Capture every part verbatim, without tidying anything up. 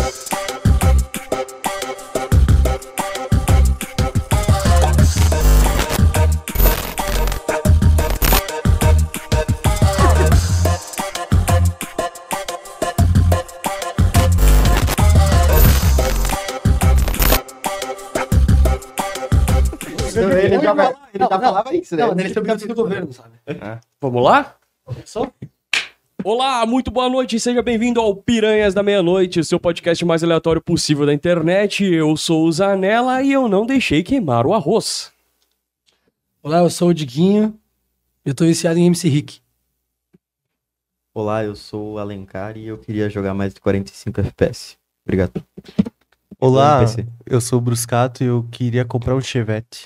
Ele já vai, ele já falava isso, né? Não, ele tem o do governo, sabe? É. Vamos lá? Começou? Olá, muito boa noite, seja bem-vindo ao Piranhas da Meia-Noite, o seu podcast mais aleatório possível da internet. Eu sou o Zanella e eu não deixei queimar o arroz. Olá, eu sou o Diguinho e eu tô viciado em M C Rick. Olá, eu sou o Alencar e eu queria jogar mais de quarenta e cinco F P S. Obrigado. Olá, P C. eu sou o Bruscato e eu queria comprar um Chevette.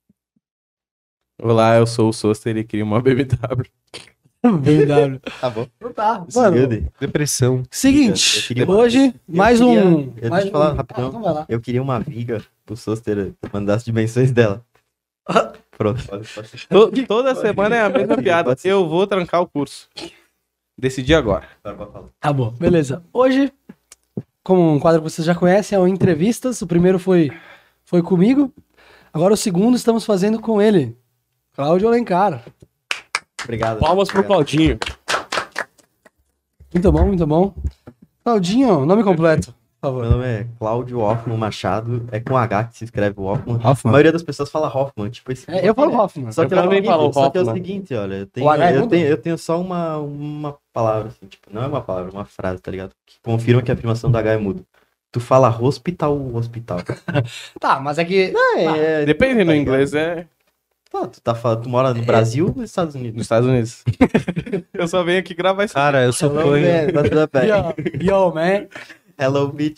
Olá, eu sou o Soster e queria uma B M W. B M W. Tá bom. Não tá, Mano, mano. Depressão. Seguinte, Eu queria- hoje, eu mais queria- um... eu mais deixa eu falar um... rapidão. Ah, então vai lá. eu queria uma viga pro Soster mandar as dimensões dela. Pronto, pode, pode. To- toda semana é a mesma Pode ser, piada. pode ser. Eu vou trancar o curso. Decidi agora. Agora pode falar. Tá bom, beleza. Hoje, como um quadro que vocês já conhecem, é o Entrevistas. O primeiro foi, foi comigo. Agora o segundo estamos fazendo com ele, Cláudio Alencar. Obrigado. Palmas pro Obrigado. Claudinho. Muito bom, muito bom. Claudinho, nome completo, por Meu favor. nome é Cláudio Hoffman Machado. É com H que se escreve o Hoffman. Hoffman. A maioria das pessoas fala Hoffman. Tipo, esse É, eu falo Hoffman. Só que, Eu é o também seguinte, falo só que é o Hoffman. seguinte, olha, eu tenho, O H é eu mudo? tenho, eu tenho só uma, uma palavra, assim, tipo, não é uma palavra, é uma frase, tá ligado? Que confirma que a primação do H é mudo. Tu fala hospital, hospital. Tá, mas é que... É, é, Depende, tá no ligado? inglês é Tá, tu, tá, falando- tu mora no Brasil ou nos Estados Unidos? nos Estados Unidos. Eu só venho aqui gravar isso. Cara, eu sou Hello, fã. man, tá tudo bem. Yo, yo, man. Hello, bitch.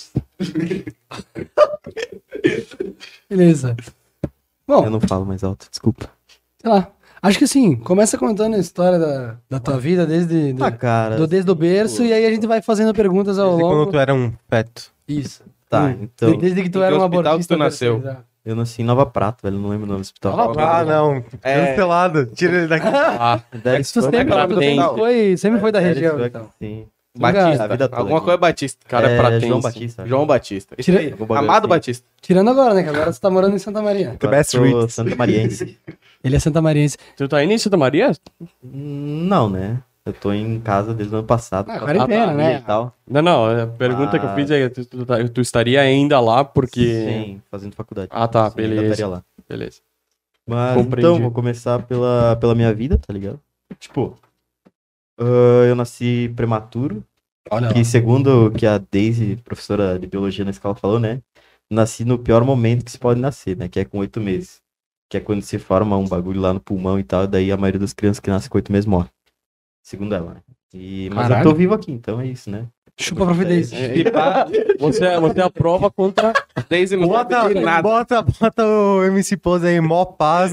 Beleza. Bom, Eu não falo mais alto, desculpa. sei lá. Acho que assim, começa contando a história da, da tua vida desde, do, Ah, cara. do- desde o berço e aí a gente vai fazendo perguntas ao Desde longo. quando tu era um feto. Isso. Tá, Hum. então, Desde que tu em era que um hospital que abortista tu nasceu? terceirizado. eu nasci em Nova Prata, velho, não lembro o nome do hospital. Nova Prata. Ah, não. É. Cancelado. Tira ele daqui. Ah, That is Tu fuck- sempre, Cratense. tu sempre foi, sempre foi da That is região, fuck- então. Sim. Batista. A vida toda Alguma aqui. coisa Batista. cara é, É, pratense. João Batista. João Batista. Isso Tira- aí. Algum bagulho Amado assim. Batista. Tirando agora, né? Que agora você tá morando em Santa Maria. The best Eu sou read. Santa Mariense. Ele é Santa Mariense. tu tá indo em Santa Maria? Não, né? Eu tô em casa desde o ano passado. Ah, com a quarentena, família né? E tal. Não, não, a pergunta que eu Ah. fiz é, tu, tu, tá- tu estaria ainda lá porque... Sim, fazendo faculdade. Ah, tá, Sim, ainda beleza. estaria lá. Beleza. Mas Compreendi. então, vou começar pela, pela minha vida, tá ligado? Tipo, ah, eu nasci prematuro, Olha lá. que segundo o que a Daisy, professora de biologia na escola, falou, né? Nasci no pior momento que se pode nascer, né? Que é com oito meses. Que é quando se forma um bagulho lá no pulmão e tal, e daí a maioria das crianças que nascem com oito meses morre. Segundo ela, né? E, mas Caralho. eu tô vivo aqui, então é isso, né? Chupa a providência. É, e pá, você, é- você aprova contra... Desde não Bota, sabe de nada. bota, bota o M C Pose aí, mó paz.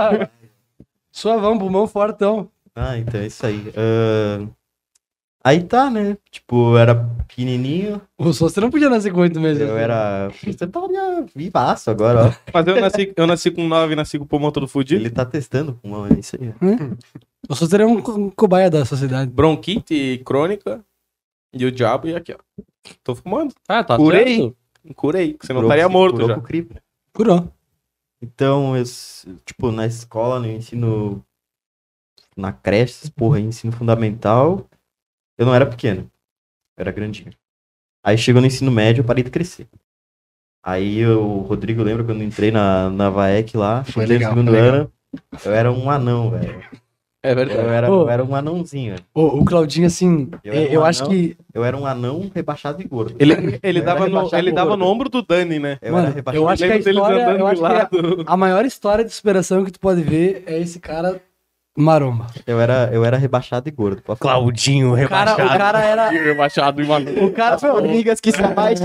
Suavão, pulmão fortão. Ah, então é isso aí. Ah, aí tá, né? Tipo, eu era pequenininho, O Soster não podia nascer com oito meses. eu era... Você tá vivaço agora, ó. Mas eu nasci, eu nasci com nove e nasci com o pulmão todo fudido. Ele tá testando, pulmão, é isso aí. O Soster é um co- um cobaia da sociedade. Bronquite crônica. E o diabo e aqui, ó. Tô fumando. Ah, tá Curei. certo. Curei. Você não Curou- estaria morto curou já. com o crivo. Curou. Então, eu, s- tipo, na escola, no ensino... Na creche, essas porra aí, ensino fundamental, eu não era pequeno. Eu era grandinho. Aí chegou no ensino médio, eu parei de crescer. Aí o Rodrigo lembra quando eu entrei na, na VAEC lá, Foi entrei no legal, segundo foi legal. ano, eu era um anão, velho. É verdade. Eu era, Pô. eu era um anãozinho, velho. O, o Claudinho, assim, Eu eu, era um eu acho anão. que. Eu era um anão rebaixado e gordo. Ele, ele, Eu dava, era no, rebaixado ele dava gordo. no ombro do Dani, né? Eu Mano, era rebaixado eu acho que a Lembro deles história, andando eu de acho que é lado. a maior história de superação que tu pode ver é esse cara maromba. Eu era, eu era rebaixado e gordo. pode falar. Claudinho, O cara, o rebaixado. cara era. Rebaixado e maluco. O cara foi Amigas que são mais...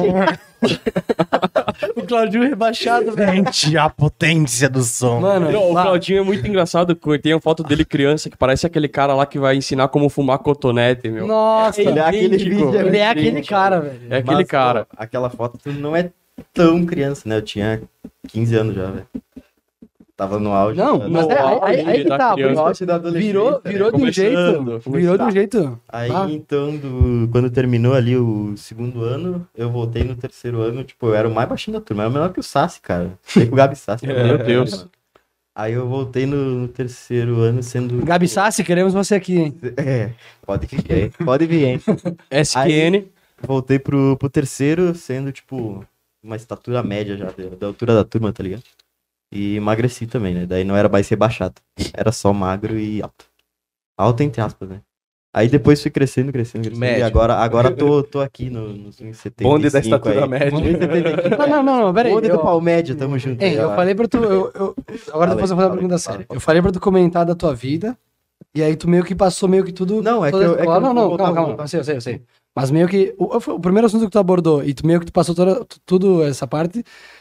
o Claudinho rebaixado, velho. Sente a potência do som. Mano, Não, o lá- Claudinho é muito engraçado, tem a foto dele criança, que parece aquele cara lá que vai ensinar como fumar cotonete, meu. Nossa, Ele é aquele idêntico. vídeo. ele é aquele idêntico. cara, velho. É aquele Mas, cara. pô, aquela foto não é tão criança, né? Eu tinha quinze anos já, velho. tava no auge. Não, cara. mas é, aí, aí, aí que Da tá, criança. porque auge da adolescência, virou, né? virou de um Começando, jeito, começando. virou de um jeito. Aí, Ah. então, do- quando terminou ali o segundo ano, eu voltei no terceiro ano, tipo, eu era o mais baixinho da turma, eu era menor que o Sassi, cara. Sei com o Gabi Sassi. Meu Deus. Aí eu voltei no, no terceiro ano sendo... Gabi Sassi, queremos você aqui, hein? É, pode vir, hein? Pode vir, hein? S Q N. Voltei pro, pro terceiro sendo, tipo, uma estatura média já, da, da altura da turma, tá ligado? E emagreci também, né? Daí não era mais rebaixado. Era só magro e alto. Alto entre aspas, né? Aí depois fui crescendo, crescendo, crescendo. Médio. E agora, agora tô, tô aqui no, nos uns setenta e cinco Bonde da estatura aí. média. Não, não, não, não, peraí. Bonde do Eu, pau médio, tamo junto. hein, aí, eu ó. falei pra tu. Eu, eu- agora Fala depois eu vou fazer aí, uma fala pergunta aí, séria. fala. Eu falei pra tu comentar da tua vida. E aí tu meio que passou meio que tudo. Não, é toda que a eu- é que escola. eu Não, vou não, voltar, calma, vou calma. voltar. Eu sei, eu sei, eu sei. Mas meio que. O, o primeiro assunto que tu abordou, e tu meio que tu passou toda, tu- tudo essa parte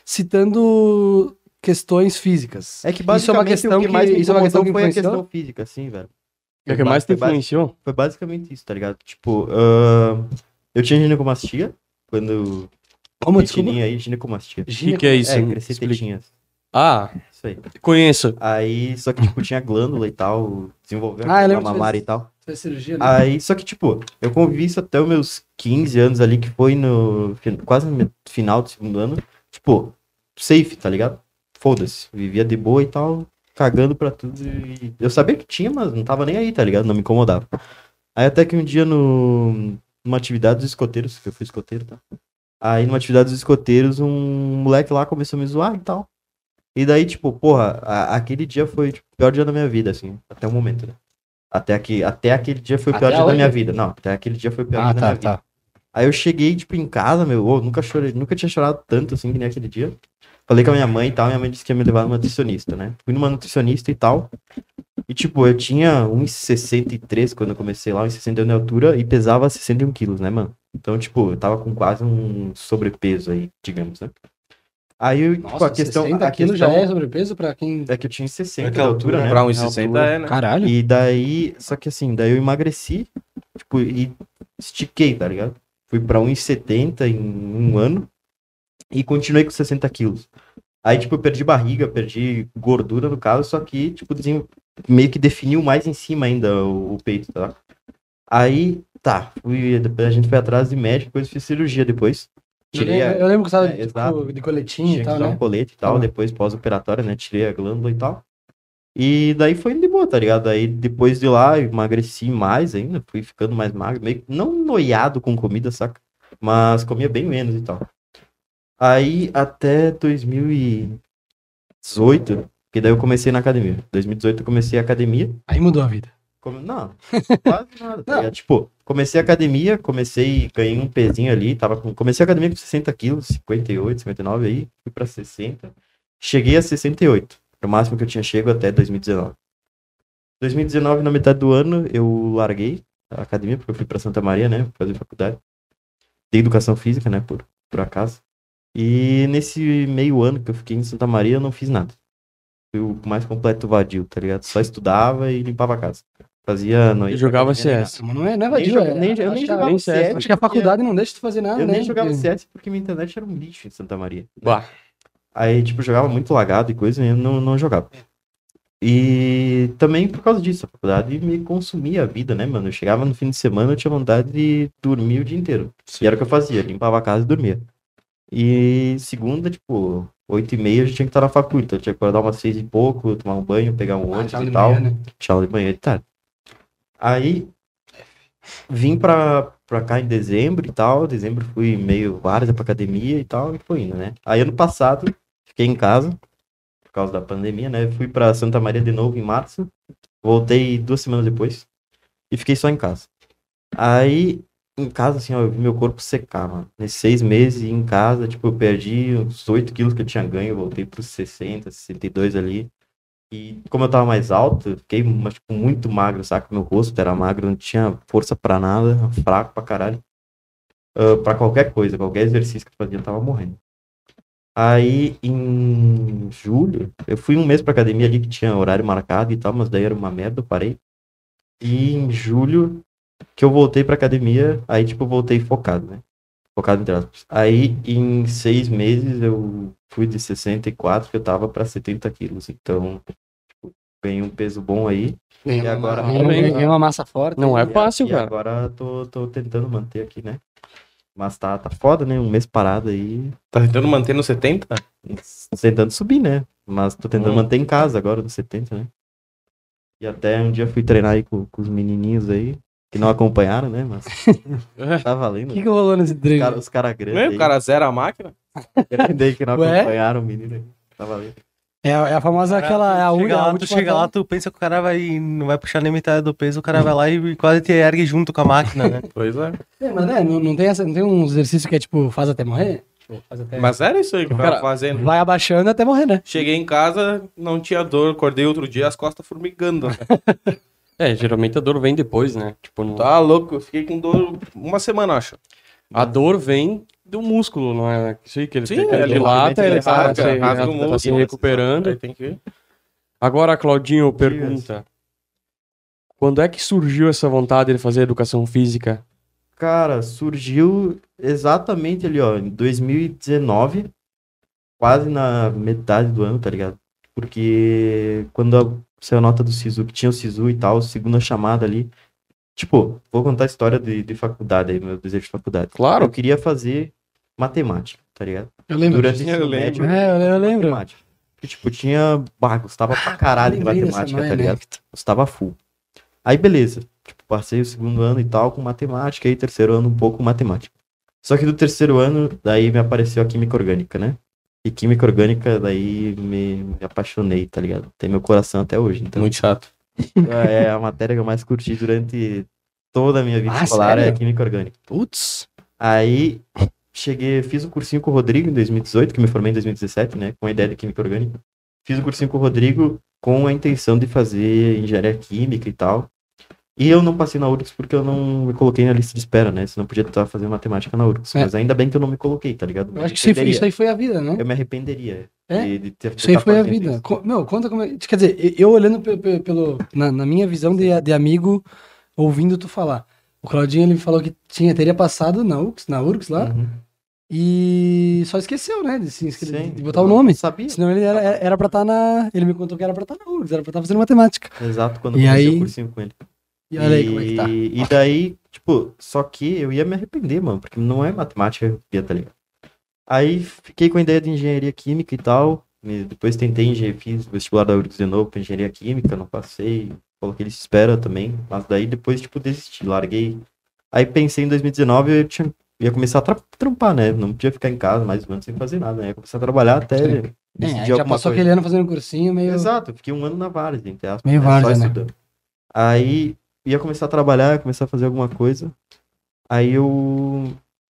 citando questões físicas. É que Isso é uma basicamente questão o que que, mais me isso é uma questão que incomodou foi a influenciou. questão física, assim, velho. É o que mais te Foi basi- influenciou? Foi basicamente isso, tá ligado? Tipo, ah, eu tinha ginecomastia, quando... Como, desculpa? Tetininha aí, ginecomastia. O que, que é isso? É, crescer Explica. tetinhas. Ah, Isso aí. conheço. Aí, só que, tipo, tinha glândula e tal, desenvolveu Ah, eu a lembro que mamária e fez- tal. Fez cirurgia, né? Aí, só que, tipo, eu convivi isso até os meus quinze anos ali, que foi no... fin- quase no final do segundo ano. Tipo, safe, tá ligado? Foda-se. Vivia de boa e tal, cagando pra tudo. E eu sabia que tinha, mas não tava nem aí, tá ligado? Não me incomodava. Aí até que um dia no... numa atividade dos escoteiros, que eu fui escoteiro, tá? Aí numa atividade dos escoteiros, um moleque lá começou a me zoar e tal. E daí, tipo, porra, a- aquele dia foi tipo, o pior dia da minha vida, assim, até o momento, né? Até, aqui, até aquele dia foi o pior Até dia da hoje? minha vida. Não, até aquele dia foi o pior Ah, dia da tá, minha vida. tá. Aí eu cheguei, tipo, em casa, meu, ô, nunca chorei, nunca tinha chorado tanto assim que nem aquele dia. Falei com a minha mãe e tal, minha mãe disse que ia me levar numa nutricionista, né? Fui numa nutricionista e tal. E, tipo, eu tinha um e sessenta e três quando eu comecei lá, um e sessenta e um de altura e pesava sessenta e um quilos, né, mano? Então, tipo, eu tava com quase um sobrepeso aí, digamos, né? Aí, eu, tipo, Nossa, a questão... sessenta a quilos questão já é sobrepeso pra quem... é que eu tinha sessenta É de que a altura, né? Pra um e A sessenta altura. é, né? Caralho. E daí, só que assim, daí eu emagreci, tipo, e estiquei, tá ligado? Fui pra um e setenta em um ano e continuei com sessenta quilos. Aí, tipo, eu perdi barriga, perdi gordura no caso, só que, tipo, desen- meio que definiu mais em cima ainda o, o peito, tá? Aí, tá, fui, depois a gente foi atrás de médico, depois fiz cirurgia depois. Eu Tirei a, lembro, eu lembro que você é, tava exato. tipo, de coletinho tinha e que tal, usar um né? colete e tal, Ah. depois pós-operatória, né? Tirei a glândula e tal. E daí foi de boa, tá ligado? Aí depois de lá, eu emagreci mais ainda, fui ficando mais magro, meio que não noiado com comida, saca? Mas comia bem menos e tal. Aí até dois mil e dezoito, que daí eu comecei na academia. dois mil e dezoito eu comecei a academia. Aí mudou a vida. Come- Não, quase nada, tá ligado? Tipo, comecei a academia, comecei, ganhei um pezinho ali, tava com, comecei a academia com sessenta quilos, cinquenta e oito, cinquenta e nove aí, fui pra sessenta, cheguei a sessenta e oito, o máximo que eu tinha chego até dois mil e dezenove. dois mil e dezenove, na metade do ano, eu larguei a academia, porque eu fui pra Santa Maria, né, fazer faculdade de educação física, né, por, por acaso. E nesse meio ano que eu fiquei em Santa Maria, eu não fiz nada. Fui o mais completo vadio, tá ligado? Só estudava e limpava a casa. Fazia noite. E jogava C S. Mas não é, não é Nem vadio, joga- é- nem- eu acho nem que a- jogava nem C S. C S. Acho que a faculdade não deixa tu fazer nada, Eu né? nem jogava Porque- C S porque minha internet era um lixo em Santa Maria. Bah. Aí, tipo, jogava muito lagado e coisa, e eu não, não jogava. E também por causa disso, a faculdade me consumia a vida, né, mano? Eu chegava no fim de semana, eu tinha vontade de dormir o dia inteiro. E era o que eu fazia, limpava a casa e dormia. E segunda, tipo, oito e meia eu já tinha que estar na faculdade, então eu tinha que acordar umas seis e pouco, tomar um banho, pegar um Ah, ônibus tchau e de tal. manhã, né? Tchau de manhã de tarde. Aí, vim pra, pra cá em dezembro e tal. Dezembro fui meio várzea pra academia e tal, e foi indo, né? Aí ano passado, fiquei em casa, por causa da pandemia, né? Fui pra Santa Maria de novo em março. Voltei duas semanas depois. E fiquei só em casa. Aí, em casa, assim, ó, eu vi meu corpo secar, mano. Nesses seis meses em casa, tipo, eu perdi uns oito quilos que eu tinha ganho. Voltei pros sessenta, sessenta e dois ali. E como eu tava mais alto, eu fiquei mas, tipo, muito magro, saca? Meu rosto era magro, não tinha força pra nada, fraco pra caralho. Ah, pra qualquer coisa, qualquer exercício que eu fazia, eu tava morrendo. Aí, em julho, eu fui um mês pra academia ali que tinha horário marcado e tal, mas daí era uma merda, eu parei. E em julho, que eu voltei pra academia, aí, tipo, eu voltei focado, né? Focado entre aspas. Aí, em seis meses, eu fui de sessenta e quatro, que eu tava pra setenta quilos. Então, tipo, ganhei um peso bom aí. Ganhei E uma- agora- ganhei ganhei uma massa forte. Não é E a- fácil, e cara. agora tô, tô tentando manter aqui, né? Mas tá, tá foda, né? Um mês parado aí. Tá tentando manter no setenta? Tentando subir, né? Mas tô tentando Hum. manter em casa agora, nos setenta, né? E até um dia fui treinar aí com, com os menininhos aí, que não acompanharam, né? Mas tá O valendo. que, que rolou nesse Os treino? caras os cara grandes Né? aí, O cara zera a máquina. grande aí que não Ué? acompanharam o menino aí. Tá valendo. É, a- é a famosa aquela. É a tu única. chega a lá, tu última chega lá, tela. tu pensa que o cara vai, não vai puxar nem metade do peso, o cara vai lá e quase te ergue junto com a máquina, né? Pois é. É, mas né, não, não, tem essa, não tem um exercício que é tipo, faz até morrer? Tipo, faz até... Mas era isso aí que eu tava Cara, fazendo. Vai abaixando até morrer, né? Cheguei em casa, não tinha dor. Acordei outro dia, as costas formigando. Né? É, geralmente a dor vem depois, né? Tipo, não... Tá louco, eu fiquei com dor uma semana, acho. a dor vem do músculo, não é? Isso aí que ele, Sim, tem, que ele ele dilata, rasga, ele tá, rasga, se, rasga o tá músculo, se recuperando. Aí tem que ver. Agora, Claudinho, pergunta. Quando é que surgiu essa vontade de fazer educação física? Cara, surgiu exatamente ali, ó, em dois mil e dezenove, quase na metade do ano, tá ligado? Porque quando a- saiu a nota do SISU, que tinha o SISU e tal, segunda chamada ali, tipo, vou contar a história de, de faculdade aí, meu desejo de faculdade. Claro. Eu queria fazer matemática, tá ligado? Eu lembro. Durante o Eu ensino lembro. médio, É, eu, eu lembro. matemática. Porque, tipo, tinha, bah, gostava pra caralho de lembrei dessa matemática, noia, tá né? ligado? Gostava full. Aí, beleza. Tipo, passei o segundo ano e tal com matemática, e terceiro ano um pouco com matemática. Só que do terceiro ano, daí me apareceu a química orgânica, né? E química orgânica, daí me, me apaixonei, tá ligado? Tem meu coração até hoje. Então, Muito chato. é a matéria que eu mais curti durante toda a minha vida Ah, escolar é sério? química orgânica. Putz. Aí, cheguei, fiz o cursinho com o Rodrigo em dois mil e dezoito, que eu me formei em dois mil e dezessete, né? Com a ideia de química orgânica. Fiz o cursinho com o Rodrigo com a intenção de fazer engenharia química e tal. E eu não passei na U R G S porque eu não me coloquei na lista de espera, né? Senão eu podia estar fazendo matemática na U R G S. É. Mas ainda bem que eu não me coloquei, tá ligado? Eu acho que isso aí, foi- isso aí foi a vida, né? Eu me arrependeria É? de, de ter Isso aí tá foi a fazendo vida. isso. Co- Meu, conta como é. Quer dizer, eu olhando pe- pe- pelo, na, na minha visão de, de amigo, ouvindo tu falar. O Claudinho, ele falou que tinha, teria passado na U R G S, na U R G S lá, Uhum. e só esqueceu, né? De, se inscrever, Sim, de botar o eu não nome. sabia. Senão ele era, era pra estar na. Ele me contou que era pra estar na U R G S, era pra estar fazendo matemática. Exato, quando E eu comecei aí- o cursinho com ele. E olha aí como é que tá. E daí, tipo, só que eu ia me arrepender, mano, porque não é matemática que eu ia, tá ligado? Aí fiquei com a ideia de engenharia química e tal. e depois tentei engenharia, fiz o vestibular da U R G S de novo pra engenharia química, não passei. Coloquei lista de espera também. Mas daí depois, tipo, desisti, larguei. Aí pensei em dois mil e dezenove eu tinha, ia começar a tra- trampar, né? Não podia ficar em casa mais um ano sem fazer nada, né? Ia começar a trabalhar até Sim. É, decidir aí já alguma passou coisa. aquele ano fazendo cursinho meio. Exato, eu fiquei um ano na várzea, entre aspas, Meio né, várzea, só né? estudando. Aí ia começar a trabalhar, ia começar a fazer alguma coisa. Aí eu.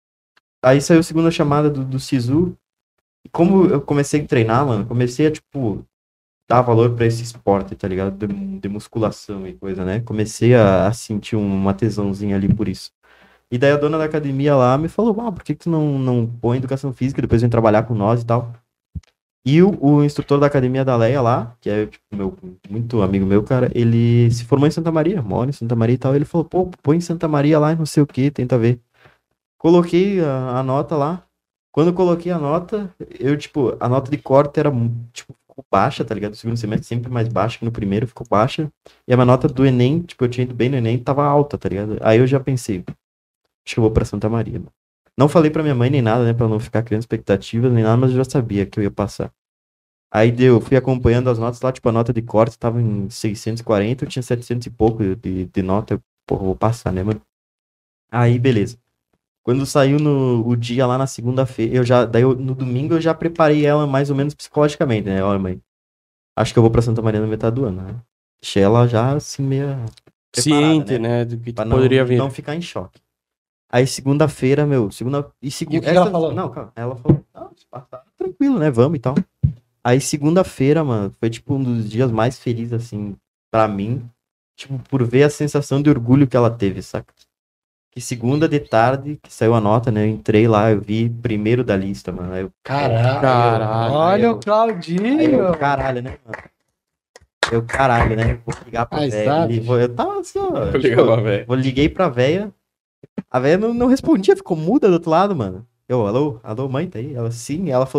Aí saiu a segunda chamada do, do SISU. E como eu comecei a treinar, mano, comecei a, tipo, dar valor pra esse esporte, tá ligado? De, de musculação e coisa, né? Comecei a, a sentir uma tesãozinha ali por isso. E daí a dona da academia lá me falou, ah, por que, que tu não, não põe educação física, depois vem trabalhar com nós e tal. E o, o instrutor da academia da Leia lá, que é tipo, meu, muito amigo meu, cara, ele se formou em Santa Maria, mora em Santa Maria e tal. Ele falou, pô, põe em Santa Maria lá e não sei o que, tenta ver. Coloquei a, a nota lá. Quando eu coloquei a nota, eu, tipo, a nota de corte era, tipo, ficou baixa, tá ligado? O segundo semestre sempre mais baixa que no primeiro, ficou baixa. E a minha nota do Enem, tipo, eu tinha ido bem no Enem, tava alta, tá ligado? Aí eu já pensei, acho que eu vou pra Santa Maria, mano. Não falei pra minha mãe nem nada, né, pra não ficar criando expectativas nem nada, mas eu já sabia que eu ia passar. Aí deu, fui acompanhando as notas lá, tipo, a nota de corte tava em seiscentos e quarenta, eu tinha setecentos e pouco de, de nota, eu, porra, vou passar, né, mano? Aí, beleza. Quando saiu no, o dia lá na segunda-feira, eu já, daí eu, no domingo eu já preparei ela mais ou menos psicologicamente, né, olha, mãe, acho que eu vou pra Santa Maria na metade do ano, né? Deixei ela já, assim, meio preparada, Ciente, né? Do que Pra tu não, poderia vir. não ficar em choque. Aí segunda-feira, meu, segunda e segunda. E o que ela falou? Não, calma. Ela falou, não, se passar, tranquilo, né? Vamos e tal. Aí segunda-feira, mano, foi tipo um dos dias mais felizes, assim, pra mim. Tipo, por ver a sensação de orgulho que ela teve, saca? Que segunda de tarde, que saiu a nota, né? Eu entrei lá, eu vi primeiro da lista, mano. Aí eu, Caralho. Caralho. Olha Aí o eu- Claudinho. aí eu, caralho, né, mano? Eu, caralho, né? Vou ligar pra Aí véia. sabe. Vou- Eu tava assim, ó. Vou tipo, ligar pra véia. Vou liguei pra véia. A véia não, não respondia, ficou muda do outro lado, mano. Eu, alô, alô, mãe, tá aí? Ela, sim. Ela falou,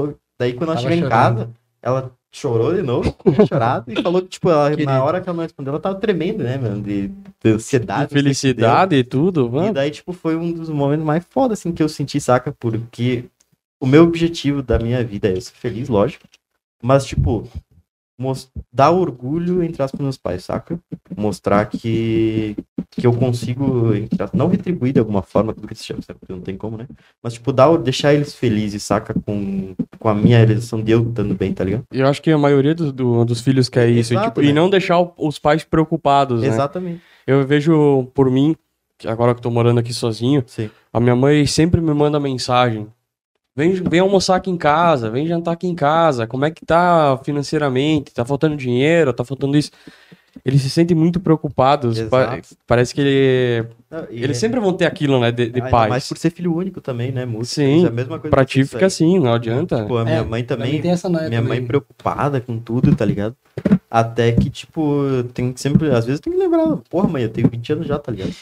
Daí quando ela Tava chegou em chorando. casa, ela chorou de novo, tinha chorado, e falou que, tipo, ela, Querido. na hora que ela não respondeu, ela tava tremendo, né, mano? De, de ansiedade. De felicidade e tudo, E mano. daí, tipo, foi um dos momentos mais foda, assim, que eu senti, saca? Porque o meu objetivo da minha vida é eu ser feliz, lógico. Mas, tipo, mos- dar orgulho entre as meus pais, saca? Mostrar que, que eu consigo, entre as- não retribuir de alguma forma tudo que se chama, sabe? Porque não tem como, né? Mas, tipo, dar, o- deixar eles felizes, saca? Com, com a minha realização de eu estando bem, tá ligado? Eu acho que a maioria do- do- dos filhos quer isso. Exato, tipo, né? E não deixar o- os pais preocupados, né? Exatamente. Eu vejo por mim, que agora que eu tô morando aqui sozinho, Sim. a minha mãe sempre me manda mensagem. Vem, vem almoçar aqui em casa, vem jantar aqui em casa. Como é que tá financeiramente? Tá faltando dinheiro? Tá faltando isso? Eles se sentem muito preocupados. Pa- Exato. parece que ele- Não, e eles é- sempre vão ter aquilo, né? De, de ainda pais. mais por ser filho único também, né? Música, Sim, é a mesma coisa Pra que ti isso fica aí. assim, não adianta. Tipo, a minha É, mãe Pra mim também. tem essa noia Minha também. mãe preocupada com tudo, tá ligado? Até que, tipo, tem que sempre. Às vezes tem que lembrar, porra, mãe, eu tenho vinte anos já, tá ligado?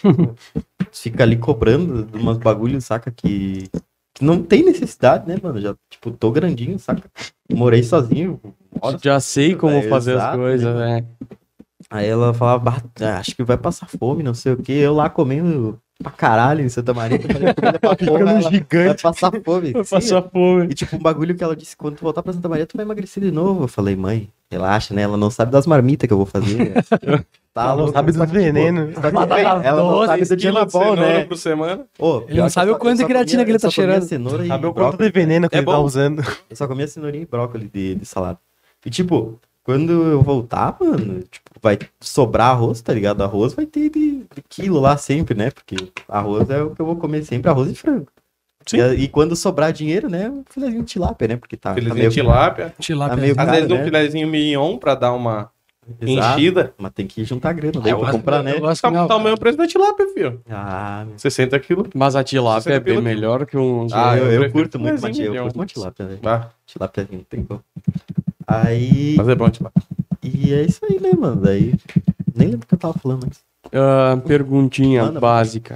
Fica ali cobrando de umas bagulhos, saca? Que, que não tem necessidade, né, mano? Já, tipo, tô grandinho, saca? Morei sozinho. moro Já sei como É, fazer as exato, coisas, né? né? Aí ela falava, "Bah, acho que vai passar fome, não sei o quê. Eu lá comendo pra caralho em Santa Maria. Eu falei, comida pra porra, ela vai passar fome. Vai Sim, passar fome. E tipo, um bagulho que ela disse, quando tu voltar pra Santa Maria, tu vai emagrecer de novo. Eu falei, mãe, relaxa, né? Ela não sabe das marmitas que eu vou fazer. Tá Ela não louco, sabe só dos que, tipo, venenos. só que, ela não sabe do dia na bom, né? por semana. Ô, Ele pior não que sabe eu o só- quanto eu de só creatina comia- que ele tá eu só comia cheirando. cenoura e Sabe o quanto brócolis. de veneno que É ele tá bom. usando. Eu só comia cenourinha e brócolis de, de salada. E tipo, quando eu voltar, mano, tipo, vai sobrar arroz, tá ligado? Arroz vai ter de, de quilo lá sempre, né? Porque arroz é o que eu vou comer sempre, arroz e frango. Sim. E, a- e quando sobrar dinheiro, né? Um filezinho de tilápia, né? Porque tá, tá Filezinho meio... de tilápia. Tilápia. Tá meio Às caro, vezes um né? filezinho mignon pra dar uma Exato, enchida. mas tem que juntar grana daí Ah, eu pra gosto- comprar, né? Eu gosto de Tá, comer tá o alface. mesmo preço da tilápia, filho. Ah, meu... sessenta quilos. Mas a tilápia é sessenta bem pila melhor que um... Ah, eu, eu eu prefiro curto muito uma, filezinho eu mignon. curto uma tilápia, velho. Ah, Tilápia não tem como. Aí... mas é bom tilápia. E é isso aí, né, mano? Daí... Nem lembro o que eu tava falando, mas... Ah, perguntinha Manda, básica.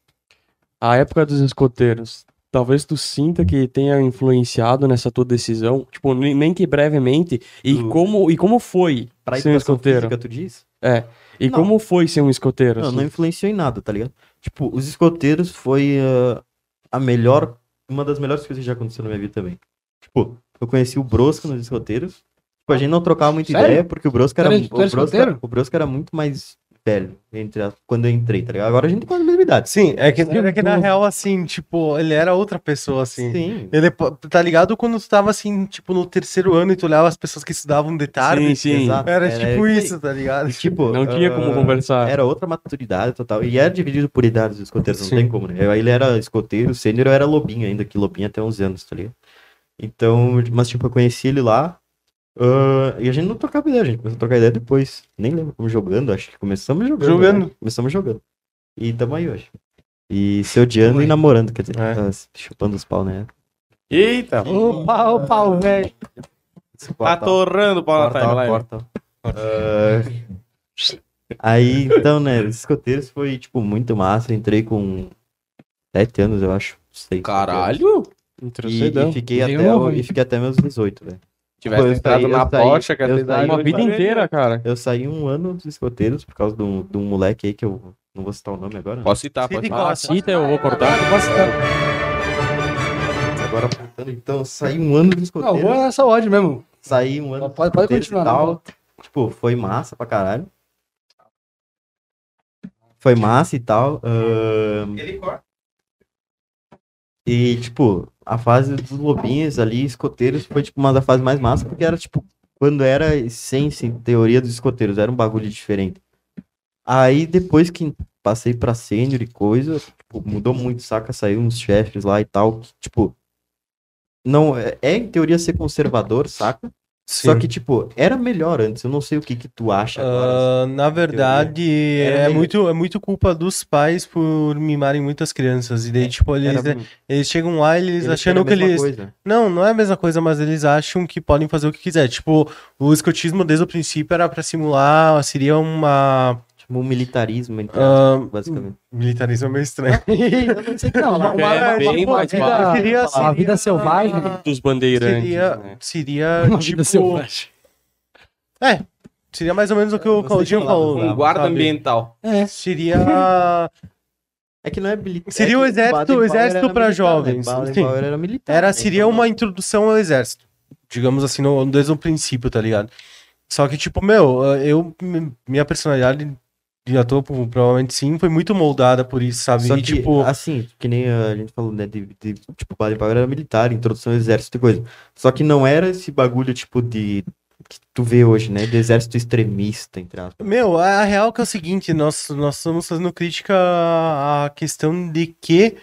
A época dos escoteiros, talvez tu sinta que tenha influenciado nessa tua decisão, tipo, nem nem que brevemente, e Do- como e como foi Pra ser um educação escoteiro? física, tu diz? É. E Não. como foi ser um escoteiro? Não, assim? não influenciou em nada, tá ligado? Tipo, os escoteiros foi ah, a melhor, uma das melhores coisas que já aconteceu na minha vida também. Tipo, eu conheci o Brosca nos escoteiros. Tipo, a gente não trocava muita Sério? ideia, porque o Brosca era, Tu era- tu o era Brosca, escoteiro? o Brosca era muito mais velho entre a- quando eu entrei, tá ligado? Agora a gente tem quase a mesma idade. Sim, é que, Sério? é que na real, assim, tipo, ele era outra pessoa, assim. Sim. Ele, tá ligado quando tu tava, assim, tipo, no terceiro ano e tu olhava as pessoas que estudavam de tarde? Sim, sim. Exato. Era, Era tipo isso aí. isso, tá ligado? E, tipo, Não tinha como ah, conversar. Era outra maturidade total. E era dividido por idades os escoteiros, não Sim. tem como, né? Aí ele era escoteiro, sênior, eu era lobinho ainda, que lobinho até onze anos, tá ligado? Então, mas tipo, eu conheci ele lá. ah, e a gente não trocava ideia, a gente começou a trocar ideia depois. Nem lembro como jogando, acho que começamos jogando. Jogando. né? Começamos jogando. E tamo aí hoje. E se odiando Ué. e namorando, quer dizer, É. ah, chupando os pau, né? Eita, Opa, opa, o velho. tá torrando o pau na Corta, ó, timeline. corta, ó. Ah, aí, então, né, os escoteiros foi, tipo, muito massa. Eu entrei com sete anos, eu acho. Seis, sete anos. Caralho. Entrou E, cedão. e fiquei Bem até, novo, o- hein? e fiquei até meus dezoito, velho. Tivesse eu entrado saí- na eu saí- Porsche, que eu essa saí idade. Uma vida vai- inteira, cara. Eu saí um ano dos escoteiros por causa de um, de um moleque aí que eu não vou citar o nome agora. né? Posso citar, Cita pode e citar. Ah, cita, eu vou cortar. Agora apontando, então, eu saí um ano dos Não, escoteiros. vou nessa ódio mesmo. Saí um ano Pode- dos pode escoteiros continuar, e tal. Tipo, foi massa pra caralho. Foi massa e tal. ahn, Ele corta. E, tipo, a fase dos lobinhos ali, escoteiros, foi, tipo, uma das fases mais massas, porque era, tipo, quando era a essência, em teoria dos escoteiros, era um bagulho diferente. Aí, depois que passei pra sênior e coisa, tipo, mudou muito, saca? Saiu uns chefes lá e tal, que, tipo, não, é, é, em teoria ser conservador, saca? Só que, tipo, era melhor antes, eu não sei o que que tu acha agora. Ah, na verdade, Era é meio- muito, é muito culpa dos pais por mimarem muitas crianças. E daí, tipo, eles, Era- eles chegam lá e eles, eles achando querem que a mesma eles. coisa. Não, não é a mesma coisa, mas eles acham que podem fazer o que quiser. Tipo, o escotismo desde o princípio era pra simular, seria uma. Um militarismo, entre Ah, aspas, basicamente. Militarismo é meio estranho. Eu não sei que não. Uma, uma, É, uma, bem uma mais vida, fácil. Seria- uma seria- vida selvagem. Dos bandeirantes, Seria, né? seria Uma tipo... vida selvagem. É, seria mais ou menos o que o Gostei Claudinho de falar, falou. Um guarda sabe? ambiental. É. Seria... É que não é militar. Seria é o que exército- Baden o Powell exército era pra militar, jovens, Né? Baden sim. Powell era militar. Era, né? seria Então, uma introdução ao exército. Digamos assim, no, desde o princípio, tá ligado? Só que, tipo, meu, eu... Minha personalidade, já tô, provavelmente sim, foi muito moldada por isso, sabe? Só E, que, tipo... assim, que nem a gente falou, né, de, de tipo, Baden Powell era militar, introdução ao exército e coisa. Só que não era esse bagulho, tipo, de... que tu vê hoje, né, de exército extremista, entre aspas. Meu, a real que é o seguinte, nós, nós estamos fazendo crítica à questão de que,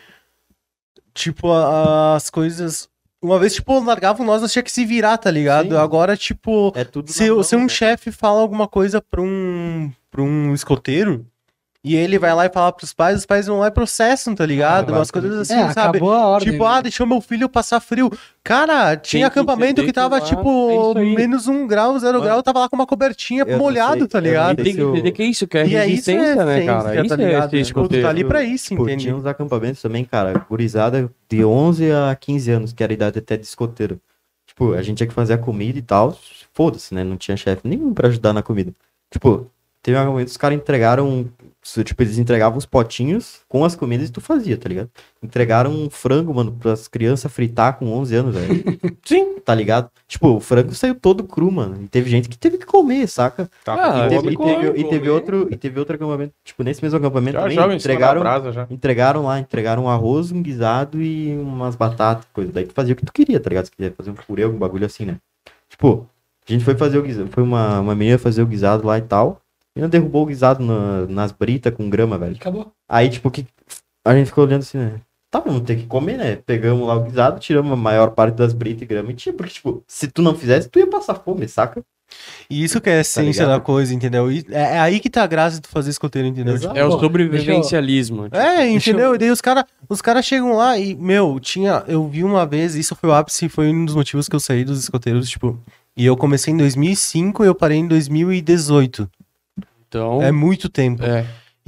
tipo, a- as coisas... Uma vez, tipo, largavam nós, nós tinha que se virar, tá ligado? Sim. Agora, tipo, É tudo se, na mão, se um né? chefe fala alguma coisa pra um, pra um escoteiro, e ele vai lá e fala pros pais, os pais vão lá e processam, tá ligado? Ah, Umas coisas assim, É, sabe? acabou a ordem. Tipo, ah, deixou meu filho passar frio. Cara, tinha que acampamento entender que tava, que lá é tipo, isso aí. menos um grau, zero Mano, grau, tava lá com uma cobertinha eu não molhado, sei, tá eu não ligado? sei Tem que se eu- entender que é isso, que é E aí isso é resistência, né, cara? essência, Isso tá é ligado? ser Tipo, tu tá escoteiro. ali pra isso, Tipo, entende? tinha uns acampamentos também, cara, gurizada de onze a quinze anos, que era a idade até de escoteiro. Tipo, a gente tinha que fazer a comida e tal, foda-se, né? Não tinha chefe nenhum pra ajudar na comida. Tipo, teve um acampamento, os caras entregaram, tipo, eles entregavam os potinhos com as comidas e tu fazia, tá ligado? Entregaram um frango, mano, pras crianças fritar com onze anos, velho. Sim. Tá ligado? Tipo, o frango saiu todo cru, mano. E teve gente que teve que comer, saca? Tá, Ah, E come, teve, e come, teve, e teve come. outro, e teve outro acampamento, tipo, nesse mesmo acampamento Já também, joga em cima da entregaram, brasa já. entregaram lá, entregaram um arroz, um guisado e umas batatas, coisa. Daí tu fazia o que tu queria, tá ligado? Se quiser fazer um purê, algum bagulho assim, né? Tipo, a gente foi fazer o guisado, foi uma, uma menina fazer o guisado lá e tal, e ela derrubou o guisado na- nas britas com grama, velho. Acabou. Aí, tipo, que a gente ficou olhando assim, né? Tá, vamos ter que comer, né? Pegamos lá o guisado, tiramos a maior parte das britas e grama e tinha, porque, tipo, se tu não fizesse, tu ia passar fome, saca? E isso que é a essência ligado? da coisa, entendeu? E é, é aí que tá a graça de tu fazer escoteiro, entendeu? Exato. É o Pô, sobrevivencialismo. Tipo, é, entendeu? E daí os caras os cara chegam lá e, meu, tinha. Eu vi uma vez, isso foi o ápice, foi um dos motivos que eu saí dos escoteiros, tipo. E eu comecei em dois mil e cinco e eu parei em dois mil e dezoito. Então, É muito tempo. é.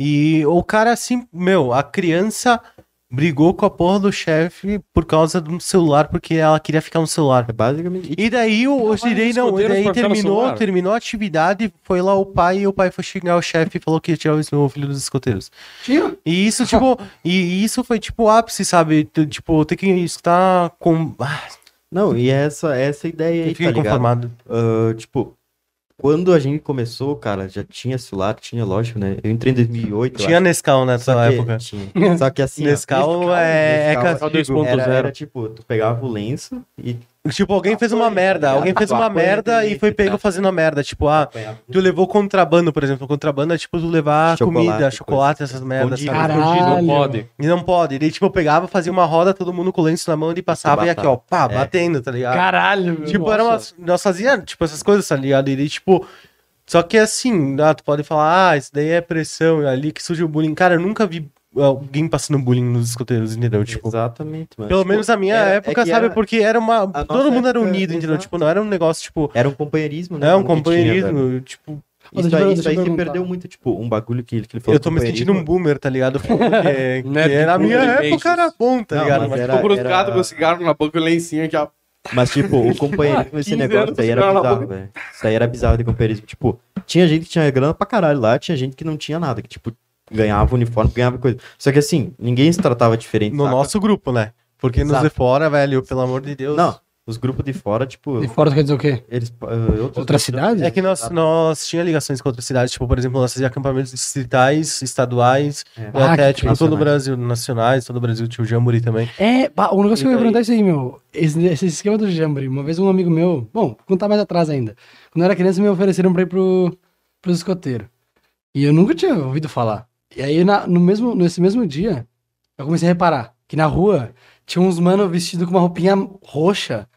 E o cara, assim, meu, a criança brigou com a porra do chefe por causa de um celular, porque ela queria ficar no celular. É basicamente. E daí o eu direi, não, e escoteiros daí pra ficar no terminou, celular. terminou a atividade, foi lá o pai e o pai foi xingar o chefe e falou que ia tirar o meu filho dos escoteiros. Tinha. E isso, tipo, e isso foi tipo o ápice, sabe? Tu, Tipo, ter que estar com. Ah, Não, e essa, essa ideia eu aí, fiquei tá ligado? conformado. Ah, tipo, quando a gente começou, cara, já tinha celular, tinha, lógico, né? Eu entrei em dois mil e oito, eu Tinha acho. Nescau nessa Só que- época. Tinha. Só que assim, ó, Nescau é, é Nescau castigo. era, zero. era tipo, tu pegava o lenço e Tipo, alguém fez uma merda, alguém fez uma merda e foi pego fazendo a merda. Tipo, ah, apanhava. tu levou contrabando, por exemplo. Contrabando é tipo tu levar Chocolate, comida, chocolate, coisa. essas merdas, Escondido. sabe? Caralho. Não pode. E não pode. E daí, tipo, eu pegava, fazia uma roda, todo mundo com o lenço na mão e passava e aqui, ó, pá, É. batendo, tá ligado? Caralho, meu. Tipo, era umas, nós fazíamos, tipo, essas coisas, tá ligado? E daí, tipo, só que assim, ah, tu pode falar, ah, isso daí é pressão, é ali que surge o bullying. Cara, eu nunca vi alguém passando bullying nos escoteiros, entendeu? Tipo, Exatamente, mano. pelo Tipo, menos na minha era- é época, que sabe? era- Porque era uma. a Todo nossa mundo era época, unido, entendeu? exato. Tipo, não era um negócio, tipo. Era um companheirismo, né? É um como que tinha, velho. companheirismo, tipo. Isso Deixa eu- aí, deixa isso eu aí se perguntar. perdeu muito, tipo, um bagulho que, que ele falou. Eu tô me sentindo um boomer, tá ligado? Porque que Nerd na minha boomer época bases. era bom, tá Não, ligado? mas Mas, era- Ficou bruscado era- com o cigarro na boca e o lencinho aqui, ó. Mas, tipo, o companheirismo, esse quinze negócio anos aí era com ela na bizarro, boca. velho. Isso aí era bizarro de companheirismo. Tipo, tinha gente que tinha grana pra caralho lá, tinha gente que não tinha nada, que, tipo, ganhava uniforme, ganhava coisa. Só que, assim, ninguém se tratava diferente, no saca? nosso grupo, né? Porque nos Exato. de fora, velho, pelo amor de Deus. Não, os grupos de fora, tipo, De fora tu quer dizer o quê? eles... ah, outros Outra cidade? É que nós, nós tinha ligações com outras cidades, tipo, por exemplo, nós fazíamos acampamentos distritais, estaduais, É. ou Ah, até, que tipo, todo o nacionais. Brasil, nacionais, todo o Brasil, tinha o Jamboree também. É, bah, o negócio que eu ia E daí? perguntar é isso aí, meu. Esse, esse esquema do Jamboree. Uma vez um amigo meu, bom, vou contar mais atrás ainda. Quando eu era criança, me ofereceram pra ir pro, pros escoteiros. E eu nunca tinha ouvido falar. E aí, na- no mesmo, nesse mesmo dia, eu comecei a reparar que na rua tinha uns mano vestidos com uma roupinha roxa.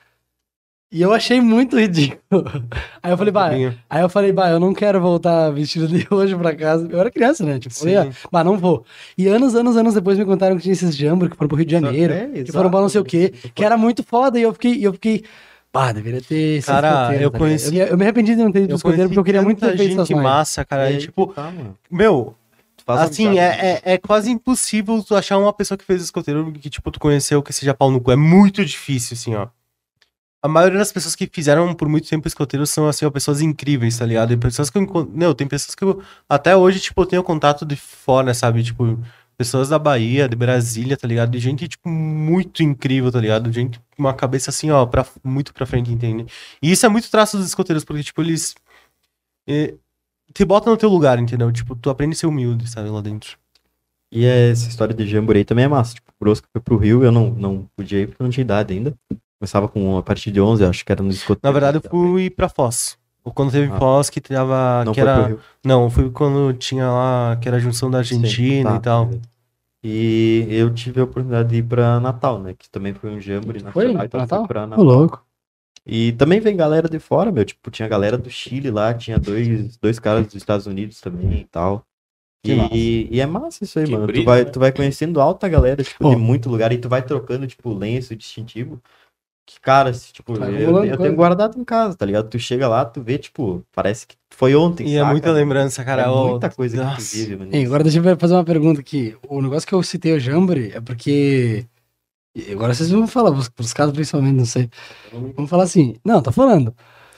E eu achei muito ridículo. Aí eu falei, bah, aí eu falei, bah, eu não quero voltar vestido de hoje pra casa. Eu era criança, né? Tipo, eu ia, bah, não vou. E anos, anos, anos depois me contaram que tinha esses Jamboree que foram pro Rio de Janeiro, É, que foram pra não sei o quê, que era muito foda. E eu fiquei, e eu fiquei, Pá, deveria ter. sido Cara, escoteiro, eu tá conheci- ligado? Eu, eu me arrependi de não ter ido pro Eu escoteiro conheci porque eu queria muito ter tanta feito gente essas noites. massa, cara. E E, aí, tipo, tá, mano. meu, Tu faz assim, amizade, é, é, é quase impossível tu achar uma pessoa que fez escoteiro que, tipo, tu conheceu que seja pau no cu. É muito difícil, assim, ó. A maioria das pessoas que fizeram por muito tempo escoteiro são, assim, ó, pessoas incríveis, tá ligado? E pessoas que eu encontro... Não, tem pessoas que eu... Até hoje, tipo, eu tenho contato de fora, sabe? Tipo, pessoas da Bahia, de Brasília, tá ligado? De gente, tipo, muito incrível, tá ligado? Gente com uma cabeça, assim, ó, pra... muito pra frente, entende? E isso é muito traço dos escoteiros, porque, tipo, eles... eh, te botam no teu lugar, entendeu? Tipo, tu aprende a ser humilde, sabe? Lá dentro. E essa história de jamboree também é massa. Tipo, o Brosco foi pro Rio, eu não, não podia ir porque eu não tinha idade ainda. Começava com a partir de onze, acho que era no escoteiro. Na verdade, eu fui pra Foz. Ou quando teve Ah. Foz, que tava... Não que foi era... pro Rio. Não, eu fui quando tinha lá, que era a junção da Argentina Sim, e tá, tal. beleza. E eu tive a oportunidade de ir pra Natal, né? Que também foi um jamboree Foi nacional. Então eu Natal? fui pra Ô, Natal. louco. E também vem galera de fora, meu. Tipo, tinha galera do Chile lá, tinha dois, dois caras dos Estados Unidos também e tal. Que massa. E, e é massa isso aí, Que mano. brisa, tu, vai, né? tu vai conhecendo alta galera, tipo, Pô. de muito lugar. E tu vai trocando, tipo, lenço distintivo. Que, cara, se, tipo, Vai eu, rolando eu coisa. tenho guardado em casa, tá ligado? Tu chega lá, tu vê, tipo, parece que foi ontem, E é saca? muita lembrança, cara. É Ó, muita coisa que tu nossa. vive, mano. Ei, agora deixa eu fazer uma pergunta aqui. O negócio que eu citei o Jamboree é porque. e Agora vocês vão falar, pros, pros caras principalmente, não sei. Vamos falar assim. Não, tô falando.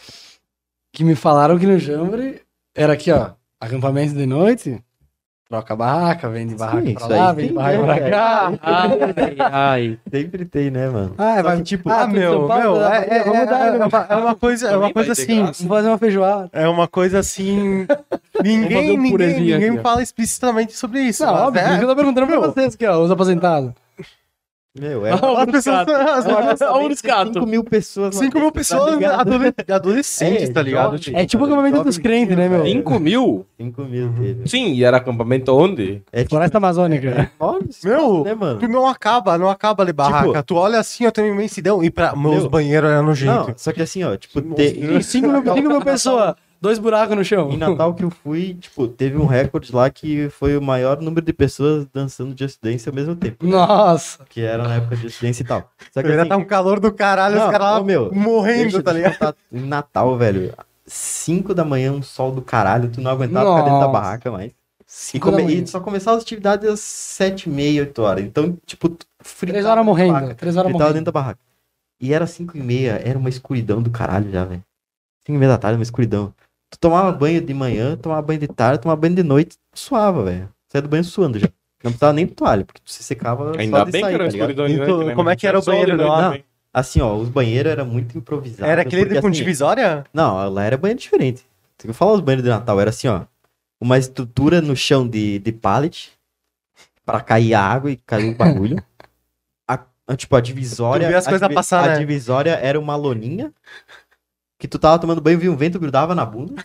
Que me falaram que no Jamboree era aqui, ó. Acampamento de noite. Troca a barraca, vende barraca Sim, pra isso lá, aí vende tem, barraca né, pra velho? cá. Ai, ai. Sempre tem, né, mano? Ah, Só vai, que, tipo, ah, Ah, tu de meu, São Paulo, meu, vai- é, é, vamos dar, é, né? é uma, é uma coisa, é uma Também vai coisa ter assim, graça. Vamos fazer uma feijoada. é uma coisa assim, fazer ninguém, um ninguém, purezinho ninguém aqui, ó. fala explicitamente sobre isso. Não, mas óbvio, é, por isso que eu tô perguntando pra meu. vocês aqui, ó, os aposentados. Meu, é... Olha o as pessoas, Bruscato. as- Olha o Bruscato. cinco mil pessoas. lá cinco mil dentro, tá pessoas ligado? adole- adolescentes, É, tá ligado? jovem. Tipo, É tipo o acampamento dos crentes, né, meu? cinco mil? cinco mil teve. Sim, e era acampamento onde? É tipo, Floresta Amazônica. enorme esse Meu, espaço, né, mano? tu não acaba, não acaba de barraca. tu olha assim, ó, tem uma imensidão. E pra meus Meu. banheiros eram nojento. Não, só que assim, ó, tipo, te... cinco mil, cinco mil pessoas, dois buracos no chão. em Natal que eu fui, tipo, teve um recorde lá que foi o maior número de pessoas dançando Just Dance ao mesmo tempo. Nossa. Que era na época de Just Dance e tal. Só que Ainda assim, tá um calor do caralho, não, os caras lá ô, meu, morrendo, deixa, tá deixa eu ligado? contar, em Natal, velho, cinco da manhã, um sol do caralho, tu não aguentava ficar dentro da Nossa. barraca mais. E, Cinco da come... manhã. e só começava as atividades às sete e meia, oito horas. Então, tipo, tu fritava Três horas dentro da morrendo. barraca. Três horas Fritava morrendo. dentro da barraca. E era cinco e meia, era uma escuridão do caralho já, velho. cinco e meia da tarde, uma escuridão. Tu tomava banho de manhã, tomava banho de tarde, tomava banho de noite, suava, velho. Saia do banho suando já. Não precisava nem de toalha, porque tu se secava Ainda só de bem sair, que era tá uma ligado? escuridão de Então, noite, né, como meu? é que era o Sol de banheiro noite lá? também. Assim, ó, os banheiros eram muito improvisados. Era aquele porque, com assim, divisória? Não, lá era banheiro diferente. Se eu falar os banheiros de Natal, era assim, ó. Uma estrutura no chão de, de pallet pra cair a água e cair o bagulho. A, a- tipo, a divisória. Tu vê as a coisas divi- passar, A né? divisória era uma loninha que tu tava tomando banho, via um vento, grudava na bunda.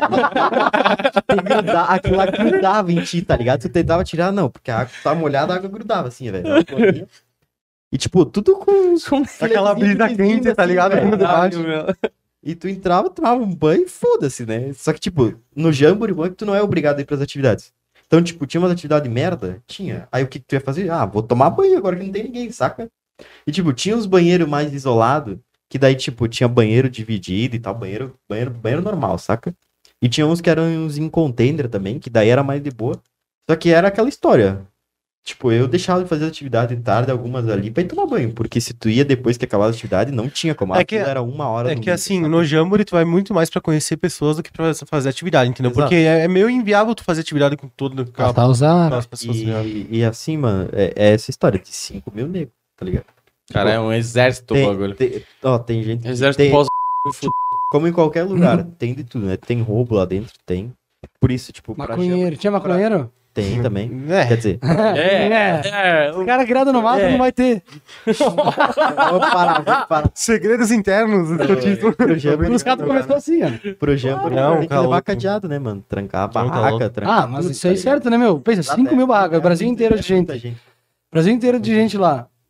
E gruda- aquilo lá grudava em ti, tá ligado? Tu tentava tirar, não, porque a água tava molhada, a água grudava assim, velho. Uma loninha. E tipo, tudo com, com Aquela brisa quente, tá ligado? velho. Vindo de baixo. E tu entrava, tomava um banho e foda-se, né? Só que, tipo, no Jamboree, bom é que tu não é obrigado a ir pras atividades. Então, tipo, tinha umas atividades merda? Tinha. Aí o que, que tu ia fazer? Ah, vou tomar banho agora que não tem ninguém, saca? E, tipo, tinha uns banheiros mais isolados, que daí, tipo, tinha banheiro dividido e tal, banheiro, banheiro, banheiro normal, saca? E tinha uns que eram uns em container também, que daí era mais de boa. Só que era aquela história. Tipo, eu deixava de fazer atividade tarde, algumas ali, pra ir tomar banho. Porque se tu ia depois que acabava a atividade, não tinha como. É que- Aquilo era uma hora É no que mínimo, assim, saca? no Jamboree tu vai muito mais pra conhecer pessoas do que pra fazer atividade, entendeu? Exato. Porque é, é meio inviável tu fazer atividade com todo aquela- Tá usar. aquelas pessoas. tá ligado? E, e assim, mano, é, é essa história de cinco mil negros, tá ligado? Cara, é um exército o Tem, bagulho. tem, ó, tem gente. Exército tem, pós... como em qualquer lugar, tem de tudo, né? Tem roubo lá dentro, tem. Por isso, tipo, pra Maconheiro. Tinha maconheiro? tem também. É. Quer dizer, É, é. O cara criado no mato É. não vai ter. vamos parar, vamos parar. Segredos internos do teu título. Pro Jamboree, Os caras começou assim, ó. pro Jamboree, Não, tem que tá levar louco. cadeado, né, mano? Trancar a tá barraca, louco. trancar Ah, mas tudo, isso aí é tá ligado? certo, né, meu? Pensa, cinco mil barracas, o Brasil inteiro de É muita gente. Brasil inteiro de gente lá.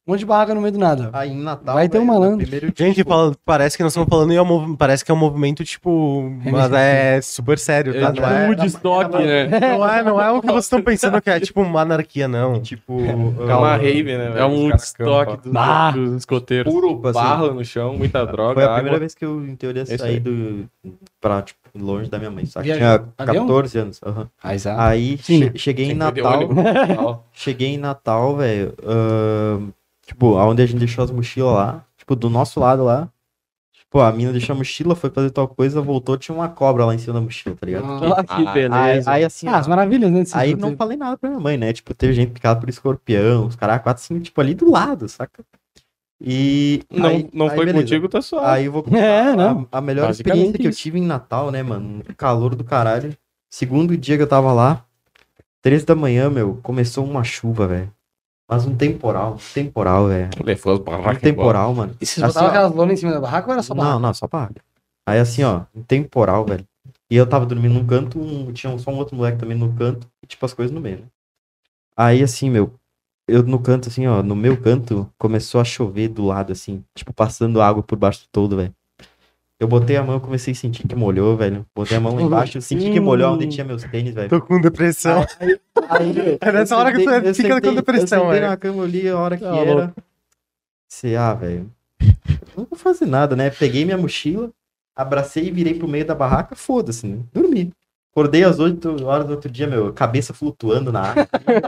Um monte de barraca no meio do nada. Aí em Natal. Vai ter um velho, no malandro. primeiro dia, Gente, tipo, fala- parece que nós estamos falando e é um mov- parece que é um movimento, tipo, mas é super sério, tá? É Não é, tipo Woodstock, né? não é, não é o que vocês estão pensando que é tipo uma anarquia, não. tipo. É uma ah, rave, né? É velho? um Os caras Woodstock acampam. dos, Ah. dos escoteiros. Puro Tipo assim, barro no chão, muita droga. Foi a água. primeira vez que eu, em teoria, Isso saí aí. do. Pra, tipo, longe da minha mãe. Só que Viajou. tinha Avião? catorze anos. aham. Ah, exato. Aí Sim, che- né? cheguei em Sempre de Natal. olho. Cheguei em Natal, velho. ahn, tipo, aonde a gente deixou as mochilas lá. Tipo, do nosso lado lá. Tipo, a mina deixou a mochila, foi fazer tal coisa, voltou, tinha uma cobra lá em cima da mochila, tá ligado? Ah, Ah, que Ah, Aí, beleza. aí assim. Ah, as maravilhas, né? desse Aí escoteiro. não falei nada pra minha mãe, né? Tipo, teve gente picada por escorpião, os caras quatro, cinco, tipo, ali do lado, saca? E. Não, aí- não aí foi beleza. contigo, tá só. Aí eu vou contar É, a- não. a, melhor Basicamente experiência que eu isso. tive em Natal, né, mano? Um calor do caralho. Segundo dia que eu tava lá, três da manhã, meu, começou uma chuva, velho. Mas um temporal, um temporal, velho. Levou as Um barracas temporal, mano. E vocês Assim, botavam ó, aquelas lonas em cima da barraca ou era só Não, barraca? não, só barraca. Aí assim, ó, um temporal, velho. E eu tava dormindo num canto, um- tinha só um outro moleque também no canto, e tipo, as coisas no meio, né? Aí assim, meu, eu no canto, assim, ó, no meu canto, começou a chover do lado, assim, tipo, passando água por baixo todo, velho. Eu botei a mão, eu comecei a sentir que molhou, velho. Botei a mão lá embaixo, eu senti que molhou onde tinha meus tênis, velho. Tô com depressão. Aí, aí, É nessa eu hora que tu sentei- eu fica com sentei- depressão, Eu sentei velho. na cama, eu li a hora que Tá era. louco. Sei, ah, velho. Não vou fazer nada, né? Peguei minha mochila, abracei e virei pro meio da barraca, foda-se, né? Dormi. Acordei às oito horas do outro dia, meu, cabeça flutuando na água.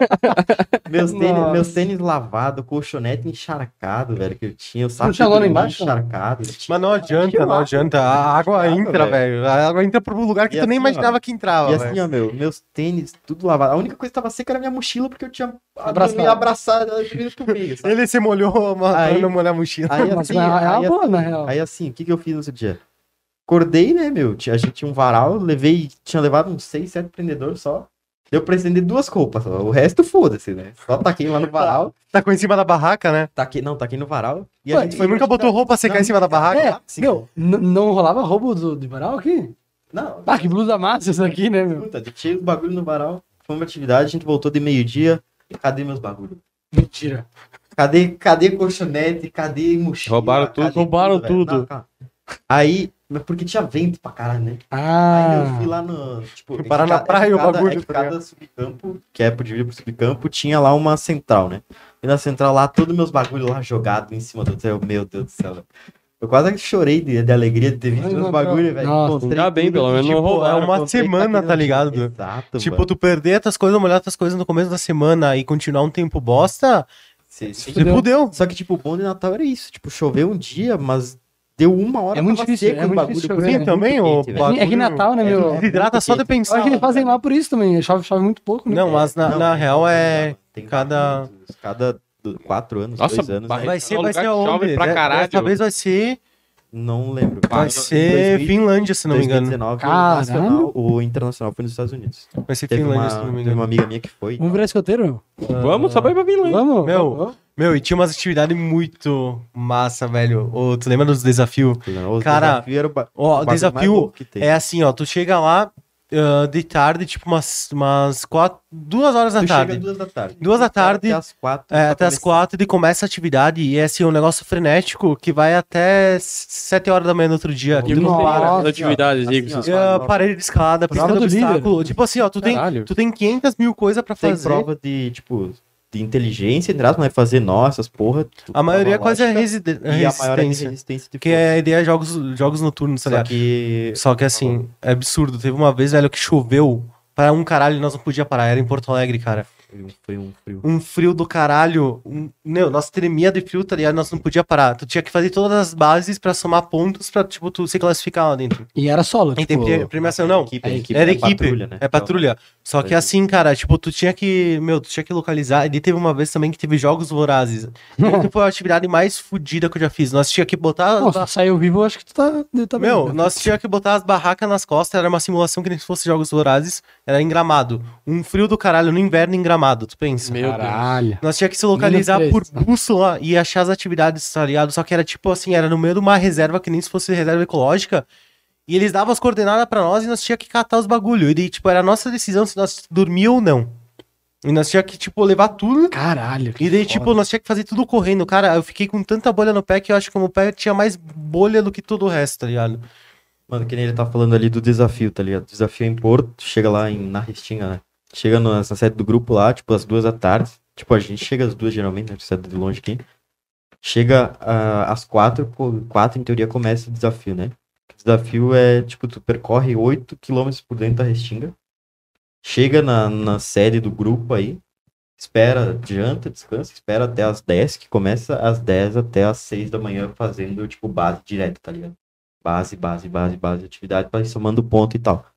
meus, tênis, Nossa. meus tênis lavados, colchonete encharcado, velho, que eu tinha. O saco tinha de lona dormir embaixo, não? encharcado. Mas não adianta, Tinha não lá, adianta. A água Tinha lá, entra, velho. A água entra pro lugar que E tu nem assim, ó, imaginava que entrava, E assim, velho. ó, meu, meus tênis, tudo lavado. A única coisa que tava seca era minha mochila, porque eu tinha Abraçado. me abraçado, ela dormindo pro meio, sabe? Ele se molhou mas Aí- pra não molhar a mochila. Aí Mas assim, é uma- é uma aí, boa, assim, na real. aí assim, o que que eu fiz no outro dia? Acordei, né, meu? Tinha- A gente tinha um varal, levei, tinha levado uns seis, sete prendedores só. Deu pra estender duas roupas só. O resto, foda-se, né? Só taquei lá no varal. Tá com em cima da barraca, né? Taquei, não, taquei no varal. E Ué, Foi, nunca botou roupa pra secar Não, em cima da barraca? É, sim. meu, n- não rolava roubo do, do varal aqui? Não, Ah, que blusa massa isso aqui, né, meu? puta, deixei os bagulho no varal. Foi uma atividade, a gente voltou de meio-dia. E cadê meus bagulhos? Mentira. Cadê, cadê colchonete? Cadê mochila? Roubaram tudo, Cadê roubaram velho? tudo. Não, calma. Aí, mas porque tinha vento pra caralho, né? Aí Ah, eu fui lá no. Tipo, Parar é que na ca- praia é que o cada- bagulho, É que tá cada subcampo, que é por dividir por subcampo, tinha lá uma central, né? E na central lá, todos meus bagulhos lá jogados em cima do céu. Meu Deus do céu, velho. Eu quase chorei de, de alegria de ter visto Ai, meus não, bagulhos, velho. nossa, Encontrei ainda bem, tudo, pelo menos não tipo, roubaram. eu É uma encontrei semana, aquele tá ligado? Exato, Tipo, mano. tu perder tuas coisas, molhar tuas coisas no começo da semana e continuar um tempo bosta, Sim, sim. você fudeu. Só que, tipo, o bom de Natal era isso. Tipo, choveu um dia, mas deu uma hora, É muito tava difícil, seco é o muito bagulho, difícil porque chover, é né? também, muito ô, quente, velho. bagulho- é que Natal, né, meu? É, Desidrata só de muito Eu acho que pensar. eles fazem lá por isso também. Chove, chove muito pouco, né? Não, mas na, Não, na tem- real é tem cada... muitos, cada do- quatro anos, Nossa, dois anos, vai- né? Vai ser, É um vai lugar ser que chove onde? pra De- caralho. Dessa vez vai ser... Não lembro. Vai Em ser dois mil Finlândia, se não me engano. dois mil e dezenove, Caralho. o nacional, o internacional foi nos Estados Unidos. Vai ser Teve Finlândia, uma, se não me teve engano. uma amiga minha que foi. Vamos virar escoteiro? Vamos, só vai pra Finlândia. Vamos? Meu, Vamos? Meu, e tinha umas atividades muito massa, velho. Ô, tu lembra dos desafios? O Cara, desafio era o, ba- Ó, o bagulho mais desafio louco que tem. é assim, ó. Tu chega lá ah, de tarde, tipo umas, umas quatro, duas horas da Tu tarde. chega duas da tarde. Duas da Tu espera tarde, Até as quatro. É, pra até as começar. quatro e começa a atividade. E é assim, um negócio frenético que vai até sete horas da manhã no outro dia. E Tu não como Nossa, para as assim, ó, atividades aí que assim, ó. vocês É, fazem? parede de escada, pista Prova do do líder. obstáculo. Tipo assim, ó, tu tem, Caralho. tu tem quinhentas mil coisas pra Tem fazer. prova de, tipo, de inteligência, entre aspas, mas fazer nós, essas porra. tu- A maioria prova quase é lógica, reside- E a maior é de resistência. resistência de Que força. é a ideia de jogos, jogos noturnos, tá Só ligado? que... Só que assim, é absurdo. Teve uma vez, velho, que choveu para um caralho e nós não podia parar. Era em Porto Alegre, cara. Foi um, foi um frio. Um frio do caralho. Um... Meu, nós tremia de frio, tá ligado? Nós não podia parar. Tu tinha que fazer todas as bases pra somar pontos pra, tipo, tu se classificar lá dentro. E era solo, E tipo... tem pre- premiação, não. Equipe, é equipe, Era é equipe. patrulha, né? É patrulha. Só que Foi. assim, cara, tipo, tu tinha que. Meu, tu tinha que localizar. E teve uma vez também que teve jogos vorazes. Essa foi a atividade mais fodida que eu já fiz. Nós tinha que botar. Não, se tu saiu vivo, eu acho que tu tá... tá bem, Meu, né? nós tinha que botar as barracas nas costas, era uma simulação que nem se fosse jogos vorazes, era em Gramado. Um frio do caralho no inverno em Gramado, tu pensa? Meu Deus. Caralho. Nós tinha que se localizar Menos por três. bússola e achar as atividades, tá ligado? Só que era tipo assim, era no meio de uma reserva que nem se fosse reserva ecológica. E eles davam as coordenadas pra nós e nós tinha que catar os bagulho. E daí, tipo, era a nossa decisão se nós dormia ou não. E nós tinha que, tipo, levar tudo. Caralho. E daí, tipo, nós tinha que fazer tudo correndo. Cara, eu fiquei com tanta bolha no pé que eu acho que o meu pé tinha mais bolha do que todo o resto, tá ligado? Mano, que nem ele tá falando ali do desafio, tá ligado? Desafio em Porto, chega lá em, na Restinga, né? Chega no- na sede do grupo lá, tipo, às duas da tarde. Tipo, a gente chega às duas geralmente, né? Sede de longe aqui. Chega ah, às quatro, co- quatro em teoria começa o desafio, né? O desafio é, tipo, tu percorre oito quilômetros por dentro da Restinga. Chega na, na sede do grupo aí. Espera, janta, descansa, espera até às dez, que começa às dez até às seis da manhã fazendo, tipo, base direta, tá ligado? Base, base, base, base, atividade pra ir somando ponto e tal.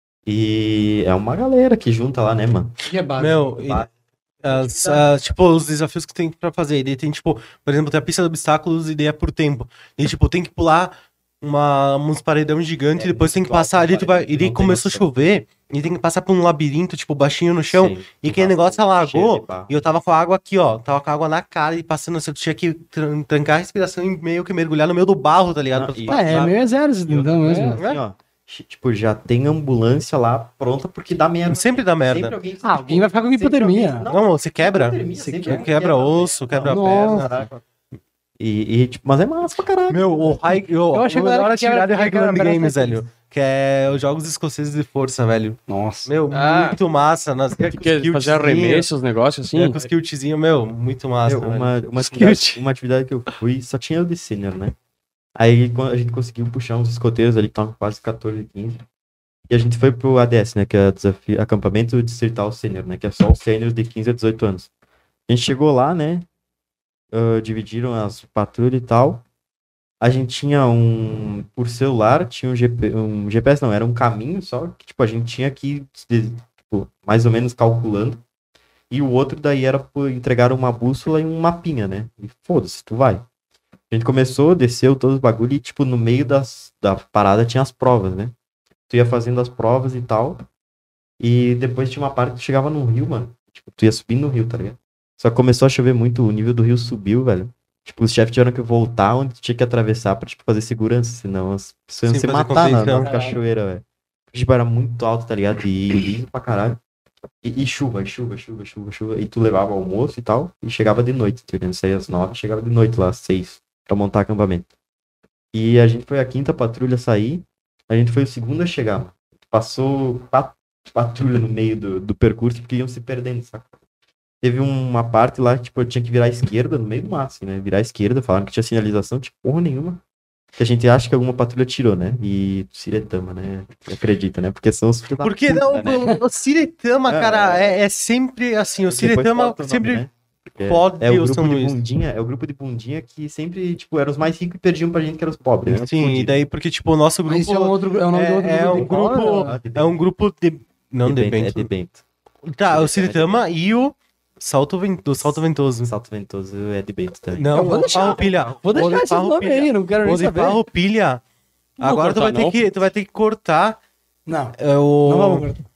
E é uma galera que junta lá, né, mano? Que é base. Meu, e, Base. as, as, tipo, os desafios que tem pra fazer. E daí tem, tipo, por exemplo, tem a pista de obstáculos e daí é por tempo. E, tipo, tem que pular uma, uns paredão gigante É, e depois tem que muito alto, passar ali, tu vai, paredão, e daí não tem começou a noção. chover e tem que passar por um labirinto, tipo, baixinho no chão. Sim, E aquele negócio cheio alagou de barro. e eu tava com a água aqui, ó. Tava com a água na cara e passando assim, eu tinha que tran- trancar a respiração e meio que mergulhar no meio do barro, tá ligado? Não, Pra tu e- passar. Ah, é meio exército, então mesmo. É, assim, ó, chi- tipo, já tem ambulância lá pronta porque dá merda. Sempre dá merda. Sempre alguém, Ah, alguém vai ficar com sempre hipotermia. alguém- Não, você quebra. hipotermia, Você sempre quebra. alguém Quebra a osso, perna. quebra a Nossa. perna. E, e, tipo, mas é massa pra caralho. Meu, o High. Eu, Eu achei a que era melhor que quebra- atividade é que quebra Highland a perna Games, só velho. Que é os jogos escoceses de força, velho. Nossa. Meu, Ah. muito massa. Nós Que que fazer arremesso, os negócios assim? É, com os kiltzinhos, meu, muito massa, Meu, velho. uma, uma, atividade, uma atividade que eu fui, só tinha eu de sênior, né? Aí quando a gente conseguiu puxar uns escoteiros ali que estavam quase catorze, quinze. E a gente foi pro A D S, né? Que é desafio, acampamento distrital sênior, né? Que é só os sêniors de quinze a dezoito anos. A gente chegou lá, né? ah, dividiram as patrulhas e tal. A gente tinha um. Por celular, tinha um, G P, um G P S, não, era um caminho só. Que, tipo, a gente tinha que ir, tipo, mais ou menos calculando. E o outro daí era por entregar uma bússola e um mapinha, né? E foda-se, tu vai. A gente começou, desceu todos os bagulho e, tipo, no meio das, da parada tinha as provas, né? Tu ia fazendo as provas e tal. E depois tinha uma parte que tu chegava no rio, mano. Tipo, tu ia subindo no rio, tá ligado? Só que começou a chover muito, o nível do rio subiu, velho. Tipo, os chefes tiveram que voltar onde tu tinha que atravessar pra, tipo, fazer segurança, senão as pessoas iam Sem se fazer matar na, contenção. na cachoeira, velho. Tipo, era muito alto, tá ligado? E liso pra caralho. E, e chuva, e chuva, chuva, chuva, chuva. E tu levava almoço e tal, e chegava de noite. Tu ia sair às nove, chegava de noite lá, às seis, pra montar acampamento. E a gente foi a quinta patrulha sair, a gente foi o segundo a chegar, mano. Passou quatro patrulhas no meio do, do percurso, porque iam se perdendo, saca? Teve uma parte lá que, tipo, eu tinha que virar à esquerda, no meio do mato, assim, né? Virar à esquerda, falaram que tinha sinalização, tipo, porra nenhuma. Que a gente acha que alguma patrulha tirou, né? E Siretama, né? Acredita, né? Porque são os filhos da Por que puta, não? né? O, o Ciretama, É, cara, é, é sempre assim. O Depois Ciretama bota o nome, sempre. né? É, pode é o o São grupo de Luís. bundinha, é o grupo de bundinha que sempre, tipo, eram os mais ricos e perdiam pra gente que eram os pobres, né? Os Sim, e fudidos. daí, porque, tipo, o nosso grupo. Mas isso é um outro, é o nome do outro é, é grupo um de cola, grupo. né? Ah, de É um grupo de. Não, de Bento, é Bento. de Bento. Tá, o Ciretama e o Salto, Ven- do Salto Ventoso. Salto Ventoso é de Bento também. Não, Eu vou o deixar. Farroupilha. Vou deixar O de esse nome Farroupilha. aí, não quero nem O de saber. Farroupilha. Não vou Agora tu vai, cortar, não. ter que, tu vai ter que cortar Não, é, o. não vamos cortar.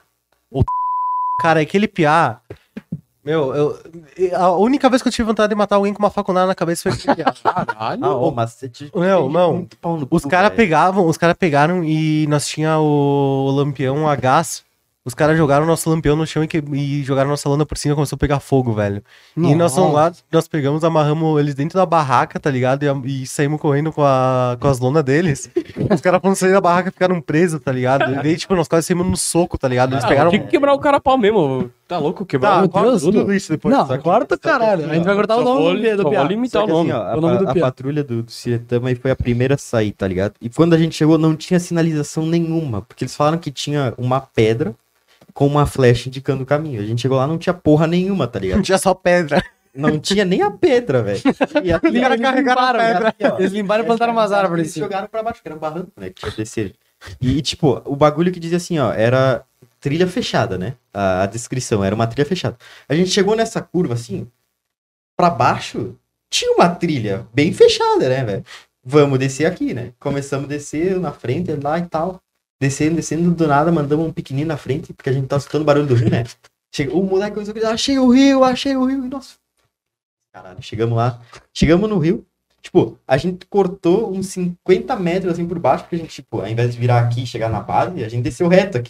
Cara, aquele piá. Meu, eu, a única vez que eu tive vontade de matar alguém com uma faculdade na cabeça foi aquele piá. Caralho. Ah, ô, mas você te... Não, não. muito pau no Os cu, caras velho. pegavam, os caras pegaram e nós tinha o, o lampião a gás. Os caras jogaram o nosso lampião no chão e, que- e jogaram nossa lona por cima e começou a pegar fogo, velho. E nós fomos lá, nós pegamos, amarramos eles dentro da barraca, tá ligado? E, a- e saímos correndo com, a, com as lonas deles. Os caras foram sair da barraca e ficaram presos, tá ligado? E daí, tipo, nós quase saímos no soco, tá ligado? Eles Ah, pegaram. Tinha que quebrar o cara a pau mesmo. Tá louco? Quebrar Tá, o corta Deus, tudo meu. isso depois. Não, só que- corta, caralho. A gente vai cortar o Só vou nome li- do, do só piá. vou limitar Só o que nome. assim, ó, a, O nome do a- a piá. patrulha do, do Siretama aí foi a primeira a sair, tá ligado? E quando a gente chegou, não tinha sinalização nenhuma, porque eles falaram que tinha uma pedra com uma flecha indicando o caminho. A gente chegou lá, não tinha porra nenhuma, tá Não ligado? tinha só pedra. Não tinha nem a pedra, velho. E a Os caras carregaram a pedra. aqui, ó. Eles limparam e plantaram umas árvores. Eles assim. jogaram pra baixo, que era um barranco, né? Que tinha que descer. E, tipo, o bagulho que dizia assim, ó, era trilha fechada, né? A, a descrição era uma trilha fechada. A gente chegou nessa curva, assim, pra baixo, tinha uma trilha bem fechada, né, velho? Vamos descer aqui, né? Começamos a descer na frente, lá e tal. Descendo, descendo, do nada, mandamos um pequenininho na frente, porque a gente tá escutando o barulho do rio, né? Chega, o moleque começou a gritar, achei o rio, achei o rio. E, nossa, caralho, chegamos lá. Chegamos no rio. Tipo, a gente cortou uns cinquenta metros assim por baixo, porque a gente, tipo, ao invés de virar aqui e chegar na base, a gente desceu reto aqui.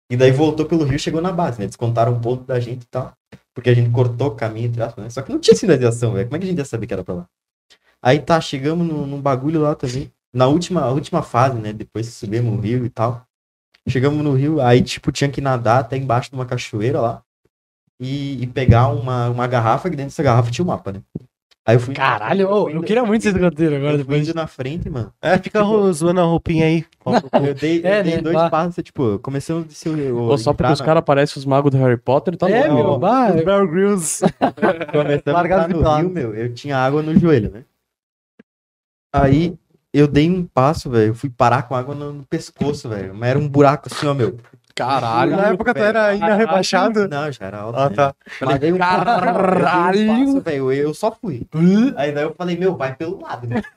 E daí voltou pelo rio e chegou na base, né? Descontaram um ponto da gente e tal. Porque a gente cortou o caminho, entre aspas, né? Só que não tinha sinalização, velho. Como é que a gente ia saber que era pra lá? Aí tá, chegamos num, num bagulho lá também. Na última, última fase, né? Depois que subimos o rio e tal. Chegamos no rio, aí tipo, tinha que nadar até embaixo de uma cachoeira lá. E, e pegar uma, uma garrafa, que dentro dessa garrafa tinha um mapa, né? Aí eu fui. Caralho, ô, eu queria muito ser escoteiro agora Eu fui depois. indo na frente, mano. É, fica Tipo- zoando a roupinha aí. Eu dei, eu É, dei né? dois Bah. passos, tipo, começando a descer o. Ou só porque os caras parecem os magos do Harry Potter, tá É, bom. meu, bah, Os Bear Grylls. Começando a Largado entrar de no pelado. rio, meu, eu tinha água no joelho, né? Aí eu dei um passo, velho, eu fui parar com água no, no pescoço, velho. Mas era um buraco assim, ó, meu. Caralho. Na época tu era ainda rebaixado. Não, já era alto. Ah, né? tá. Mas daí um Caralho. eu dei um passo, velho, eu só fui. Aí daí eu falei, meu, vai pelo lado, né?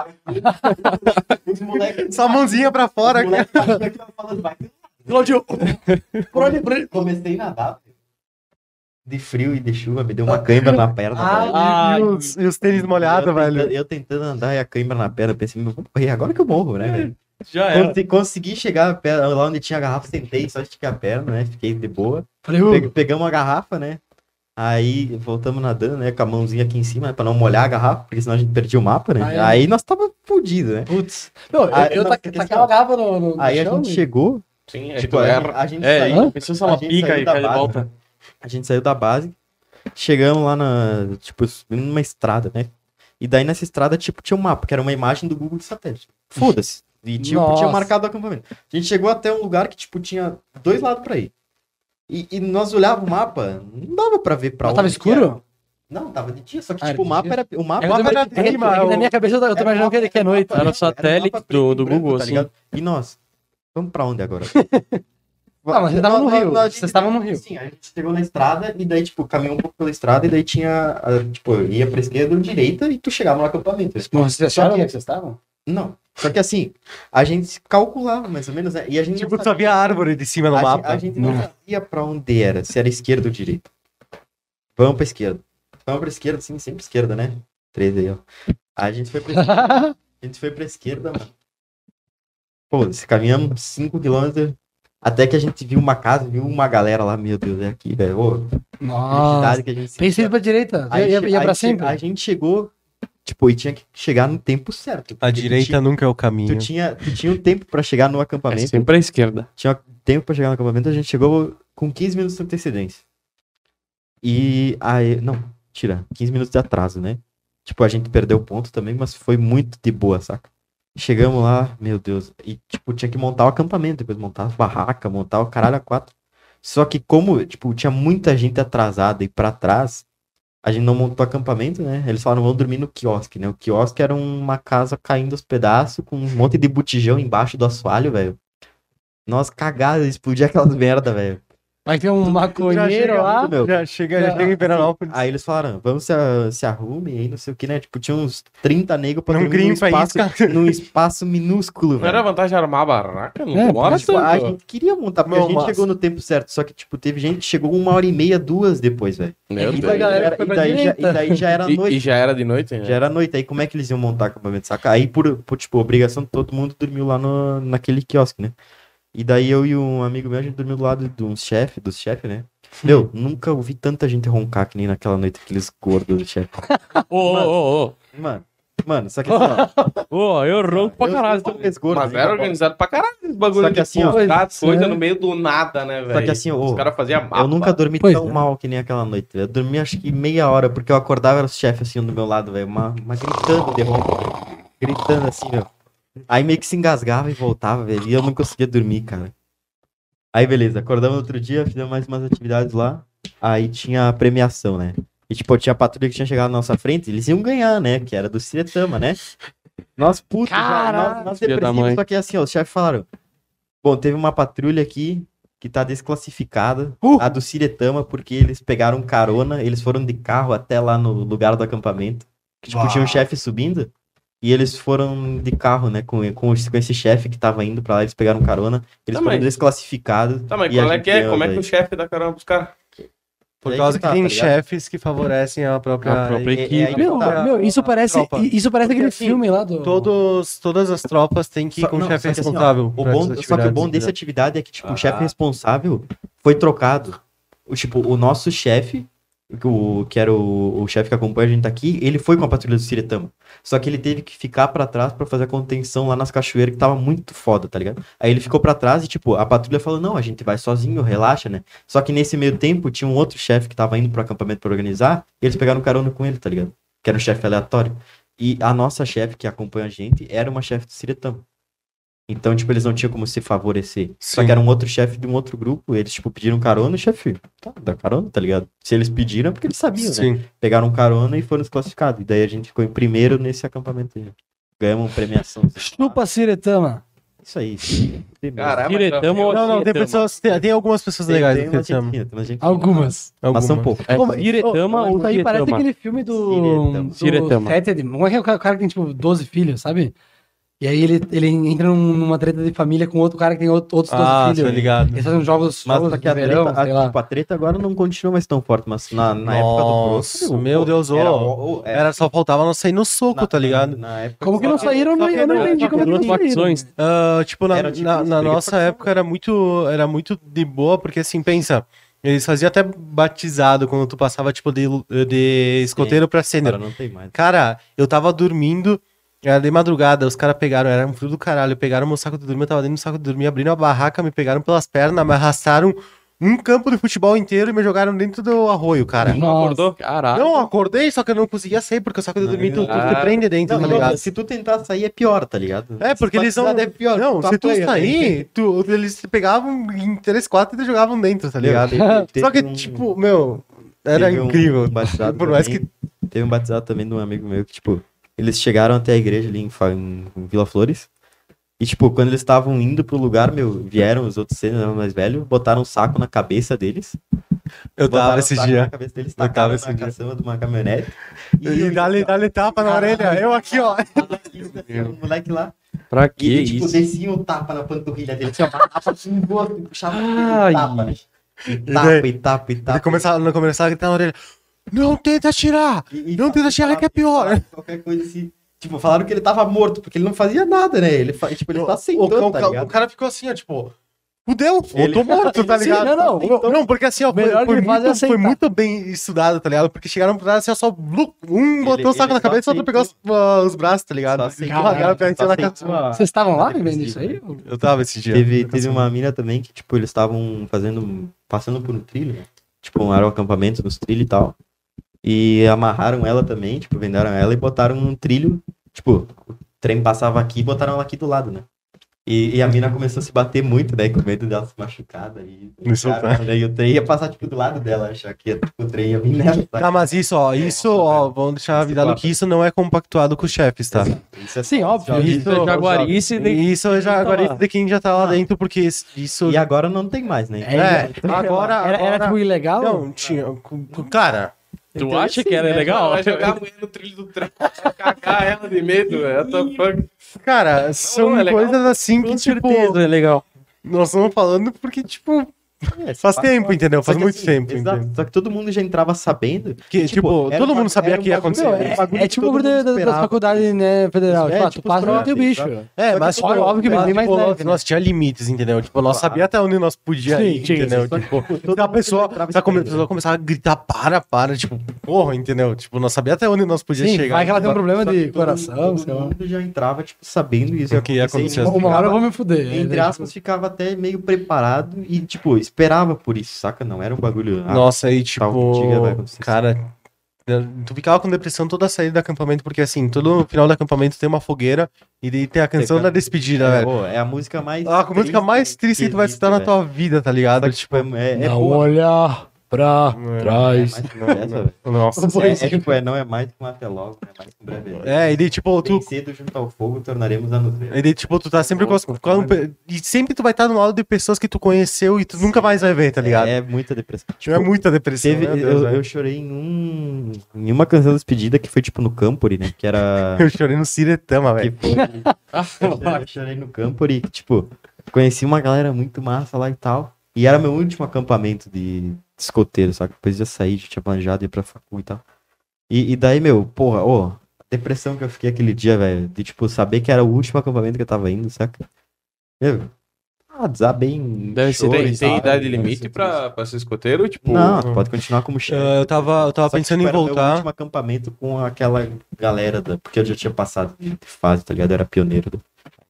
Os moleques. Só a mãozinha pra fora. Os moleques aqui falando, vai pelo Claudio, lado. Comecei a nadar, velho. De frio e de chuva, me deu uma cãibra na perna, velho. Ah, E os, e os tênis molhados, eu velho. Tentando, eu tentando andar e a cãibra na perna, eu pensei, meu, vou morrer, agora que eu morro, né, velho? já era. Consi- Consegui chegar pe- lá onde tinha a garrafa, sentei, só estiquei a perna, né? Fiquei de boa. falei, Pe- ô, pegamos a garrafa, né? Aí voltamos nadando, né? Com a mãozinha aqui em cima, né, pra não molhar a garrafa, porque senão a gente perdia o mapa, né? Ah, é. Aí nós tava fudido, né? putz. Meu, eu, Ah, eu não, ta- porque taquei uma assim, ó, garrafa no, no, no Aí a chão, gente né? chegou, Sim, é tipo, tu a, erra. gente- a gente É, saiu, pensou se a ela gente pica saiu e da cai de base. volta. a gente saiu da base, chegamos lá na, tipo, numa estrada, né? E daí nessa estrada, tipo, tinha um mapa, que era uma imagem do Google de satélite. Foda-se. E tipo, Nossa. tinha marcado o acampamento. A gente chegou até um lugar que, tipo, tinha dois lados pra ir. E, e nós olhávamos o mapa, não dava pra ver pra Mas onde tava que escuro? era. Não, tava de dia, só que, Ah, tipo, era o de mapa dia? era... O mapa É que eu tô- Mapa é que- era é que clima, na minha cabeça eu tô, eu tô Era imaginando que ele que é noite. mapa- Era o mapa satélite preto do- e do branco, Google, tá assim. ligado? E nós, vamos pra onde agora? Ah, mas vocês estavam no Nós- rio, nós- vocês estavam no rio. Sim, a gente chegou na estrada e daí, tipo, caminhou um pouco pela estrada e daí tinha, a- tipo, ia pra esquerda ou direita e tu chegava no acampamento. né? Mas vocês Só acharam que- onde vocês estavam? Não. Só que assim, a gente calculava mais ou menos, né? E a gente Tipo, não tu só via a árvore de cima no a, gente, mapa. a gente não sabia pra onde era, se era esquerda ou direita. Vamos pra esquerda. Vamos pra esquerda, sim, sempre esquerda, né? três aí, ó. A gente foi pra esquerda, a gente foi pra esquerda, mano. Pô, caminhamos cinco quilômetros até que a gente viu uma casa, viu uma galera lá, meu Deus, é aqui, velho. Ô, Nossa. felicidade que a gente se Pensei pra direita. Aí ia che- ia aí pra che- sempre. A gente chegou, tipo, e tinha que chegar no tempo certo. A porque tu direita tinha- nunca é o Tu caminho. tinha, tu tinha um tempo pra chegar no É acampamento. sempre à esquerda. Tinha tempo pra chegar no acampamento, a gente chegou com quinze minutos de antecedência. E aí, não, tira, quinze minutos de atraso, né? Tipo, a gente perdeu o ponto também, mas foi muito de boa, saca? Chegamos lá, meu Deus, e tipo, tinha que montar o acampamento, depois montar as barracas, montar o caralho a quatro. Só que como, tipo, tinha muita gente atrasada e pra trás, a gente não montou acampamento, né? Eles falaram, vamos dormir no quiosque, né? O quiosque era uma casa caindo aos pedaços, com um monte de botijão embaixo do assoalho, velho. Nós cagados, explodia aquelas merda, velho. Vai ter um maconheiro lá. meu. Já chega, já chega em Veranópolis. Aí eles falaram, vamos se, a- se arrume aí, não sei o que, né? Tipo, tinha uns trinta negros pra Não dormir num grimpa espaço, isso, num espaço minúsculo, Não era velho. vantagem armar a barraca? Não É, demora Tipo, a tanto. gente queria montar, porque Não, a gente mas- chegou no tempo certo, só que, tipo, teve gente que chegou uma hora e meia, duas depois, velho. Meu E Deus. daí, galera era- foi e pra daí já, direita. e daí já era E, noite. e já era de noite, né? Já era noite, aí como é que eles iam montar acampamento, saca? Aí, por, por tipo, obrigação, todo mundo dormiu lá no, naquele quiosque, né? E daí eu e um amigo meu, a gente dormiu do lado de um chefe, dos chefes, né? Meu, nunca ouvi tanta gente roncar que nem naquela noite, aqueles gordos do chefe. Ô, ô, ô, Mano, mano, só que assim, ó. ô. Ô, eu ronco pra eu- caralho. eu sou esse gordo, Mas né? era organizado pra caralho esse bagulho Só que de assim, ó, postar pois coisa é. no meio do nada, né, velho? Só que assim, ô, Os caras faziam mapa. Eu nunca dormi Pois tão é. mal que nem aquela noite, velho. Eu dormi acho que meia hora, porque eu acordava era os chefes assim do meu lado, velho. Uma, uma gritando de ronco, velho. Gritando assim, meu. Aí meio que se engasgava e voltava, velho. E eu não conseguia dormir, cara. Aí beleza, acordamos no outro dia, fizemos mais umas atividades lá. Aí tinha a premiação, né? E tipo, tinha a patrulha que tinha chegado na nossa frente, eles iam ganhar, né? Que era do Ciretama, né? Nós putos, já, Caralho, nós, nós filha da depressivos, mãe. só que assim, ó, os chefes falaram. Bom, teve uma patrulha aqui que tá desclassificada, Uh! a do Ciretama, porque eles pegaram carona, eles foram de carro até lá no lugar do acampamento. Que, tipo, tinha um chefe subindo. E eles foram de carro, né? Com, com, esse- com esse chefe que tava indo pra lá, eles pegaram carona. Eles Tá, foram mas- desclassificados. Tá, mas e a qual é gente que é? ganhou, Como é que velho. o chefe dá carona pros caras? Por aí causa que que tá, tem tá ligado? chefes que favorecem a própria, A própria É- é equipe. aí que Meu, tá. meu, isso parece, tropa. isso parece Porque, aquele assim, filme lá do... Todos, todas as tropas têm que ir Só- com o não, chefe só que assim, ó, responsável. o por bom, essas só que o bom atividades, dessa entendeu? atividade é que, tipo, Ah. o chefe responsável foi trocado. O, tipo, o nosso chefe, que o, que era o, o chefe que acompanha a gente aqui, ele foi com a patrulha do Siretama. Só que ele teve que ficar pra trás pra fazer a contenção lá nas cachoeiras, que tava muito foda, tá ligado? Aí ele ficou pra trás e, tipo, a patrulha falou, não, a gente vai sozinho, relaxa, né? Só que nesse meio tempo, tinha um outro chefe que tava indo pro acampamento pra organizar, e eles pegaram carona com ele, tá ligado? Que era um chefe aleatório. E a nossa chefe, que acompanha a gente, era uma chefe do Siretama. Então, tipo, eles não tinham como se favorecer. Só Sim. que era um outro chefe de um outro grupo, eles, tipo, pediram carona, e o chefe, tá, dá carona, tá ligado? Se eles pediram é porque eles sabiam, né? Sim. Pegaram carona e foram desclassificados. E daí a gente ficou em primeiro nesse acampamento aí. Ganhamos uma premiação. Chupa Siretama. Isso aí. Isso aí. Caralho, Siretama ou Não, não, tem Siretama? pessoas, tem, tem algumas pessoas Tem, legais tem no uma gente Siretama. fina, tem uma gente fina. Algumas. Mas são Algumas. poucos. É Pô, Siretama ou Isso aí parece Siretama? aquele filme do... Siretama. do Siretama. Fetted. Como é que é o cara, o cara que tem, tipo, doze filhos, sabe? E aí ele, ele entra num- numa treta de família com outro cara que tem outro- outros doze Ah, filhos. tô ligado. Eles fazem jogos, Mas jogos só de que a verão, treta, sei a, lá. tipo, a treta agora não continua mais tão forte, mas na, na época do Nossa, Pro, meu Deus, ô. era, o- o- é, Era só faltava não sair no soco, na- tá ligado? Na, na época Como que não só saíram? Eu não, só que eu não não, entendi só como é que duas não saíram. facções. Ah, tipo, na, Era tipo na, isso, na briga de nossa facção. época era muito, era muito de boa, porque assim, pensa, eles faziam até batizado quando tu passava, tipo, de, de escoteiro pra sênior. Agora não tem mais. Cara, eu tava dormindo, era de madrugada, os caras pegaram, era um frio do caralho, pegaram meu saco de dormir, eu tava dentro do saco de dormir, abriram a barraca, me pegaram pelas pernas, me arrastaram um campo de futebol inteiro e me jogaram dentro do arroio, cara. Nossa. Acordou? Caralho. Não, acordei, só que eu não conseguia sair, porque o saco de dormir tu, tu Ah. te prende dentro, Não, tá e outra, ligado? se tu tentar sair é pior, tá ligado? É, porque Se eles não. batizado É pior, Não, tu se tu apanha, sair, tu, eles te pegavam em três, quatro e te jogavam dentro, tá Meu, ligado? teve- teve Só que, um- tipo, meu, era teve um- incrível. um batizado Por mais também- que. Teve um batizado também de um amigo meu que, tipo, eles chegaram até a igreja ali em, Fa- em Vila Flores. E, tipo, quando eles estavam indo pro lugar, meu, vieram os outros sênior mais velhos, botaram um saco na cabeça deles. Eu botaram tava um esse saco dia. Na cabeça deles, Eu tava tacaram esse na dia. caçamba de uma caminhonete. E dá-lhe dá tapa na orelha. Eu aqui, ó. O moleque lá. Pra E que ele, tipo, isso? descia um tapa na panturrilha dele. Assim, ó, tapa assim no rosto, e puxava Ai. e tapa, né? E daí- tapa, e tapa, e Ele tapa. começava, começava a gritar na orelha. Não tenta atirar! E- e Não tenta atirar que é pior! Qualquer coisa assim. Tipo, falaram que ele tava morto, porque ele não fazia nada, né? Ele, fa- tipo, ele só O, aceitou, o, tá o, ligado? o cara ficou assim, ó, tipo. Fudeu, eu Ele- tô morto, tá Sim, ligado? não, não, Não, não, porque assim, ó, foi, melhor foi que ele faz é muito, foi aceitar. muito bem estudado, tá ligado? Porque chegaram pra trás, assim, ó, só blu, um botou o saco ele na só cabeça e outro pegou os, ah, os braços, tá ligado? Só aceitou, Ah, cara, só pensando na aceitou cara. a- Vocês estavam lá a vendo depressiva, isso aí? né? Eu tava esse dia. Teve, teve uma mina também que, tipo, eles estavam fazendo, passando por um trilho, né? Tipo, era um acampamento nos trilhos e tal. E amarraram ela também, tipo, vendaram ela e botaram um trilho, tipo, o trem passava aqui e botaram ela aqui do lado, né? E, e a mina começou a se bater muito, daí com medo dela se machucar, daí... Me soltar. Cara, daí o trem ia passar, tipo, do lado dela, achar que ia, tipo, o trem ia vir nela, sabe? Tá, mas isso, ó, isso, ó, vamos deixar avisado que isso não é compactuado com os chefes, tá? Isso é Sim, óbvio. Isso é jaguarice. de- Isso é já agora lá. de quem já tá lá dentro, porque isso. E agora não tem mais, né? É, agora. Era, era agora- tipo ilegal? Não, tinha. Cara, Tu acha que era legal? Vai jogar a mulher no trilho do trem, vai cagar ela de medo, velho. What the fuck? cara, são é legal. coisas assim que, Com tipo, certeza é legal. nós estamos falando porque, tipo, É, faz só- tempo, entendeu? só Faz que muito assim, tempo, exato, entendeu? Só que todo mundo já entrava sabendo. Que, tipo, era todo um mundo bagu- sabia era que ia um bagulho- acontecer. Meu, era é, um bagulho é que tipo o todo bagulho mundo da- das esperava. faculdades, né, federal. É, Tipo, ah, tu tipo, passa no os teu trotes, bicho. sabe? É, Só mas, que, tipo, óbvio que mas, bem mais tipo, leve, nós, né? nós tinha limites, entendeu? Tipo, nós sabia até onde nós podíamos Sim, ir, tinha, entendeu? Só que, Tipo, tipo, todo se a mundo pessoa, entrava se a come- esperando. pessoa começava a gritar, para, para, tipo, porra, entendeu? Tipo, nós sabia até onde nós podíamos Sim, chegar. vai que ela tem um Só- problema só que de todo- coração, todo sei lá. mundo já entrava, tipo, sabendo isso. O que ia acontecer. e Uma hora eu vou ficava, me fuder. Entre Aí, aspas, ficava até meio preparado e, tipo, esperava por isso, saca? Não era um bagulho... ah, Nossa, aí, tal dia vai tipo, acontecer. cara, tu ficava com depressão toda a saída do acampamento, porque assim, todo final do acampamento tem uma fogueira e daí tem a canção Tem da can- despedida, é, velho. pô, é a música mais... A música mais triste que tu vai existe, escutar na velho. tua vida, tá ligado? Só que, tipo, é, é, é Não boa. olhar pra É, trás. É mais que essa, velho. Nossa. É, é, tipo, é, não é mais que um até logo, é mais que um breve. É, e daí, tipo, tu. Bem cedo junto ao fogo tornaremos a nos ver. E daí, tipo, tu tá sempre com as. com a- E sempre tu vai estar no lado de pessoas que tu conheceu e tu nunca mais vai ver, tá ligado? É, é muita depressão. Tipo, é muita depressão. Teve, meu Deus, eu, velho. eu chorei em um em uma canção de despedida que foi tipo no Campori, né? Que era Eu chorei no Ciretama, que velho. foi eu chorei- eu chorei no Campori, que tipo, conheci uma galera muito massa lá e tal. E era meu último acampamento de escoteiro, sabe? Depois já saí, já tinha planejado ir pra facu e tal. E, e daí, meu, porra, ô, a depressão que eu fiquei aquele dia, velho, de, tipo, saber que era o último acampamento que eu tava indo, saca? Meu, ah, desabei em Deve ser- choro Tem, e tem tal, idade né? limite pra, pra ser escoteiro? Tipo, Não, tu pode continuar como chefe. Eu tava, eu tava Só que, pensando tipo, em era o meu voltar. último acampamento com aquela galera, da, porque eu já tinha passado de fase, tá ligado? Eu era pioneiro. Do...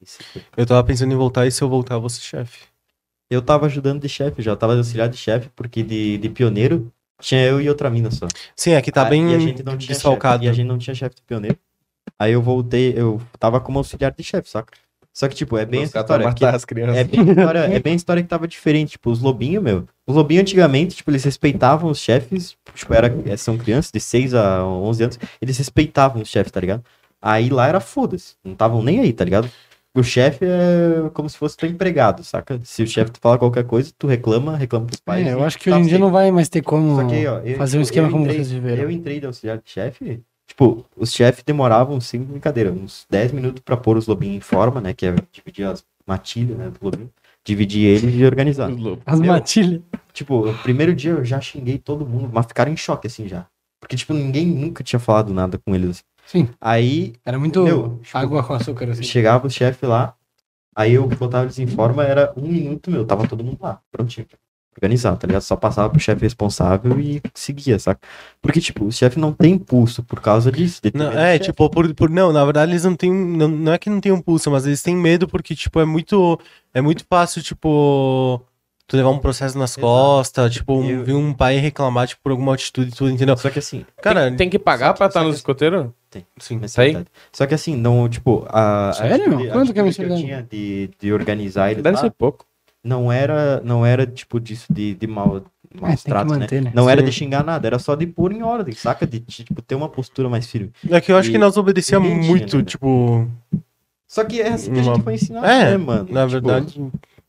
Eu tava pensando em voltar e se eu voltar, eu vou ser chefe. Eu tava ajudando de chefe já, eu tava de auxiliar de chefe, porque de, de pioneiro tinha eu e outra mina só. Sim, aqui tá Ah, bem e a gente não tinha desfalcado. chefe, e a gente não tinha chefe de pioneiro. Aí eu voltei, eu tava como auxiliar de chefe, saca? Só que, tipo, é bem os essa caras vão história. que- matar as crianças. É bem, a história, é bem a história que tava diferente. Tipo, os lobinhos, meu. Os lobinhos antigamente, tipo, eles respeitavam os chefes. Tipo, era, são crianças de seis a onze anos. Eles respeitavam os chefes, tá ligado? Aí lá era foda-se. Não estavam nem aí, tá ligado? O chefe é como se fosse teu empregado, saca? Se o chefe fala qualquer coisa, tu reclama, reclama pros pais. É, eu e acho que tá hoje em dia aceito. não vai mais ter como Só que aí, ó, eu, fazer um tipo, esquema eu como entrei, vocês viveram. Eu entrei de auxiliar de chefe. Tipo, os chefes demoravam, sem brincadeira, uns dez minutos pra pôr os lobinhos em forma, né? Que é dividir as matilhas, né? Do lobinho. Dividir eles e organizar. As Meu, matilhas. Tipo, o primeiro dia eu já xinguei todo mundo, mas ficaram em choque, assim, já. Porque, tipo, ninguém nunca tinha falado nada com eles, assim. Sim. Aí, Era muito Meu, tipo, água com açúcar, assim. chegava o chefe lá, aí eu botava eles em forma, era um minuto, meu, tava todo mundo lá, prontinho. Organizado, tá ligado? Só passava pro chefe responsável e seguia, saca? Porque, tipo, o chefe não tem impulso por causa disso. de ter Não, medo do é, chefe. tipo, por, por. Não, na verdade eles não têm. Não, não é que não tem um pulso, mas eles têm medo porque, tipo, é muito. É muito fácil, tipo. Tu levar um processo nas Exato. costas, tipo, um- Eu- vir um pai reclamar, tipo, por alguma atitude e tudo, entendeu? Só que assim, Cara, Tem que pagar Só que- pra só estar que nos assim- escoteiros? sim, Sei. Só que assim, não, tipo, a, a Sério? atitude- a Quanto que é a atitude eu mensalidade? tinha de, de organizar eles Deve lá, ser pouco. não era, não era tipo disso de, de mal, maus que tratos, manter, né? né? Não era Sim. de xingar nada, era só de pôr em ordem, saca? De, tipo, ter uma postura mais firme. é que eu acho E que nós obedecíamos ninguém muito, tinha, né? tipo. Só que é assim que a Uma- gente foi ensinado, É, né, mano? na Tipo, verdade.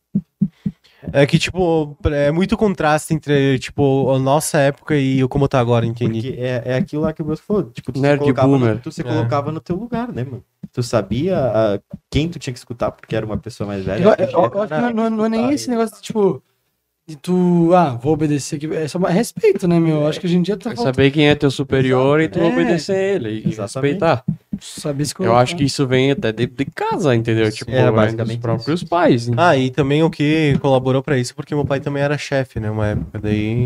É que, tipo, é muito contraste entre, tipo, a nossa época e o como tá agora, entende? porque é, é aquilo lá que o Bruce falou, tipo, tu se Nerd colocava, boomer. no, tu se É. colocava no teu lugar, né, mano? Tu sabia ah, quem tu tinha que escutar, porque era uma pessoa mais velha. Eu, tu eu- tinha eu que acho que não, não- não é nem escutar, esse negócio de, tipo, de tu, ah, vou obedecer aqui. É só mais respeito, né, meu? Eu acho que hoje em dia tá É faltando saber quem é teu superior Exato. e tu É. obedecer ele e Exatamente. respeitar. saber se Eu colocar. acho que isso vem até de, de casa, entendeu? Tipo, Era é basicamente dos próprios pais. né? Ah, e também o que colaborou pra isso, porque meu pai também era chefe, né, uma época, daí...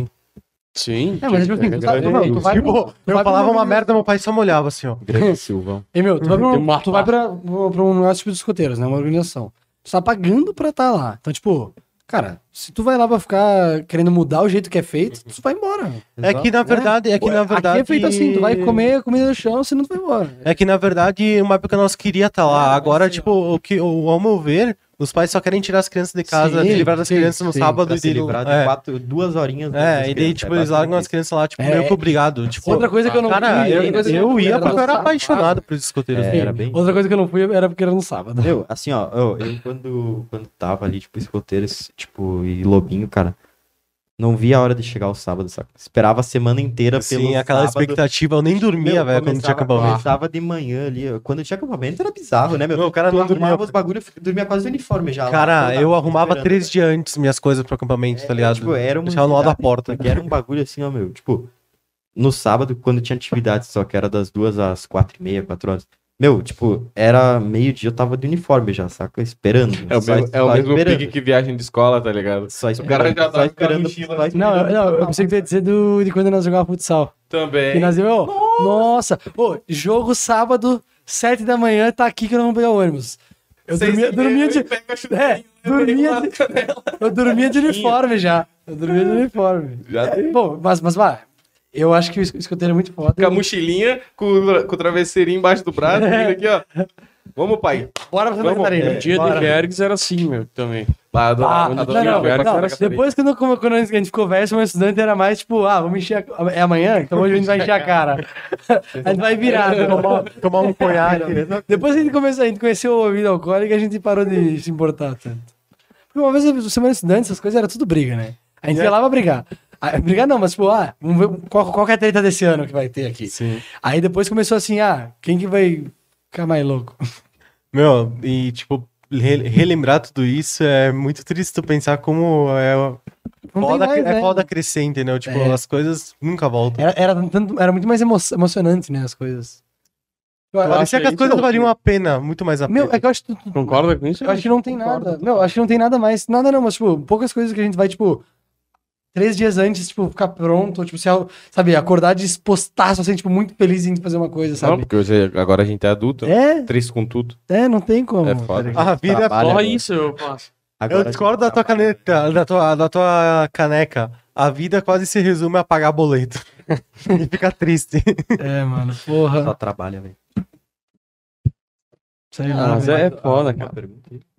Sim. É, mas tipo assim, tu, tá, tu, vai- tu vai Tipo, pra- tu eu vai pra falava uma organização- merda, meu pai só me olhava assim, ó. Grande Silvão. Ei, meu, tu vai pra, Tem uma, uma tu vai pra, pra um negócio tipo dos escoteiros, né? Uma organização. Tu tá pagando pra estar lá. Então, tipo, cara, se tu vai lá pra ficar querendo mudar o jeito que é feito, tu vai embora. É que na verdade, é que na verdade... Aqui é feito assim, tu vai comer comida no chão, senão tu vai embora. É que na verdade, uma época nós queria estar lá. É, Agora, assim, tipo, o que, o, ao meu ver, os pais só querem tirar as crianças de casa, Sim, se livrar das sim, crianças no sim, sábado Pra e se dele- livrar de é. quatro, duas horinhas. das É, e daí, crianças, tipo, é eles largam as basicamente crianças lá, tipo, É, meio que obrigado. Tipo, Outra coisa que eu não cara, fui, eu, outra coisa que eu não fui ia era porque eu no era sábado. apaixonado por esses escoteiros. É, era bem- Outra coisa que eu não fui era porque era no sábado. Meu, assim, ó, eu, eu quando, quando tava ali, tipo, escoteiros, tipo, e lobinho, cara, não via a hora de chegar o sábado, saca? Esperava a semana inteira pelo Sim, aquela sábado. expectativa, eu nem dormia, Meu, velho, quando tinha começava- acampamento. Começava de manhã ali, ó. Quando tinha acampamento era bizarro, né, meu? Meu, o cara tu não arrumava dormia. os bagulho, eu dormia quase de uniforme já. lá, Cara, toda- eu arrumava esperando. três dias antes minhas coisas pro acampamento, tá É, ligado? Tipo, era uma Deixava no lado da ansiedade, porta. Porque era um bagulho assim, ó, meu. Tipo, no sábado, quando tinha atividade só, que era das duas às quatro e meia, quatro horas. Meu, tipo, era meio-dia, eu tava de uniforme já, saca? Esperando. É o só- mesmo, é o só mesmo esperando. pique que viagem de escola, tá ligado? Só cara esperando. já tá só com a esperando. mochila só assim. esperando. Não, eu, não, eu pensei que tu ia dizer do, de quando nós jogávamos futsal. Que Também. nós ia, ô, nossa, ô, jogo sábado, sete da manhã, tá aqui que nós vamos pegar o ônibus. Eu Seis dormia, e meia, dormia de. eu pego a chuteirinha, É, eu dormia pego de, na canela. eu dormia de uniforme já. Eu dormia de uniforme. Já tem. Bom, mas, mas vá, eu acho que o escoteiro é muito foda. Com a mochilinha, com, o- com o travesseirinho embaixo do braço, vindo aqui, ó. Vamos, pai. Bora pra Santa Vamos, Catarina. O dia Bora. de Bergs era assim, meu, também. Lá do, Ah, do- não, do- não, do- não, do- não, Santa Catarina. depois quando, quando, quando a gente ficou velho, como estudante, era mais tipo, ah, vamos encher a... É amanhã? Então hoje a gente vai encher a cara. A gente vai virar. Tomar, tomar um conhaque. Depois a gente começou, a gente conheceu a bebida alcoólica e a gente parou de se importar tanto. Porque uma vez, a semana estudante, essas coisas era tudo briga, né? A gente ia lá pra brigar. Ah, brigar não, mas tipo, ah, vamos ver qual, qual que é a treta desse ano que vai ter aqui. Sim. Aí depois começou assim, ah, quem que vai ficar mais louco? Meu, e tipo, re- relembrar tudo isso é muito triste tu pensar como é. Não tem foda, mais, é né? foda crescer, entendeu? Tipo, É. as coisas nunca voltam. Era, era, tanto, era muito mais emo emocionante, né, as coisas. Eu, Tu Parecia acha que as isso, coisas não? valiam a pena, muito mais a pena. meu, é que eu acho que tu- Concorda com isso? Eu acho que não tem Concordo. nada. Meu, acho que não tem nada mais. Nada não, mas, tipo, poucas coisas que a gente vai, tipo, três dias antes, tipo, ficar pronto, ou, tipo, se, sabe, acordar dispostaço, assim, tipo, muito feliz em fazer uma coisa, Não, sabe? porque hoje, agora a gente é adulto. É, Triste com tudo. é, não tem como. É foda. tá ligado? A vida é Trabalha Só agora. isso eu faço. Agora Eu discordo da tua trabalha, caneta, da tua, da tua caneca. A vida quase se resume a pagar boleto. E fica triste. É, mano, Só porra. trabalha, velho. Sei Ah, lá, mas velho. é foda, Uma cara. pergunta aí.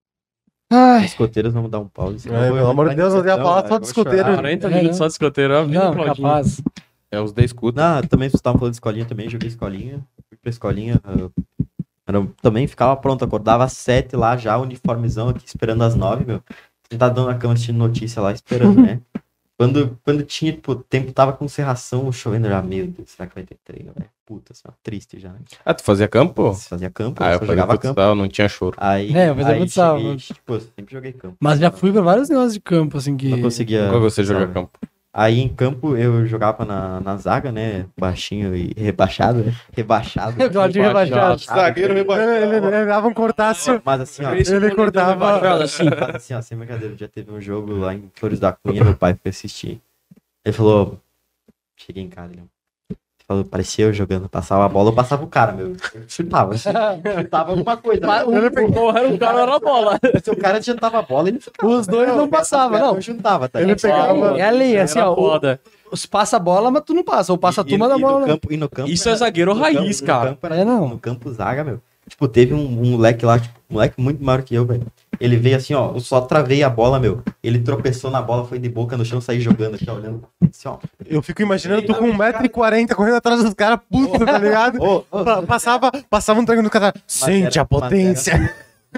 Ai, Escoteiros, vamos dar um pause. É, pelo amor de Deus, eu ia falar só de escoteiro. quarenta É, minutos não. só de escoteiro. a vida não, do Claudinho. capaz. É os da escuta. Não, também vocês estavam falando de escolinha também, joguei escolinha. Fui pra escolinha. Eu, era- também ficava pronto, acordava às sete lá já, uniformezão aqui, esperando às nove, meu. Sentadão na cama assistindo notícia lá, esperando, né? Quando, quando tinha, tipo, o tempo tava com serração, chovendo já, meu Deus, será que vai ter treino, velho? Puta, assim, ó, triste já, né? Ah, tu fazia campo? Você fazia campo, Ah, eu eu fazia jogava campo. futsal, não tinha choro. Aí, É, eu fazia aí futsal, cheguei, mano. tipo, eu sempre joguei campo. Mas já fui pra vários negócios de campo, assim, que... Não conseguia. Qual você joga sabe? campo? Aí em campo eu jogava na, na zaga, né? Baixinho e rebaixado, né? Rebaixado. O Claudinho rebaixado. Zagueiro Ele, ele, ele dava um cortácio. Mas assim, ó, Ele cortava. rebaixado, assim. mas assim, ó, sem brincadeira, já teve um jogo lá em Flores da Cunha, meu pai foi assistir. Ele falou, cheguei em casa, ele falou, parecia eu jogando, passava a bola, eu passava o cara, meu. Eu chutava, assim, chutava alguma coisa. Mas Né? o- Porra, era um cara, era a bola. Se o cara adiantava a bola, ele ficava. Os dois não passavam, não. Eu juntava, tá Ele ligado? pegava- É ali, assim, Era ó. o- foda. Os passa a bola, mas tu não passa. Ou passa a E- turma e- da e no bola. campo, e no campo Isso é era- zagueiro no raiz, campo- cara. No campo, era, É, não. no campo zaga, meu. Tipo, teve um, um moleque lá, tipo, um moleque muito maior que eu, velho. Ele veio assim, ó, eu só travei a bola, meu. Ele tropeçou na bola, foi de boca no chão, saí jogando aqui, ó, olhando. Assim, ó. Eu fico imaginando tu com um metro e quarenta correndo atrás dos caras, puto, tá ligado? Ô, ô, Pa- Passava, passava um treino no cara. Sente era- a potência.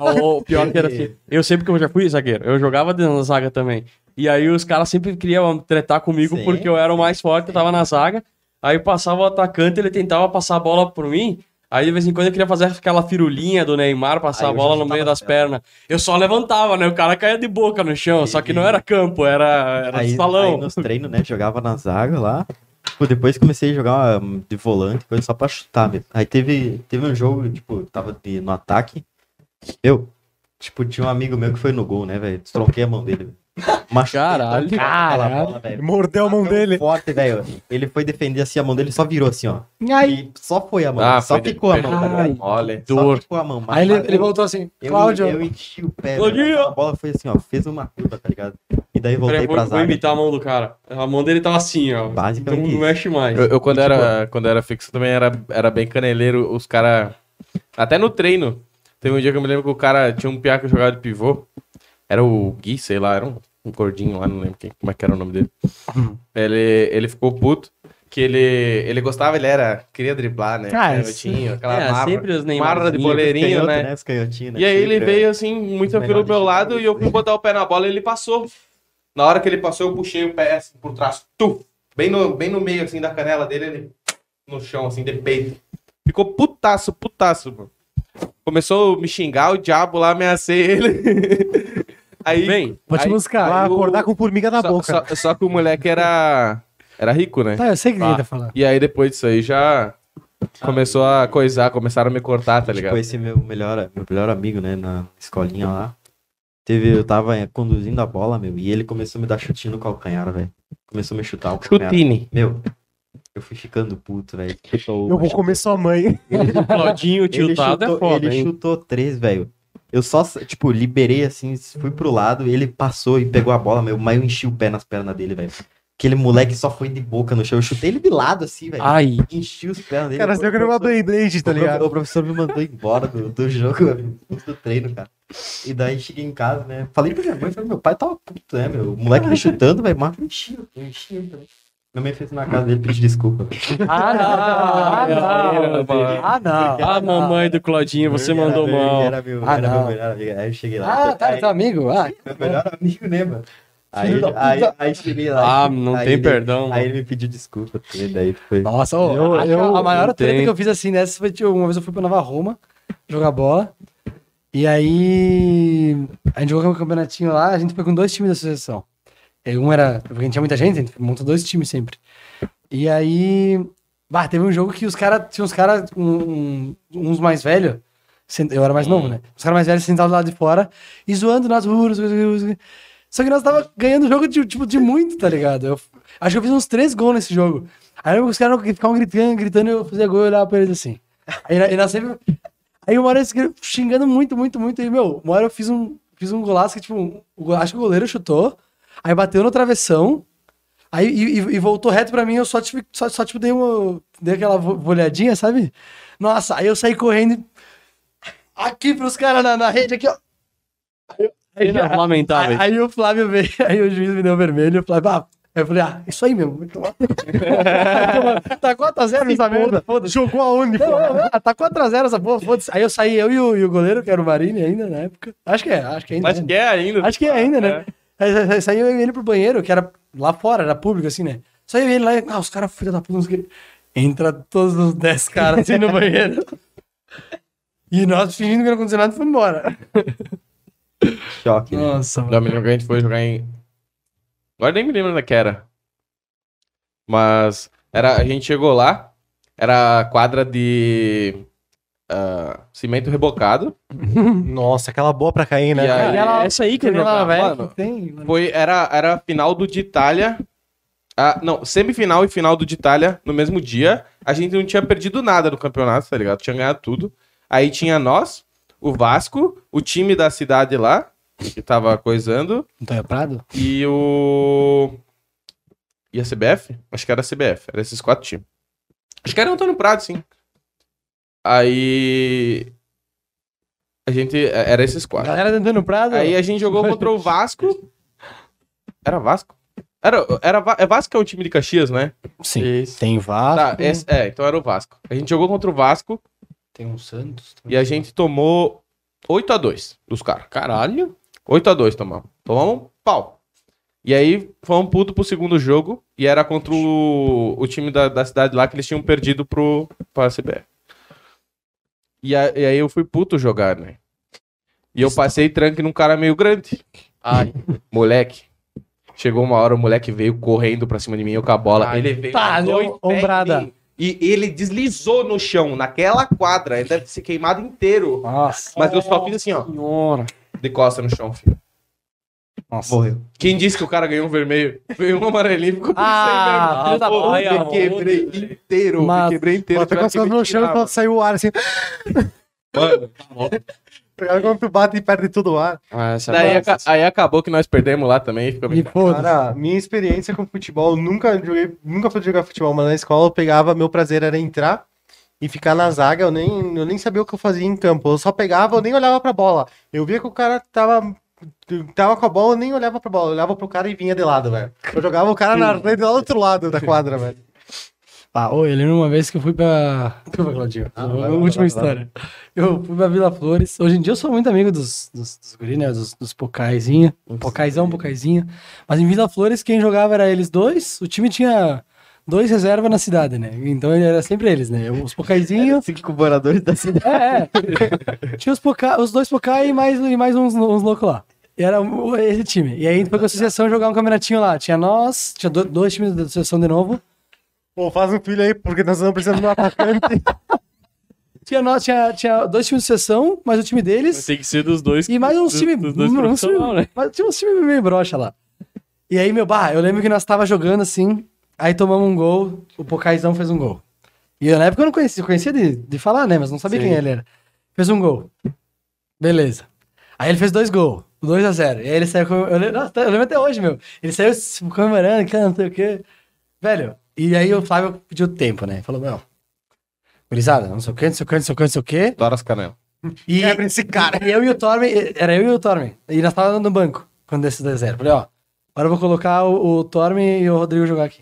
O pior que era assim. Eu sempre que eu já fui zagueiro, eu jogava dentro da zaga também. E aí os caras sempre queriam tretar comigo Sim, porque eu era o mais forte, eu tava na zaga. Aí passava o atacante, ele tentava passar a bola por mim. Aí de vez em quando eu queria fazer aquela firulinha do Neymar, passar Aí a eu bola já no chutava meio das a pernas. Eu só levantava, né? O cara caía de boca no chão, E- só que e- não era campo, era, era aí, salão. aí nos treinos, né, jogava na zaga lá. Tipo, depois comecei a jogar hum, de volante, coisa só pra chutar, meu. Aí teve, teve um jogo, tipo, tava de- no ataque. Eu, tipo, tinha um amigo meu que foi no gol, né, velho? Destronquei a mão dele, velho. Machuquei Caralho. tanto aquela Caralho. bola, velho. Mordeu a mão Tão dele. forte, velho. Ele foi defender assim, a mão dele só virou assim, ó. Aí, E só foi a mão. Ah, só foi de- ficou a mão, tá Ai, ligado? Olha. Só dor. ficou a mão. mas- aí ele, mas ele eu- voltou assim, Eu, Cláudio. eu enchi o pé, Claudinho! velho. A bola foi assim, ó. Fez uma curva, tá ligado? E daí voltei Peraí, pra vou, vou zaga. imitar a mão do cara. A mão dele tava assim, ó. Então Basicamente não isso. mexe mais. Eu, eu quando, E, tipo, era, quando era fixo também era, era bem caneleiro, os caras. Até no treino. Teve um dia que eu me lembro que o cara tinha um piá que jogava de pivô. Era o Gui, sei lá, era um, um gordinho lá, não lembro quem, como é que era o nome dele. ele, ele ficou puto. Que ele, ele gostava, ele era. Queria driblar, né? Ah, Canhotinho, aquela É, marra, sempre os marra de Neymarzinhos, boleirinho, Canhoto, né? Os canhotinhos, né? E aí ele Sempre, veio é. assim, muito Os tranquilo do meu melhores lado, de e eu fui botar o pé na bola e ele passou. Na hora que ele passou, eu puxei o pé assim por trás, tu, bem no, bem no meio assim da canela dele, ele no chão, assim, de peito. Ficou putaço, putaço, mano. Começou a me xingar, o diabo lá, ameacei ele. Aí, Vem. Vou te aí- buscar. Vai aí o- acordar com formiga na só, boca. Só, só que o moleque era, era rico, né? Tá, eu sei o que Ah. ele tá falando. E aí depois disso aí já começou a coisar, começaram a me cortar, tá ligado? Tipo, esse meu melhor, meu melhor amigo, né, na escolinha lá. Teve, eu tava é, conduzindo a bola, meu, e ele começou a me dar chutinho no calcanhar, velho. Começou a me chutar o calcanhar. Chutine. Meu, eu fui ficando puto, velho. Chutou- Eu vou comer sua mãe. O Claudinho Ele tiltado é chutou, foda, ele hein? chutou três, velho. Eu só, tipo, liberei assim, fui pro lado, ele passou e pegou a bola, meu, mas eu enchi o pé nas pernas dele, velho. Aquele moleque só foi de boca no chão. Eu chutei ele de lado, assim, velho. Ai, Enchi os pernas dele. Cara, você jogando uma Beyblade, tá O prof- ligado? O professor me mandou embora do, do jogo, do treino, cara. E daí cheguei em casa, né? Falei pra minha mãe, falei, meu pai tava puto, né, meu? O moleque me chutando, velho, mas eu enchi, eu enchi ele também. Minha mãe fez na casa dele pedir desculpa. Ah, não. Ah, não. Ah, não. a mamãe do Claudinho, você Era mandou meu- mal. Era meu, Ah, era não. meu melhor amigo. Aí eu cheguei lá. Ah, tá, aí, teu amigo? Ah, meu melhor amigo, né, mano? Aí, Filho da aí, puta. aí cheguei lá. Ah, não aí tem ele- perdão. Aí ele me pediu desculpa. E daí foi. nossa, ô, Eu- acho que eu- a maior não treta tem. que eu fiz assim dessa foi, tipo, uma vez eu fui pra Nova Roma jogar bola. E aí a gente jogou um campeonatinho lá, a gente foi com dois times da associação. E um era. Porque a gente tinha muita gente, a gente monta dois times sempre. E aí. Bah, teve um jogo que os caras. Tinha uns caras. Um, um- uns mais velhos. sent- Eu era mais novo, né? Os caras mais velhos sentados lá de fora e zoando nas ruas. Só que nós tava ganhando o jogo de, tipo, de muito, tá ligado? Eu, acho que eu fiz uns três gols nesse jogo. Aí eu lembro que os caras ficavam gritando, gritando, e eu fazia gol e olhava pra eles assim. Aí, e nós sempre. Aí uma hora eles xingando muito, muito, muito. E, meu, uma hora eu fiz um, fiz um golaço que, tipo, o- acho que o goleiro chutou. Aí bateu no travessão. Aí e, e- e voltou reto pra mim. Eu só, tive, só, só tipo, dei, uma, dei aquela vo- olhadinha, sabe? Nossa, aí eu saí correndo e- aqui pros caras na, na rede, aqui, ó. Aí, Cenas aí, lamentáveis. aí o Flávio veio, aí o juiz me deu vermelho. O Flávio, ah. Aí eu falei, ah, isso aí mesmo. Vai tomar. Tá quatro a zero essa merda, foda-se. Jogou aonde, pô? Ah, tá quatro a zero essa porra, foda-se. Aí eu saí, eu e o, e o goleiro, que era o Marini ainda na época. Acho que é, acho que ainda. Acho né? que é ainda. Acho que é ainda, né? Aí, aí, aí saiu eu e ele pro banheiro, que era lá fora, era público, assim, né? Só eu e ele lá, e, ah, os caras, filha da puta, não sei o quê. Entra todos os dez caras assim no banheiro. E nós fingindo que não aconteceu nada e foi embora. Choque, né? Nossa, Não, me lembro que a gente foi jogar em. Agora nem me lembro onde é que era. Mas era, a gente chegou lá, era quadra de ah, cimento rebocado. Nossa, aquela boa pra cair, né? E aí- Aquela- essa aí que eu aquela jogava, velha mano. que tem, mano. Foi, era, era final do de Itália. Ah, não, semifinal e final do de Itália no mesmo dia. A gente não tinha perdido nada no campeonato, tá ligado? Tinha ganhado tudo. Aí tinha nós, o Vasco, o time da cidade lá, que tava coisando, Antônio Prado? e o. E a C B F? Acho que era a C B F. Era esses quatro times. Acho que era o Antônio Prado, sim. Aí. A gente. Era esses quatro. Galera do Antônio Prado. Aí a gente jogou contra o Vasco. Era Vasco? Era, era, Va- é Vasco que é o time de Caxias, né? Sim. Isso. Tem Vasco, Tá, esse- é, então era o Vasco. A gente jogou contra o Vasco tem um Santos. e a gente tomou oito a dois dos caras. Caralho. oito a dois tomamos. Tomamos um pau. E aí fomos puto pro segundo jogo e era contra o, o time da, da cidade lá que eles tinham perdido pro, pra C B F. E, a- e aí eu fui puto jogar, né? E eu passei tranque num cara meio grande. Ai, moleque. Chegou uma hora, o moleque veio correndo pra cima de mim, eu com a bola. Ele veio Pá, dois deu pés em ombrada. mim. E ele deslizou no chão, naquela quadra. Ele deve ter se queimado inteiro. Nossa. Mas eu só fiz assim, ó, Senhora. de costa no chão, filho. Nossa. Morreu. Quem disse que o cara ganhou um vermelho? Veio um amarelinho e ficou por Ah, filho da Pô, puta. eu me quebrei inteiro, Mas- me quebrei inteiro. Bota com tiveram as que mãos me no chão tirar, e saiu o ar assim. mano. Mano, quando tu bate e perde todo o ar. Ah, essa Daí é aca- aí acabou que nós perdemos lá também. Ficou bem... E foda. Cara, minha experiência com futebol, eu nunca joguei, nunca fui jogar futebol, mas na escola eu pegava, meu prazer era entrar e ficar na zaga, eu nem, eu nem sabia o que eu fazia em campo, eu só pegava, eu nem olhava pra bola. Eu via que o cara tava, tava com a bola, eu nem olhava pra bola, eu olhava pro cara e vinha de lado, velho. Eu jogava o cara na rede lá do outro lado da quadra, velho. Ah, ô, eu lembro uma vez que eu fui pra. Desculpa, Claudinho. Ah, a vai, vai, última vai, história. Eu fui pra Vila Flores. Hoje em dia eu sou muito amigo dos, dos, dos guri, né? Dos, dos pocaizinha. Pocaizão, pocaizinha. Mas em Vila Flores, quem jogava era eles dois. O time tinha dois reservas na cidade, né? Então ele era sempre eles, né? Os pocaizinhos. Cinco moradores da cidade. É, é. Tinha os, poca... os dois pocai e mais, e mais uns, uns loucos lá. E era o- esse time. E aí a gente foi com a associação jogar um campeonatinho lá. Tinha nós, tinha do- dois times da associação de novo. Pô, faz um filho aí, porque nós estamos precisando de um atacante. Tinha, nós, tinha, tinha dois times de sessão, mais o time deles. Tem que ser dos dois. E mais uns dos- times. dos dois uns time, profissional, né? mas tinha uns times meio broxa lá. E aí, meu, bah, eu lembro que nós tava jogando assim, aí tomamos um gol, o Pocaizão fez um gol. E eu, na época eu não conhecia, eu conhecia de, de falar, né? Mas não sabia Sim. quem ele era. Fez um gol. Beleza. Aí ele fez dois gols, dois a zero. E aí ele saiu com. Eu lembro, nossa, eu lembro até hoje, meu. Ele saiu se comemorando, cara, não sei o quê. Velho, e aí o Flávio pediu tempo, né? Falou, meu, gurizada, não sei o quê, não sei o quê, não sei o quê, não sei o quê. Adoro as canelas. E Quebra esse cara. E eu e o Tormen, era eu e o Tormen. E nós tava no banco quando desses dois zero. Falei, ó, agora eu vou colocar o, o Tormen e o Rodrigo jogar aqui.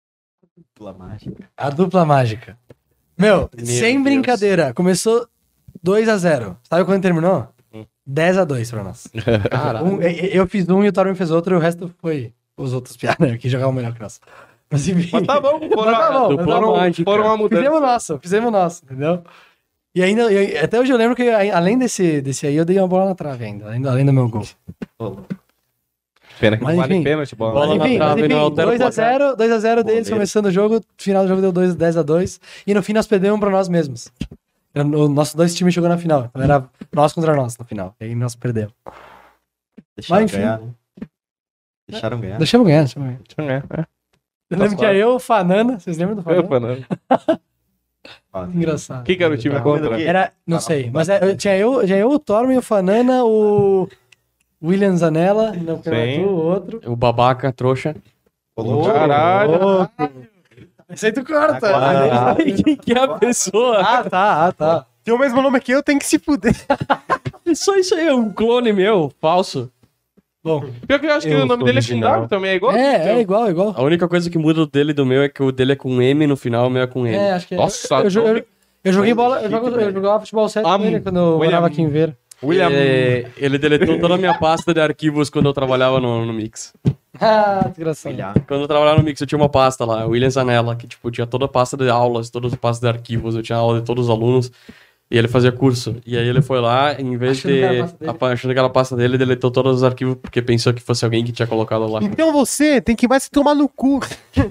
Dupla mágica. A dupla mágica. Meu, Meu sem Deus. brincadeira, começou dois a zero. Sabe quando terminou? Hum. dez a dois pra nós. Um, e- e- eu fiz um e o Tormen fez outro, e o resto foi os outros piadas que jogavam melhor que nós. Mas enfim. Mas tá bom, foram, Mas tá bom, mas tá foram, bom. foram uma mudança. Fizemos o nosso, fizemos o nosso, entendeu? E ainda, e até hoje eu lembro que a- além desse, desse aí, eu dei uma bola na trave ainda, além, além do meu gol. Ô, louco. Pena que Mas não vale enfim. pênalti, bola. Bola na Enfim, mas trave, enfim, não altera o dois a zero, dois a zero deles Goleiro. começando o jogo, final do jogo deu dois, dez a dois, e no fim nós perdemos pra nós mesmos. O nosso dois times jogou na final, então era nós contra nós no final, e aí nós perdemos. Deixaram Mas, enfim. ganhar, né? Deixaram ganhar. Deixamos ganhar, deixamos ganhar. Deixa eu ver, é. Eu lembro que era eu, o Fanana, vocês lembram do Eu, Fanana? Fernando. Fala. Engraçado. Quem que era o time Tá contra? comendo o quê? Era, não Ah, sei, não. mas é, eu- tinha eu, tinha eu, o Tormen, o Fanana, o William Zanella, não, que Sim. o outro. O babaca, trouxa. Falou. Caralho. Esse aí tu corta. Agora- Quem que é a pessoa? Ah, tá, ah, tá. Tem o mesmo nome que eu, tem que se fuder. Só isso aí, é um clone meu, falso. Bom, Pior que eu acho que Eu o nome sou dele é original. xingado também, é igual? é, é igual, é igual. A única coisa que muda o dele e do meu é que o dele é com M no final, o meu é com N. É, acho que é. Nossa, eu, eu, eu, eu joguei bola, eu, Chique, jogo, eu velho. jogava futebol sete Am- com ele quando eu William- morava aqui em Ver. William. É, ele deletou toda a minha pasta de arquivos quando eu trabalhava no, no Mix. Ah, desgraçado. Olhar. Quando eu trabalhava no Mix, eu tinha uma pasta lá, William Zanella, que tipo, tinha toda a pasta de aulas, todas as pastas de arquivos, eu tinha aula de todos os alunos, e ele fazia curso. E aí ele foi lá, em vez Achando de... que era a pasta dele. apa- Achando que era a pasta dele, deletou todos os arquivos, porque pensou que fosse alguém que tinha colocado lá. Então você tem que mais se tomar no cu.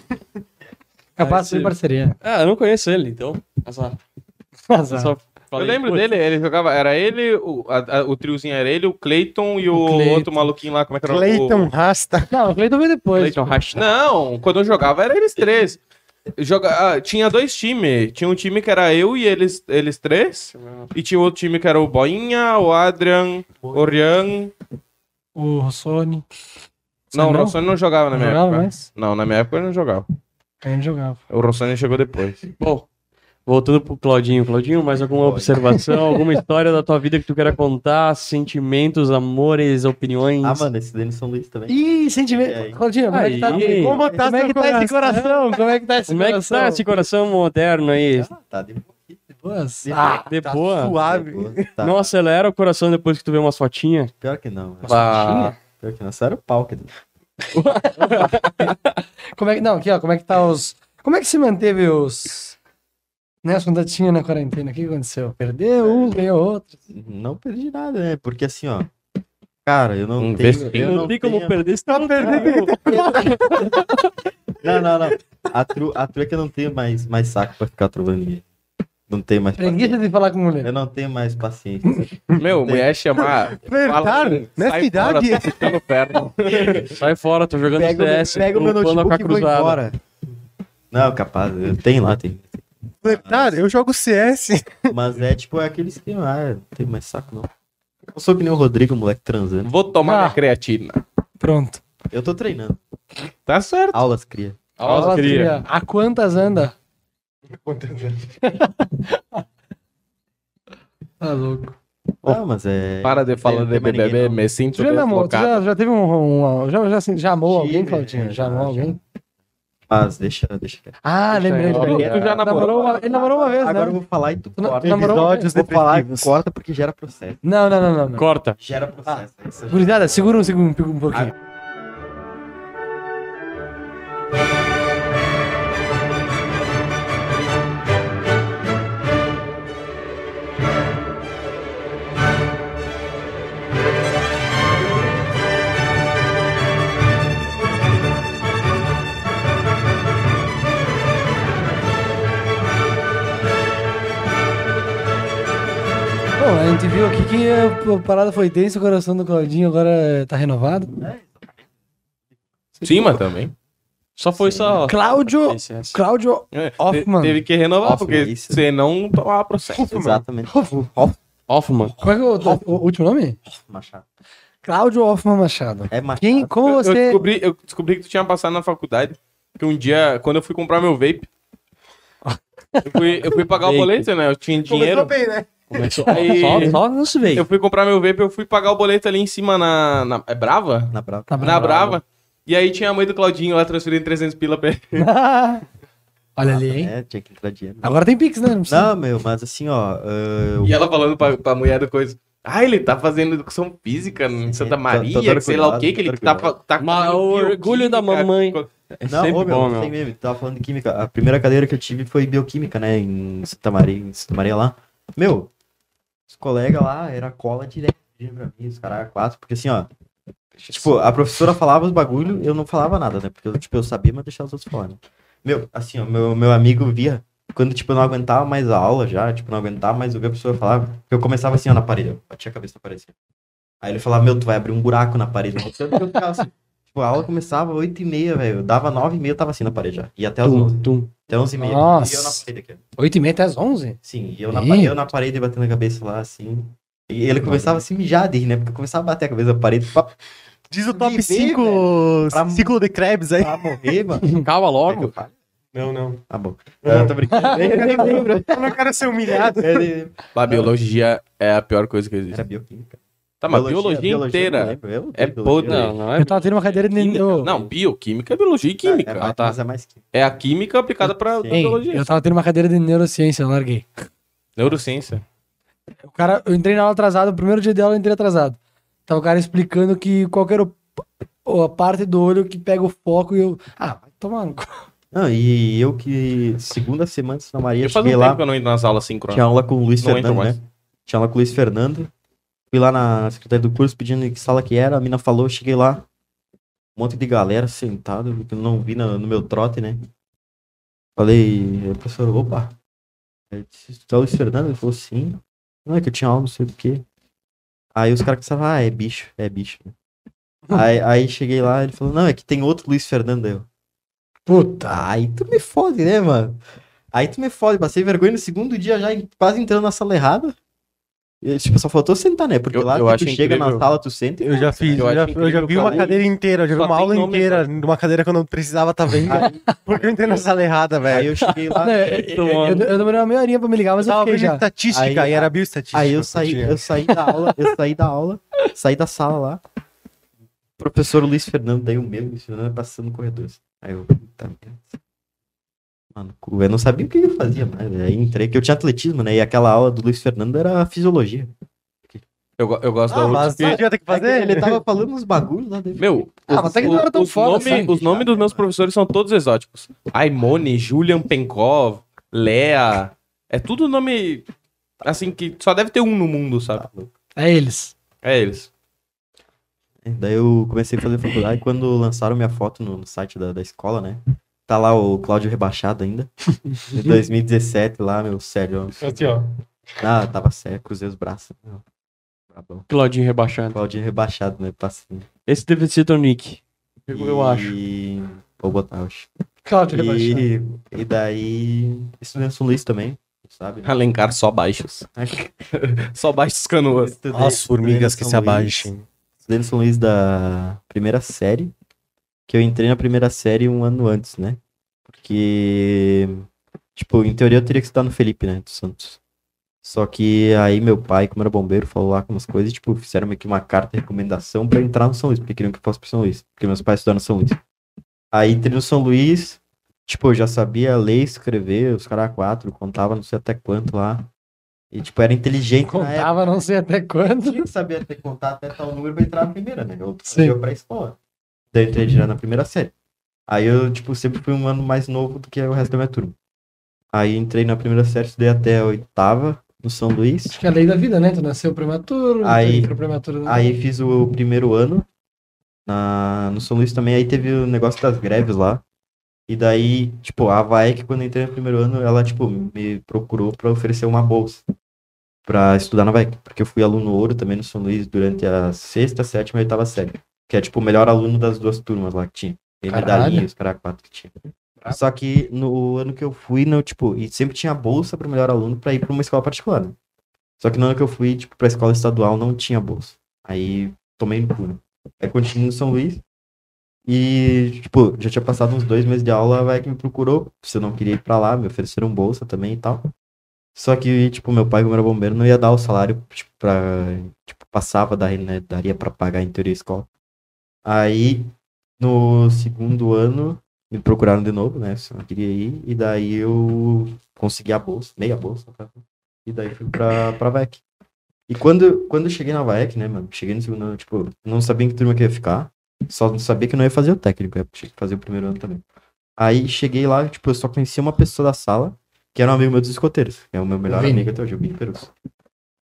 Capaz sim. de parceria. Ah, eu não conheço ele, então. Azar. Azar. Só Eu falei, lembro "Putz, dele, ele jogava, era ele, o, a- a- o triozinho era ele, o Clayton e o, O Clayton. outro maluquinho lá, como é que era o- Cleiton Rasta. Não, o Cleiton veio depois. Clayton Rash. Não, quando eu jogava era eles três. Joga... ah, tinha dois times. Tinha um time que era eu e eles, eles três. E tinha outro time que era o Boinha, o Adrian, o Rian. O Rossoni. Não, o não? Rossoni não jogava na Não minha jogava época. mais? Não, na minha época ele não jogava. A gente jogava. O Rossoni chegou depois. Bom, voltando pro Claudinho. Claudinho, mais alguma observação, alguma história da tua vida que tu queira contar? Sentimentos, amores, opiniões? Ah, mano, esse daí no São Luís também. Ih, E aí? sentimento. Claudinho, como é que tá, Aí. como tá, como é que tá esse coração? Como é que tá esse Como é que coração? tá esse coração moderno aí? Ah, tá de boa. Boas. De Ah, De tá boa? suave. de boa. Tá. Não acelera o coração depois que tu vê umas fotinhas? Pior que não. velho. Bah. Pior que não. Sério, o pau. Que... Como é que, não, aqui, ó, como é que tá os... Como é que se manteve os... Né, as contatinhas na quarentena? O que que aconteceu? Perdeu um, ganhou outro. Não perdi nada, né? Porque assim, ó. Cara, eu não Um tenho. vestinho. Eu Não, não tem como tenho- perder, tá perdendo. Não, não, não. A tru, a tru é que eu não tenho mais, mais saco pra ficar trolando ninguém. Não tenho mais Preguiça paciência. de falar com mulher. Eu não tenho mais paciência. Meu, mulher chamar. Verdade, nessa sai idade. Fora, tô ficando perto. Sai fora, tô jogando Pega, o C meu- S. pega o meu lutando com a notebook e vou cruzada. embora. Não, capaz. Eu tenho lá, tem. Verdade, eu jogo C S. Mas é tipo, é aquele esquema. Ah, não tenho mais saco, não. Eu sou que nem o Rodrigo, moleque transando. Vou tomar Ah. minha creatina. Pronto. Eu tô treinando. Tá certo. Aulas cria. Ó, Fala, cria. cria. A quantas anda? Tá louco. Ah, mas é. Para de falar Tem- de tem mais B B B, ninguém, não. me sinto Tu já namorou? Tu deslocado. já, já teve um... um- já, já, assim, já amou Tive, alguém, Claudinho? Já já, amou já. alguém? Mas deixa, deixa. quieto. Ah, Deixa lembrei. eu- lembrei. Tu já namorou? uma, ele namorou uma vez, Agora eu né? vou falar e tu Tu na- corta. namorou uma vez? Episódios Vou falar e depressivos. corta porque gera processo. Não, não, não, não. não. Corta. Gera processo. Ah. Isso já- Gurizada, segura um segundo, um pouquinho. Bom, a gente viu aqui que a a parada foi tensa, o coração do Claudinho agora tá renovado. Sim, mas também. Só foi só. Cláudio, Esse, esse. Cláudio É, Hoffman. te- Teve que renovar, Hoffman, porque isso. você não tomava processo. Exatamente. Hoffman. Qual é, que é o, o último nome? Machado. Cláudio Hoffman Machado. É Machado. Quem, como Eu, eu você... descobri, eu descobri que tu tinha passado na faculdade. Que um dia, quando eu fui comprar meu vape, eu fui, eu fui pagar o Vape. boleto, né? Eu tinha dinheiro. bem, né? Começou. Aí- Só, só não se veio. Eu fui comprar meu vape, eu fui pagar o boleto ali em cima na. na- é Brava? Na brava. Tá Na Brava. E aí tinha a mãe do Claudinho lá transferindo trezentos pila pra ele. Olha ali, hein? É, tinha que entrar dinheiro. Agora tem Pix, né? Não precisa. Não, meu, mas assim, ó. ah, E ela falando pra, pra mulher do coisa. Ah, ele tá fazendo educação física em Santa tô- Maria, tô dando sei lá o cuidado, que, que ele tô tá, dando fa- tá Mas fazendo o orgulho da bioquímica. mamãe. É Não, sempre ô, meu, bom, não meu. tem meme. Tava falando de química. A primeira cadeira que eu tive foi bioquímica, né? Em Santa Maria, em Santa Maria lá. Meu, os colegas lá era cola direto pra mim, os caras quatro. Porque assim, ó. Tipo, a professora falava os bagulho, eu não falava nada, né? Porque eu, tipo, eu sabia, mas deixava os outros falarem. Meu, assim, ó, meu, meu amigo via, quando, tipo, eu não aguentava mais a aula já, tipo, não aguentava mais ouvir a professora falar, eu começava assim, ó, na parede, eu batia a cabeça na parede, assim. Aí ele falava, meu, tu vai abrir um buraco na parede. Tanto que eu ficava assim, tipo, a aula começava oito e meia, velho, eu dava nove e meia, eu tava assim na parede já. E até as onze. Tum, tum. Até onze e meia. Nossa. E eu na parede aqui. oito e meia até as onze? Sim, e eu na, Meu. pa- eu na parede batendo a cabeça lá, assim. E ele começava a se mijar de rir, né? Porque eu começava a bater a cabeça na parede pra, Diz o top Viver, cinco Pra- ciclo de Krebs aí. pra morrer, mano. Calma É que logo. eu falo? Não, não. Tá bom. Eu tô brincando. Eu nem lembro. Eu não quero ser humilhado. Ele- A biologia é a pior coisa que existe. Era bioquímica. Tá, mas biologia, eu não inteira lembro. Eu é odeio podre. biologia. Não, não é. Eu tava tendo uma cadeira de... Química. eu- Não, bioquímica é biologia e química. É, é Ah, mais, tá. mas é mais química. É a química aplicada pra Sim. Ei, biologia. eu tava tendo uma cadeira de neurociência, eu larguei. Neurociência. O cara, eu entrei na aula atrasado, o primeiro dia de aula eu entrei atrasado. Tava o cara explicando que qualquer o- o- a parte do olho que pega o foco e eu... Ah, vai tomar no cu. Não, e eu que segunda semana de Santa Maria, Eu faz um cheguei tempo lá, que eu não entro nas aulas síncronas. tinha aula com o Luiz Não entro Fernando, né? mais. Tinha aula com o Luiz Fernando. Fui lá na secretaria do curso pedindo que sala que era, a mina falou, cheguei lá. Um monte de galera sentado, que eu não vi no, no meu trote, né? Falei, "Aí, professor, opa. Aí disse, tu é o Luiz Fernando? Ele falou, sim. Não, é que eu tinha aula, não sei do que. Aí os caras pensavam, ah, é bicho, é bicho. aí, aí cheguei lá, ele falou, não, é que tem outro Luiz Fernando aí. Eu, Puta. Aí tu me fode, né, mano? Aí tu me fode, passei vergonha no segundo dia já, quase entrando na sala errada. E, tipo, só faltou sentar, né? Porque Eu- lá eu que acho tu chega incrível. na sala, tu senta e... Eu já fiz, Eu eu, acho já, eu já incrível vi que uma eu- cadeira inteira, eu já vi só uma tem aula nome, inteira de uma cadeira que eu não precisava estar vendo. Porque eu entrei na sala errada, Aí velho. eu cheguei lá, É, eu, eu, eu demorei uma meia horinha pra me ligar, Eu mas eu tava fiquei vendo já. estatística Aí- e era bioestatística. aí eu que saí, tinha. eu saí da aula, eu saí da aula, saí da sala lá. Professor Luiz Fernando, daí o mesmo Luiz Fernando passando no corredor. assim. Aí eu, puta merda. Mano, eu não sabia o que eu fazia mais. Aí entrei, que eu tinha atletismo, né? E aquela aula do Luiz Fernando era fisiologia. Eu, go- eu gosto da Ah, outra. mas porque- não tinha que É que fazer. ele tava falando uns bagulhos lá dentro. Meu, Ah, os, mas até que não era tão os, foda nome- assim. os nomes dos meus professores são todos exóticos. Aimone, Julian Penkov, Lea. É tudo nome, assim, que só deve ter um no mundo, sabe? É eles. É eles. Daí eu comecei a fazer faculdade quando lançaram minha foto no, no site da, da escola, né? Tá lá o Cláudio Rebaixado ainda. Em dois mil e dezessete lá, meu, sério. Aqui, ó. Ah, tava sério, cruzei os braços. Meu, brabão. Claudinho rebaixando. Claudinho Rebaixado, né? Passinho. Esse deve ser teu nick. Eu acho. E... Vou botar, eu acho. Cláudio rebaixado. E, e daí... Estudei no São Luís também, sabe? Alencar só baixos. Só baixos canoas. Estudei- As formigas estudei que no se São Luís. abaixem. Estudei no São Luís da primeira série, que eu entrei na primeira série um ano antes, né? Porque, tipo, em teoria eu teria que estudar no Felipe, né, dos Santos. Só que aí meu pai, como era bombeiro, falou lá com umas coisas, e, tipo, fizeram meio que uma carta de recomendação pra entrar no São Luís, porque queriam que eu fosse pro São Luís, porque meus pais estudaram no São Luís. Aí entrei no São Luís, tipo, eu já sabia ler, escrever, os caras quatro, contava não sei até quanto lá. E, tipo, era inteligente na época. Contava não sei até quando. Tinha que saber até contar até tal número pra entrar na primeira, né? Eu Sim. fazia pra escola. Daí eu entrei já na primeira série. Aí eu, tipo, sempre fui um ano mais novo do que o resto da minha turma. Aí entrei na primeira série, estudei até a oitava, no São Luís. Acho que é a lei da vida, né? Tu nasceu prematuro, Aí- entrou prematuro. né? Aí fiz o primeiro ano na, no São Luís também. Aí teve o negócio das greves lá. E daí, tipo, a VAEC, quando eu entrei no primeiro ano, ela, tipo, me procurou pra oferecer uma bolsa pra estudar na VAEC. Porque eu fui aluno ouro também no São Luís durante a sexta, sétima e oitava série. Que é, tipo, o melhor aluno das duas turmas lá que tinha. E Caralho. medalhinha, os caras quatro que tinha. Só que no ano que eu fui, não, tipo, e sempre tinha bolsa pro melhor aluno pra ir pra uma escola particular, né? Só que no ano que eu fui, tipo, pra escola estadual não tinha bolsa. Aí tomei no cu, né? Aí continuei no São Luís. E, tipo, já tinha passado uns dois meses de aula, vai que me procurou. Se eu não queria ir pra lá, me ofereceram bolsa também e tal. Só que, tipo, meu pai, como era bombeiro, não ia dar o salário, tipo, pra... Tipo, passava, daí, né? Daria pra pagar, em teoria, a escola. Aí, no segundo ano, me procuraram de novo, né? Se eu não queria ir. E daí eu consegui a bolsa, meia bolsa. Tá? E daí fui pra, pra V A E C. E quando, quando eu cheguei na V A E C, né, mano? Cheguei no segundo ano, tipo, não sabia em que turma que eu ia ficar. Só sabia que eu não ia fazer o técnico, eu tinha que fazer o primeiro ano também. Aí cheguei lá, tipo, eu só conhecia uma pessoa da sala, que era um amigo meu dos escoteiros, que é o meu melhor Vini. amigo até hoje, o Bini Perus.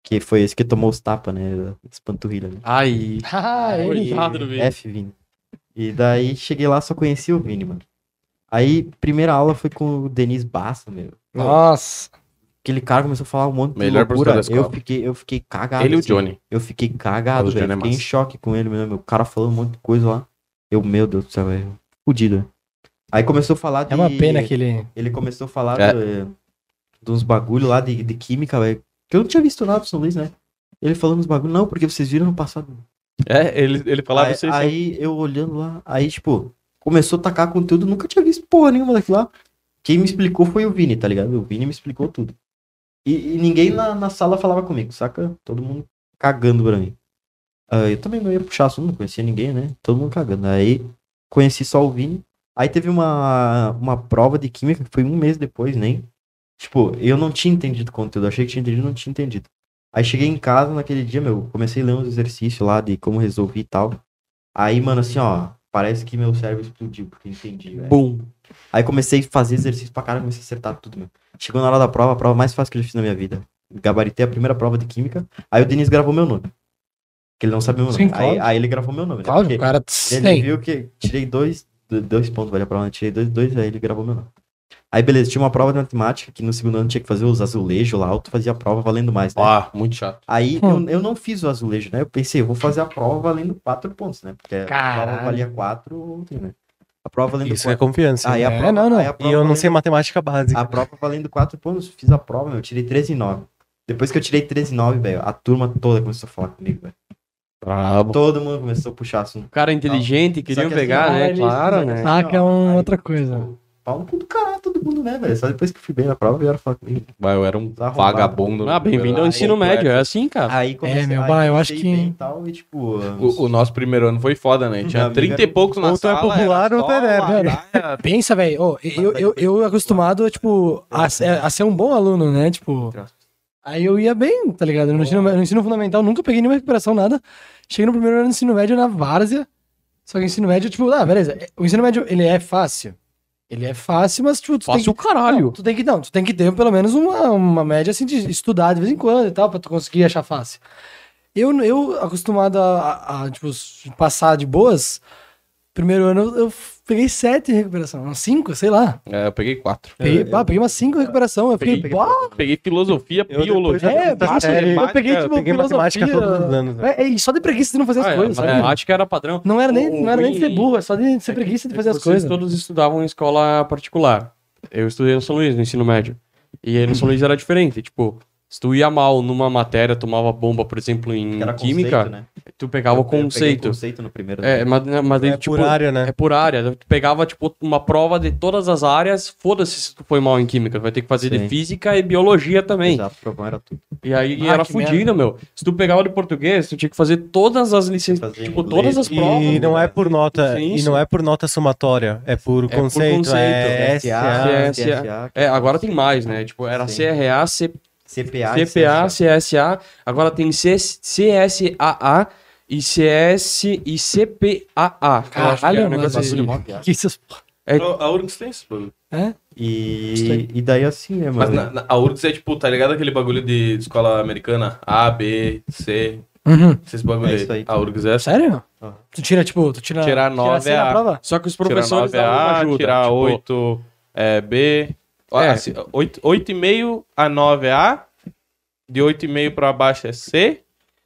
Que foi esse que tomou os tapas, né? As panturrilhas, né? Ai, Ah, ele. coitado do Vini. F, Vini. E daí cheguei lá, só conheci o Vini, mano. Aí, primeira aula foi com o Denis Bassa, meu. Nossa. Aquele cara começou a falar um monte de Melhor professor loucura. da escola. Eu fiquei, eu fiquei cagado. Ele e o assim. Johnny. Eu fiquei cagado, O Johnny velho. é Fiquei em massa. choque com ele, meu. O cara falando um monte de coisa lá. Eu, meu Deus do céu, velho. Fudido, velho. Aí começou a falar de... É uma pena que ele. Ele começou a falar É. de, de uns bagulho lá de, de química, velho. Que eu não tinha visto nada do São Luís, né? Ele falando uns bagulho. Não, porque vocês viram no passado. É, ele, ele falava aí, isso aí. sempre. aí eu olhando lá, aí, tipo, começou a tacar conteúdo, nunca tinha visto porra nenhuma daquilo lá. Quem me explicou foi o Vini, tá ligado? O Vini me explicou tudo. E, e ninguém na, na sala falava comigo, saca? Todo mundo cagando pra mim. Ah, eu também não ia puxar assunto, não conhecia ninguém, né? Todo mundo cagando. Aí conheci só o Vini. Aí teve uma, uma prova de química que foi um mês depois, nem. Tipo, eu não tinha entendido o conteúdo, achei que tinha entendido, não tinha entendido. Aí cheguei em casa naquele dia, meu, comecei a ler uns exercícios lá de como resolver e tal. Aí, mano, assim, ó, parece que meu cérebro explodiu, porque eu entendi, velho. Bum. Aí comecei a fazer exercício pra caralho, comecei a acertar tudo, meu. Chegou na hora da prova, a prova mais fácil que eu já fiz na minha vida. Gabaritei a primeira prova de química, aí o Denis gravou meu nome. Que ele não sabia meu nome. Sim, aí, claro. aí ele gravou meu nome, né? Claro, Porque o cara. ele Tem. viu que tirei dois, do- dois pontos, velho, a prova, né? Tirei dois, dois, aí ele gravou meu nome. Aí, beleza, tinha uma prova de matemática, que no segundo ano tinha que fazer os azulejos lá, tu fazia a prova valendo mais, né? Ah, muito chato. Aí Hum. eu, eu não fiz o azulejo, né? Eu pensei, eu vou fazer a prova valendo quatro pontos, né? Porque a Caralho. prova valia quatro ontem, né? A prova valendo Isso é quatro. confiança. Aí a É, prova, não, não. aí a E prova eu não valendo- sei matemática básica. A prova valendo quatro pontos, fiz a prova, meu, eu tirei treze e nove. Depois que eu tirei treze e nove, velho, a turma toda começou a falar comigo, velho. Brabo. Todo mundo começou a puxar assunto. O cara é inteligente, Só queriam que assim, pegar, ó, né? eles- Claro, só que né? assim, Saca é ó, uma aí, outra coisa. tipo, pau no cu do caralho, todo mundo, né, velho? Só depois que eu fui bem na prova, vieram falar comigo. Vai, eu era um Arrombado. vagabundo. Ah, bem-vindo ao Aí, ensino completo. médio, é assim, cara. Aí comecei, meu, aí bah, eu acho comecei que- bem e tal, e tipo... O, o nosso primeiro ano foi foda, né? Tinha Minha amiga trinta e era- poucos na ou tu é sala. popular era ou tu é só nerd. ladaia. Pensa, velho, ô, eu, eu, eu acostumado, tipo, a, a ser um bom aluno, né? Tipo, aí eu ia bem, tá ligado? No ensino, no ensino fundamental nunca peguei nenhuma recuperação, nada. Cheguei no primeiro ano do ensino médio na várzea. Só que o ensino médio, tipo, ah, beleza. O ensino médio, ele é fácil. Ele é fácil, mas, tipo, tu Fácil tem o caralho. Não, tu tem que, não, tu tem que ter pelo menos uma, uma média, assim, de estudar de vez em quando e tal, pra tu conseguir achar fácil. Eu, eu acostumado a, a, a, tipo, passar de boas, primeiro ano eu, eu peguei sete em recuperação, umas cinco, sei lá. É, eu peguei quatro. Peguei, eu- bah, peguei umas cinco em recuperação, eu fiquei, Peguei- bah, Peguei filosofia, Eu biologia. depois da é, quinta bah, série, eu peguei, tipo, peguei matemática filosofia, todos os anos, velho. É, é, e só de preguiça de não fazer as Ah, é, coisas, a sabe? matemática era padrão. Não era nem, O- não era nem de ser o- burro, é só de ser preguiça de fazer as Vocês coisas. todos estudavam em escola particular. Eu estudei no São Luís, no ensino médio. E aí no São Luís era diferente. Tipo, se tu ia mal numa matéria, tomava bomba, por exemplo, em Que era química, conceito, né? tu pegava o Eu- eu peguei conceito. conceito no primeiro. É, mas, mas daí, É tipo, por área, né? é por área. Tu pegava, tipo, uma prova de todas as áreas. Foda-se se tu foi mal em química. Tu vai ter que fazer de Sim. física e biologia também. Exato, o problema era tudo. E aí Ah, era que fudido, merda. meu. Se tu pegava de português, tu tinha que fazer todas as licenças. Fazer Tipo, inglês. todas as provas. E não é por nota, Sim, e sim. não é por nota somatória, é por por conceito, conceito. é C S S A. A, C S A. C S A, É, agora tem mais, né? Tipo, era Sim. C R A, C C P A, e C P A, C S C S A, agora tem C C S A A e C S e C P A A. que eu acho que é Caralho, um negócio mas assim. que isso... A URGS tem isso, bagulho. É? E, e daí assim, né, Mas mano? na, na- a URGS é tipo, tá ligado aquele bagulho de escola americana? A, B, C, Uhum. esses bagulho É aí. isso aí. A URGS é Sério? Aham. Tu tira, tipo, tu tira... Tirar nove C na é A. prova? Só que os tirar professores nove davam uma A, ajuda. tirar tipo, oito é B. Ó, É. assim, oito oito e meio a nove é A, de oito e meio pra baixo é C,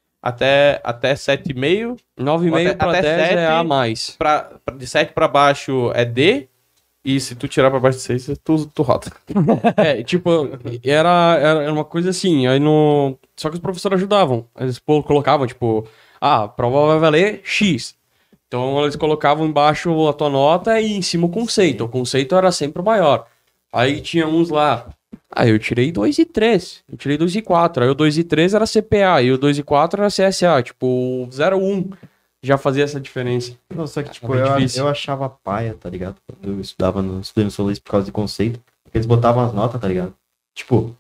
até, até sete e meio, nove e meio até- pra até dez é sete. A mais. pra, pra- de sete pra baixo é D, e se tu tirar pra baixo de seis, tu, tu rota. É, tipo, era, era uma coisa assim, aí no... Só que os professores ajudavam. Eles pô, colocavam, tipo, ah, a prova vai valer X. Então eles colocavam embaixo a tua nota e em cima o conceito. O conceito era sempre o maior. Aí tinha uns lá, ah, eu tirei dois e três, eu tirei dois e quatro. Aí o dois e três era C P A e o dois e quatro era C S A. Tipo, o zero um já fazia essa diferença. Não, só que, tipo, bem eu, difícil. eu achava paia, tá ligado? Quando eu estudava no, estudei no São Luís por causa de conceito. Porque eles botavam as notas, tá ligado? Tipo,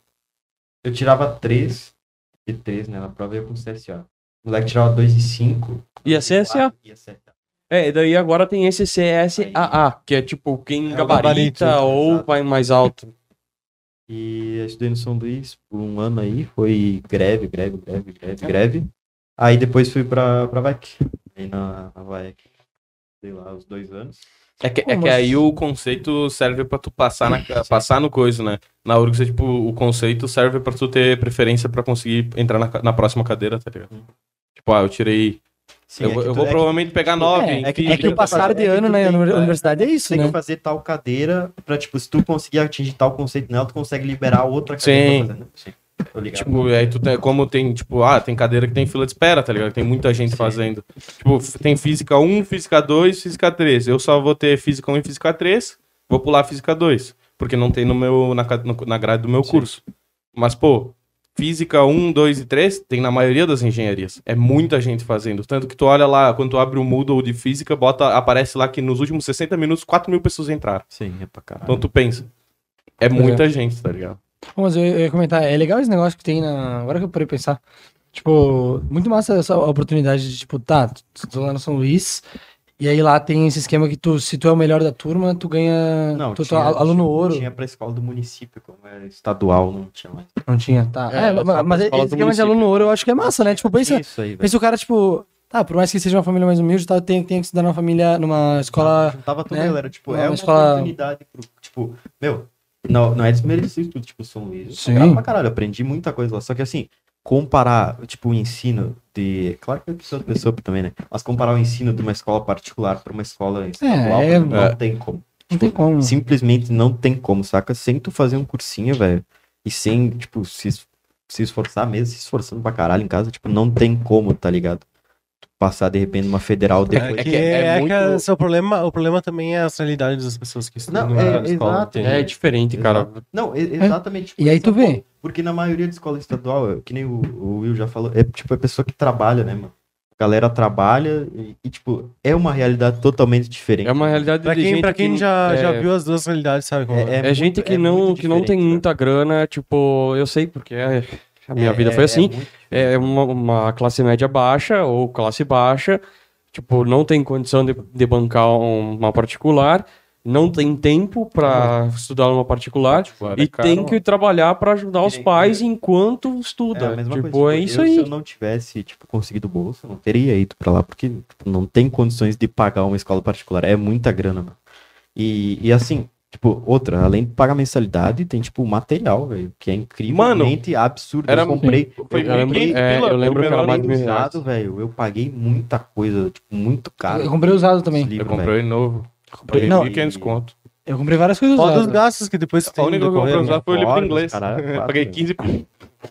eu tirava três de três, né? Na prova eu ia com C S A. O moleque tirava dois e cinco. Ia C S A. Ia C S A. É, e daí agora tem esse C S A A, que é tipo quem É o gabarita gabarito, ou exato. vai mais alto. E eu estudei no São Luís por um ano aí, foi greve, greve, greve, greve, greve. Aí depois fui pra, pra V A C. Aí na, na V A C, sei lá, os dois anos. É que, é Como que aí assim? o conceito serve pra tu passar, na, passar no coisa, né? Na URGS, tipo, o conceito serve pra tu ter preferência pra conseguir entrar na, ca- na próxima cadeira, tá ligado? Tipo, ah, eu tirei... Sim, eu é vou, que eu tu- vou é que- provavelmente pegar nove, É, em é que- É que física, o passar é de que ano tu na tem- uni- é, universidade é isso, Tem né? que fazer tal cadeira pra, tipo, se tu conseguir atingir tal conceito nela, tu consegue liberar outra cadeira Sim. pra fazer, né? Sim. Tô ligado. Tipo, aí tu tem, como tem, tipo, ah, tem cadeira que tem fila de espera, tá ligado? Tem muita gente Sim. fazendo. Tipo, f- tem física um, física dois, física três. Eu só vou ter física um e física três, vou pular física dois, porque não tem no meu, na, ca- no- na grade do meu Sim. curso. Mas, pô, física um, dois e três tem na maioria das engenharias. É muita gente fazendo. Tanto que tu olha lá, quando tu abre o Moodle de física, bota, aparece lá que nos últimos sessenta minutos, quatro mil pessoas entraram. Sim, é pra caralho. Então tu pensa, é muita gente, tá ligado? Bom, mas eu, eu ia comentar, é legal esse negócio que tem na. Agora que eu parei de pensar. Tipo, muito massa essa oportunidade de, tipo, tá, tu tô lá no São Luís, e aí lá tem esse esquema que tu, se tu é o melhor da turma, tu ganha. Não, tu, tu tinha, é aluno tinha, ouro. Tinha pra escola do município, como era estadual, não tinha mais. Não tinha, tá. É, É, era só mas, pra mas escola esse do esquema de município. aluno ouro eu acho que é massa, né? Tipo, pensa, Isso aí, velho. pensa o cara, tipo, tá, por mais que seja uma família mais humilde, tá, tem, tem que estudar numa família, numa escola. Juntava toda né? a galera, tipo, Uma é uma escola- oportunidade pro, tipo, meu, não, não é desmerecer isso tudo, tipo, São Luís. Eu sou Sim. grato pra caralho, eu aprendi muita coisa lá, só que assim, comparar, tipo, o ensino de, claro que é pessoa, pessoa também, né, mas comparar o ensino de uma escola particular pra uma escola estadual, é- não é. tem como. Não tem como. Simplesmente não tem como, saca? Sem tu fazer um cursinho, velho, e sem, tipo, se, es- se esforçar mesmo, se esforçando pra caralho em casa, tipo, não tem como, tá ligado? Tu passar, de repente, numa federal depois. É que que é é, muito- que esse é o problema, o problema também é as realidades das pessoas que estudam Não, na é, escola. exato. entende? É diferente, cara. Exato. Não, e- exatamente. E aí tu Porque, vê. Porque na maioria de escola estadual, é, que nem o, o Will já falou, é tipo a pessoa que trabalha, né, mano? A galera trabalha e, e, tipo, é uma realidade totalmente diferente. É uma realidade Pra de quem, gente pra quem que, já, é, já viu as duas realidades, sabe como é? É, gente que, é não, muito que não tem diferente, muita grana, tipo, eu sei porque é- a minha É- vida é- foi assim. muito diferente. É uma, uma classe média baixa ou classe baixa, tipo, não tem condição de, de bancar um- uma particular, não tem tempo pra estudar numa particular, Particular é e caro, tem ó. que trabalhar pra ajudar os nem- pais enquanto estuda. É a mesma tipo, coisa. é tipo, isso eu, Se aí. eu não tivesse, tipo, conseguido bolsa, eu não teria ido pra lá, porque tipo, não tem condições de pagar uma escola particular. É muita grana, mano. E, e assim, tipo, outra, além de pagar mensalidade, tem, tipo, material, velho, que é incrivelmente absurdo. era- eu comprei, foi eu Eu lembro, comprei é, eu lembro que era mais de mil reais. usado, velho. Eu paguei muita coisa, tipo, muito caro. Eu comprei usado também. os Eu livros, comprei velho. novo. Comprei Não, mil e quinhentos conto. Eu comprei várias coisas Fora usadas. dos gastos que depois tu A tem única no que eu comprei decorrer, né? usado foi o livro Fora, inglês. caralho, quatro, Paguei velho. quinze pila.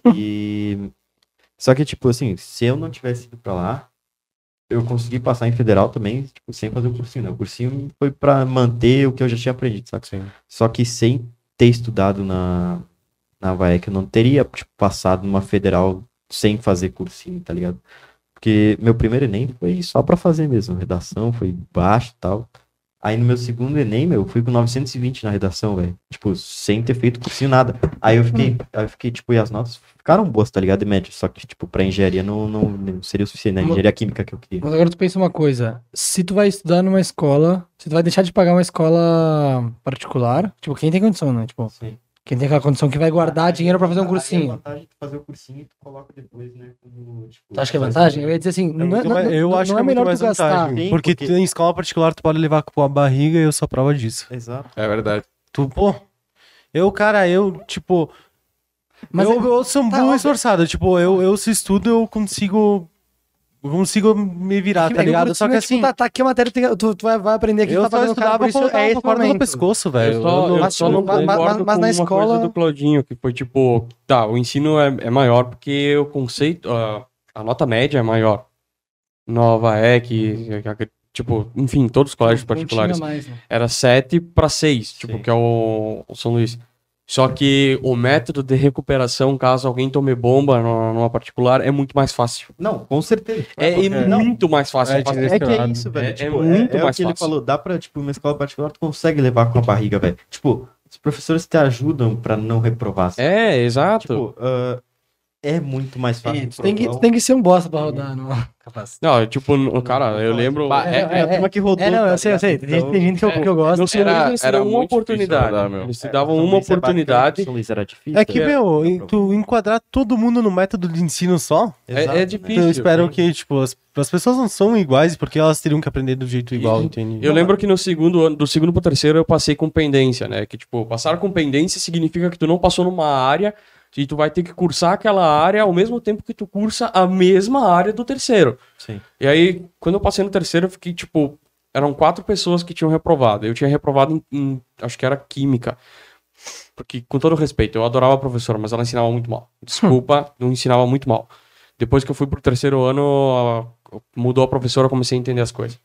E. Só que, tipo, assim, se eu não tivesse ido pra lá, eu consegui passar em federal também, tipo, sem fazer o cursinho, né? O cursinho foi pra manter o que eu já tinha aprendido, sabe? Sim. Só que sem ter estudado na, na V A E C, eu não teria, tipo, passado numa federal sem fazer cursinho, tá ligado? Porque meu primeiro Enem foi só pra fazer mesmo, redação, foi baixo e tal. Aí no meu segundo Enem, meu, eu fui com novecentos e vinte na redação, velho. Tipo, sem ter feito cursinho, nada. Aí eu fiquei, aí eu fiquei, tipo, e as notas ficaram boas, tá ligado? De média. Só que, tipo, pra engenharia não, não, não seria o suficiente, né? Engenharia química que eu queria. Mas agora tu pensa uma coisa, se tu vai estudar numa escola, se tu vai deixar de pagar uma escola particular, tipo, quem tem condição, né? Tipo, Sim. quem tem aquela condição que vai guardar dinheiro pra fazer um Aí é cursinho. vantagem de fazer o cursinho e tu coloca depois, né? Como, tipo, Tu acha que é vantagem? Eu ia dizer assim, É não, é- muito não, mais- eu não- acho não que é é muito melhor mais tu gastar. vantagem. Sim, Porque, porque- em escola particular tu pode levar com a barriga e eu sou prova disso. Exato. É verdade. Tu, pô. Eu, cara, eu, tipo. Mas eu, é- eu sou um tá, burro ó, esforçado. Tipo, eu, eu se estudo, eu consigo. Eu consigo me virar, tá É que ligado? o Só que cursinho é, tipo, assim. tá, tá aqui a matéria, tem- tu, tu vai, vai aprender aqui, Eu tu tá só fazendo cara, estudava por isso com, é esse com a corda no momento. pescoço, velho. Eu só, Eu não- eu mas, só tipo, não mas- mas- concordo mas com na uma escola- coisa do Claudinho, que foi tipo, tá, o ensino é, é maior porque o conceito, a, a nota média é maior. Nova E C, que- tipo, enfim, todos os colégios Não tinha particulares. mais, né? Era sete para seis, tipo, Sim. que é o, o São Luís. Só que o método de recuperação, caso alguém tome bomba numa, numa particular, é muito mais fácil. Não, com certeza. É, Porque- não, muito mais fácil. É, Fácil. É que é isso, velho. É- é tipo, muito é, é mais o que ele fácil. falou. Dá pra, tipo, uma escola particular, tu consegue levar com a barriga, velho. Tipo, os professores te ajudam pra não reprovar. sabe? É, exato. Tipo, ah, é muito mais fácil. É, de tu, tem que, provar tu tem que ser um bosta pra rodar no capaz. Não, tipo, no- cara, eu lembro. Bah, É, É, a turma que rodou. É, não, tá eu sei, eu sei. ligado? Tem, gente- tem gente que eu, que eu gosto. No São Era- Luís eles era davam uma muito difícil oportunidade. rodar, meu. Eles te É, davam São uma Luís é bacana, oportunidade. São Luís era difícil. É que, meu, em- tu enquadrar todo mundo no método de ensino só, É, Exato, é né? difícil. eu espero que, tipo, as, as pessoas não são iguais porque elas teriam que aprender do jeito igual, entende? Eu lembro que no segundo ano, do segundo pro terceiro, eu passei com pendência, né? Que, tipo, passar com pendência significa que tu não passou numa área e tu vai ter que cursar aquela área ao mesmo tempo que tu cursa a mesma área do terceiro. Sim. E aí, quando eu passei no terceiro, eu fiquei, tipo, eram quatro pessoas que tinham reprovado. Eu tinha reprovado em, em- acho que era química. Porque, com todo respeito, eu adorava a professora, mas ela ensinava muito mal. Desculpa, não ensinava muito mal. Depois que eu fui pro terceiro ano, a- mudou a professora, eu comecei a entender as coisas.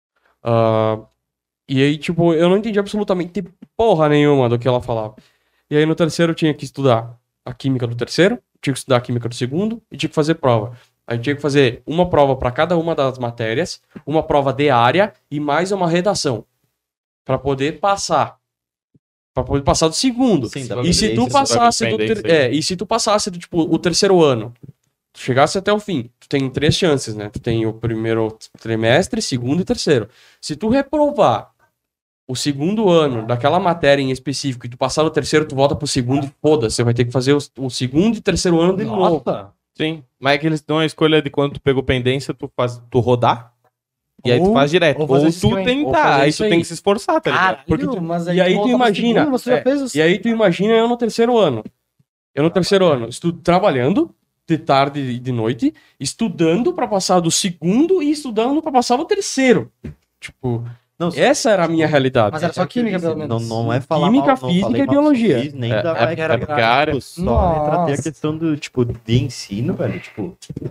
Ah, e aí, tipo, eu não entendi absolutamente porra nenhuma do que ela falava. E aí, no terceiro, eu tinha que estudar a química do terceiro, tinha que estudar a química do segundo e tinha que fazer prova. Aí tinha que fazer uma prova para cada uma das matérias, uma prova de área e mais uma redação. Para poder passar. Para poder passar do segundo. Sim, dá E se tu pendência, passasse do pendência ter... aí. é, e se tu passasse do tipo o terceiro ano, tu chegasse até o fim, tu tem três chances, né? Tu tem o primeiro trimestre, segundo e terceiro. Se tu reprovar o segundo ano daquela matéria em específico e tu passar no terceiro, tu volta pro segundo e foda, você vai ter que fazer o, o segundo e terceiro ano de novo. Nossa. Sim. Mas é que eles dão a escolha de quando tu pegou pendência, tu faz, tu rodar. E aí tu Ou- faz direto. ou Ou, fazer esse tu esquema aí. Ou tentar. fazer Aí isso tu aí. tem que se esforçar, tá ligado? Caralho, Porque tu- mas e aí tu volta pro imagina, segundo, mas tu já é, fez os... E aí tu imagina eu no terceiro ano. Eu no terceiro ano, estudo trabalhando de tarde e de noite, estudando pra passar do segundo e estudando pra passar do terceiro. Tipo, Não, essa era a minha realidade. Mas era só química, pelo Não, menos. não é falar Química, mal, não física falei e mal do biologia. Luiz, nem É, da é Vai, porque- é porque a área- tipo, só entra até a Nossa. questão do, tipo, de ensino, velho, tipo...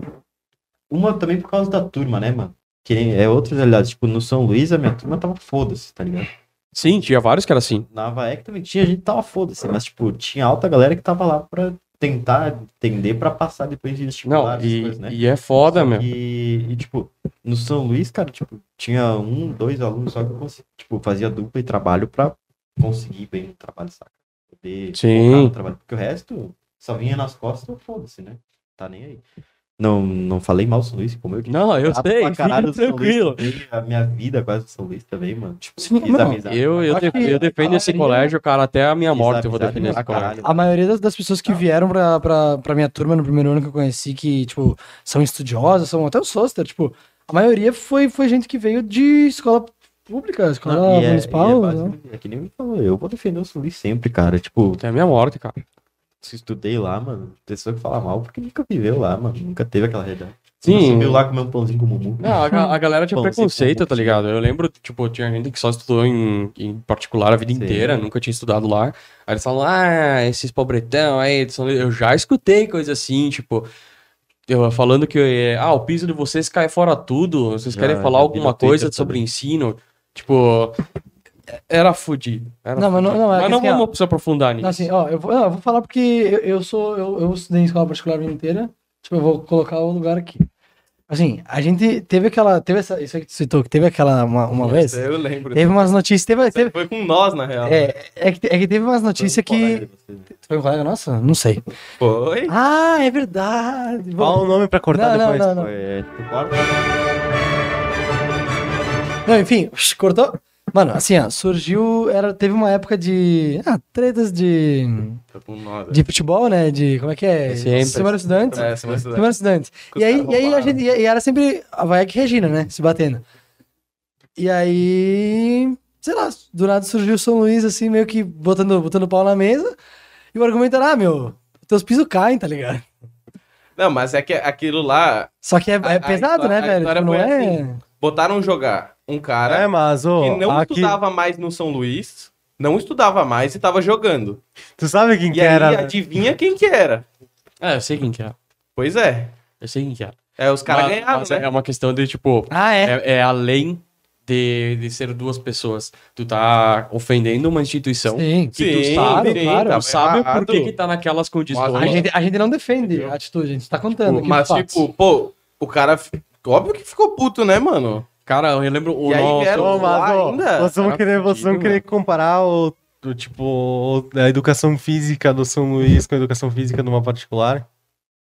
Uma também por causa da turma, né, mano? Que nem- é outra realidade, tipo, no São Luís a minha turma tava foda-se, tá ligado? Sim, tinha vários que era assim. Na Avaec também tinha, a gente tava foda-se, mas, tipo, tinha alta galera que tava lá pra tentar entender pra passar depois de Não, vestibular, essas e, coisas, né? e é foda, Só meu. que- e, tipo, no São Luís, cara, tipo, tinha um, dois alunos só que eu consegui, tipo, fazia dupla e trabalho pra conseguir bem o trabalho, saca? Poder Sim. focar no trabalho. Porque o resto só vinha nas costas, foda-se, né? Tá nem aí. Não, não falei mal do São Luís, como eu disse. Não, eu Grato sei, pra caralho fica do São Luís tranquilo. também, a minha vida quase do São Luís também, mano. Tipo, Sim, fiz não, amizade. Eu, eu, Acho def- que eu defendo a esse maioria- colégio, cara, até a minha Fiz morte eu vou amizade defender pra esse colégio. caralho. A maioria das, das pessoas que vieram pra, pra, pra minha turma no primeiro ano que eu conheci, que, tipo, são estudiosas, são até o Soster, tipo, a maioria foi, foi gente que veio de escola pública, escola Não, e é- municipal. e é né? base- é que nem me falou, eu vou defender o São Luís sempre, cara. Tipo, Até a minha morte, cara. se estudei lá, mano, pessoa que fala mal porque nunca viveu lá, mano. Nunca teve aquela realidade. Sim. Sim. Subiu lá comer um pãozinho com o Mumu. Não, a, ga- a galera tinha Pão, preconceito, sim, tá ligado? Eu lembro, tipo, tinha gente que só estudou em, em particular a vida Sim. inteira, nunca tinha estudado lá. Aí eles falam, ah, esses pobretão aí, eles são- eu já escutei coisa assim, tipo, eu falando que, eh, ah, o piso de vocês cai fora tudo, vocês Já- querem falar já vi alguma no Twitter coisa sobre também. ensino, tipo, era fudido. Era Não, mas não- fudido. não, é mas que não assim, ó, vamos se aprofundar nisso. Não, assim, ó, eu vou, não, eu vou falar porque eu, eu sou, eu, eu estudei em escola particular a vida inteira, tipo, eu vou colocar o lugar aqui. Assim, a gente teve aquela, teve essa, isso aí que tu citou, que teve aquela, uma, uma vez, Eu lembro. teve umas notícias, teve, teve, Foi com nós, na real. é, é, que, é que teve umas notícias que... Foi um colega nosso? Não sei. Foi. Ah, é verdade. Fala o nome pra cortar Não, não, depois. não, não. Foi, tu corta? Não, enfim, cortou. Mano, assim, ó, surgiu, era, teve uma época de, ah, tretas de, Foi com nós. de futebol, né, de, como é que é? Sempre. Semana Estudante. É, semana estudante. Semana Estudante. Que E os aí, caras e aí a roubaram. gente, e era sempre a Vaec e Regina, né, se batendo. E aí, sei lá, do nada surgiu o São Luís, assim, meio que botando, botando pau na mesa, e o argumento era, ah, meu, teus pisos caem, tá ligado? Não, mas é que aquilo lá, Só que é, é A- a pesado, história- né, a velho? história Tipo, não foi é... assim. botaram jogar um cara É, mas, ô, que não aqui, estudava mais no São Luís, não estudava mais e tava jogando. tu sabe quem E que aí, era? adivinha quem que era? É, eu sei quem que é. Pois é. Eu sei quem que é. É, os caras Mas- ganharam, mas né? é uma questão de, tipo, Ah, é? é, é além de, de ser duas pessoas. Tu tá ofendendo uma instituição Sim. que tu Sim, sabe, sim, claro, tava tu sabe errado. por que que tá naquelas condições. A gente, a gente não defende a atitude, a gente tá contando. aqui Mas, os fatos. tipo, pô, o cara... fi- Óbvio que ficou puto, né, mano? Cara, eu lembro o E aí nosso... vieram- Ô, mas, ô, ainda? vocês vão Era querer, vocês vão fudido, querer mano. comparar o, o, tipo, a educação física do São Luís com a educação física de uma particular?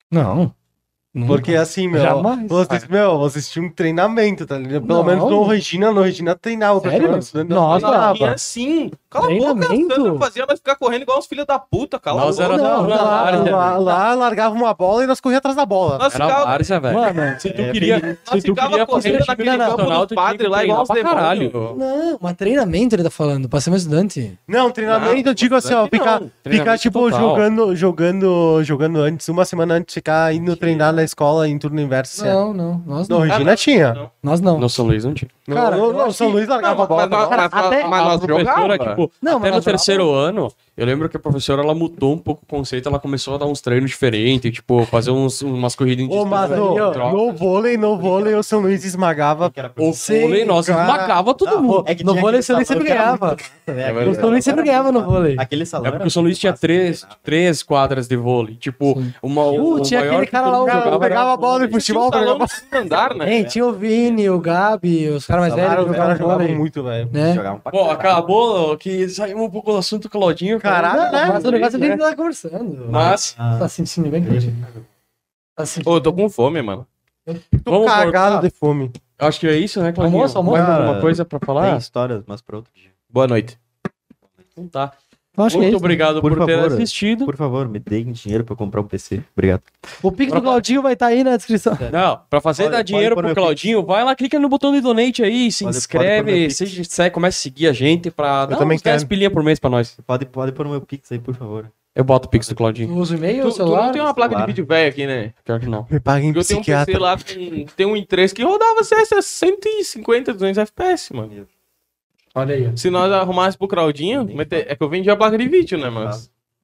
Não. Nunca. Porque assim, meu, Jamais. vocês, meu, vocês tinham um treinamento, tá ligado? Pelo Não. menos no Regina, no Regina treinava. Sério? pra estudante, Nossa. treinava. Tinha assim. Cala a boca, Treinamento? Sandra fazia nós ficar correndo igual uns filhos da puta, cala a Nós boca. era Não, da não, Lá, várzea. lá, lá largava uma bola e nós corríamos atrás da bola. Nós Era ficava, várzea, velho. Mano, Se tu É, queria, nós se tu ficava queria correndo fazer naquele time campo nacional, dos tu tinha padres que lá igual treinar uns pra caralho. demônios. não, mas treinamento ele tá falando, pra ser meu estudante. Não, treinamento, Não, eu digo assim, ó, não. ficar, Treinamento ficar tipo, total. jogando, jogando, jogando antes, uma semana antes, ficar indo treinar na escola em turno inverso. Não, não, nós Não, não. Regina tinha. Não. Nós não. No São Luís não tinha. Não, Cara, não, eu não, acho São que- Luís largava a bola. Mas, mas, mas, até mas a nós professora, jogava. tipo, Não, até mas no nós terceiro ano, eu lembro que a professora, ela mudou um pouco o conceito, ela começou a dar uns treinos diferentes, tipo, fazer uns, umas corridas em Ô, mas distância, ô, troca. no vôlei, no vôlei, o São Luís esmagava. O Sim, vôlei, nossa, cara. esmagava todo mundo. É que No tinha vôlei aquele o São Luís salão sempre que era ganhava. muito massa, velho. É Aquele verdade. O São Luís sempre salão ganhava no era- vôlei. Aquele salão É era porque o São Luís muito tinha massa, três, né? três quadras de vôlei. Tipo, Sim. uma. Uh, o tinha maior aquele que cara todo lá, mundo o cara jogava era pegava a bola vôlei. e futebol, Tinha um salão pegava- no segundo andar, né? Hein, tinha o Vini, o Gabi, os caras mais Cara, velhos os que caras jogavam jogavam vôlei, muito, velho. né? Jogavam pra Pô, caralho. acabou que saímos um pouco do assunto Claudinho. Caralho, falando- né? Mas o negócio é né? nem estar conversando. Mas, Ah, Tá sentindo bem, Claudinho? Tá sentindo Ô, eu tô com fome, mano. Tô vamos cagado voltar? de fome. Acho que é isso, né, Claudinho? Almoço, almoço. Mais Cara, alguma coisa pra tem falar? histórias, mas pra outro dia. Boa noite. Não tá. Eu acho que é Muito isso. obrigado por, Por ter favor. assistido. Por favor, me deem dinheiro pra eu comprar um P C. Obrigado. O pique do Claudinho vai estar aí na descrição. Não, pra fazer Pode- dar pode dinheiro pôr pro meu Claudinho, vai lá, clica no botão de donate aí, se Pode- pode pôr meu inscreve, Pix. seja, segue, começa a seguir a gente pra dar também uns dez quero. pilinha por mês pra nós. Pode, pode pôr o meu Pix aí, por favor. Eu boto o Pix do Tu Claudinho. usa o e-mail Tu, ou tu celular? não tem uma placa de Celular. vídeo velha aqui, né? Pior que não. Me paguem Porque eu tenho um P C psiquiatra. lá, com, tem um i três que rodava C S a cento e cinquenta, duzentos F P S, mano. Olha aí. Se nós arrumássemos pro Claudinho, Nem mete- é que eu vendi a placa de vídeo, né, mano?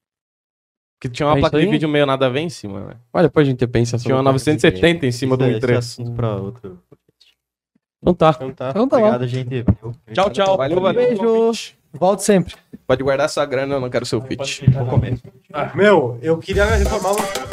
Porque tinha uma É placa isso de aí? vídeo meio nada a ver em cima, né? Mas depois a gente pensa sobre Tinha uma novecentos e setenta em cima do Esse- i esse três. assunto pra outro. Então tá. Então tá. Então tá bom. Obrigado, gente. Tchau, tchau. Valeu, valeu. Beijo. Volto sempre. Pode guardar sua grana, eu não quero seu fit. Vou comer. Meu, eu queria informar uma...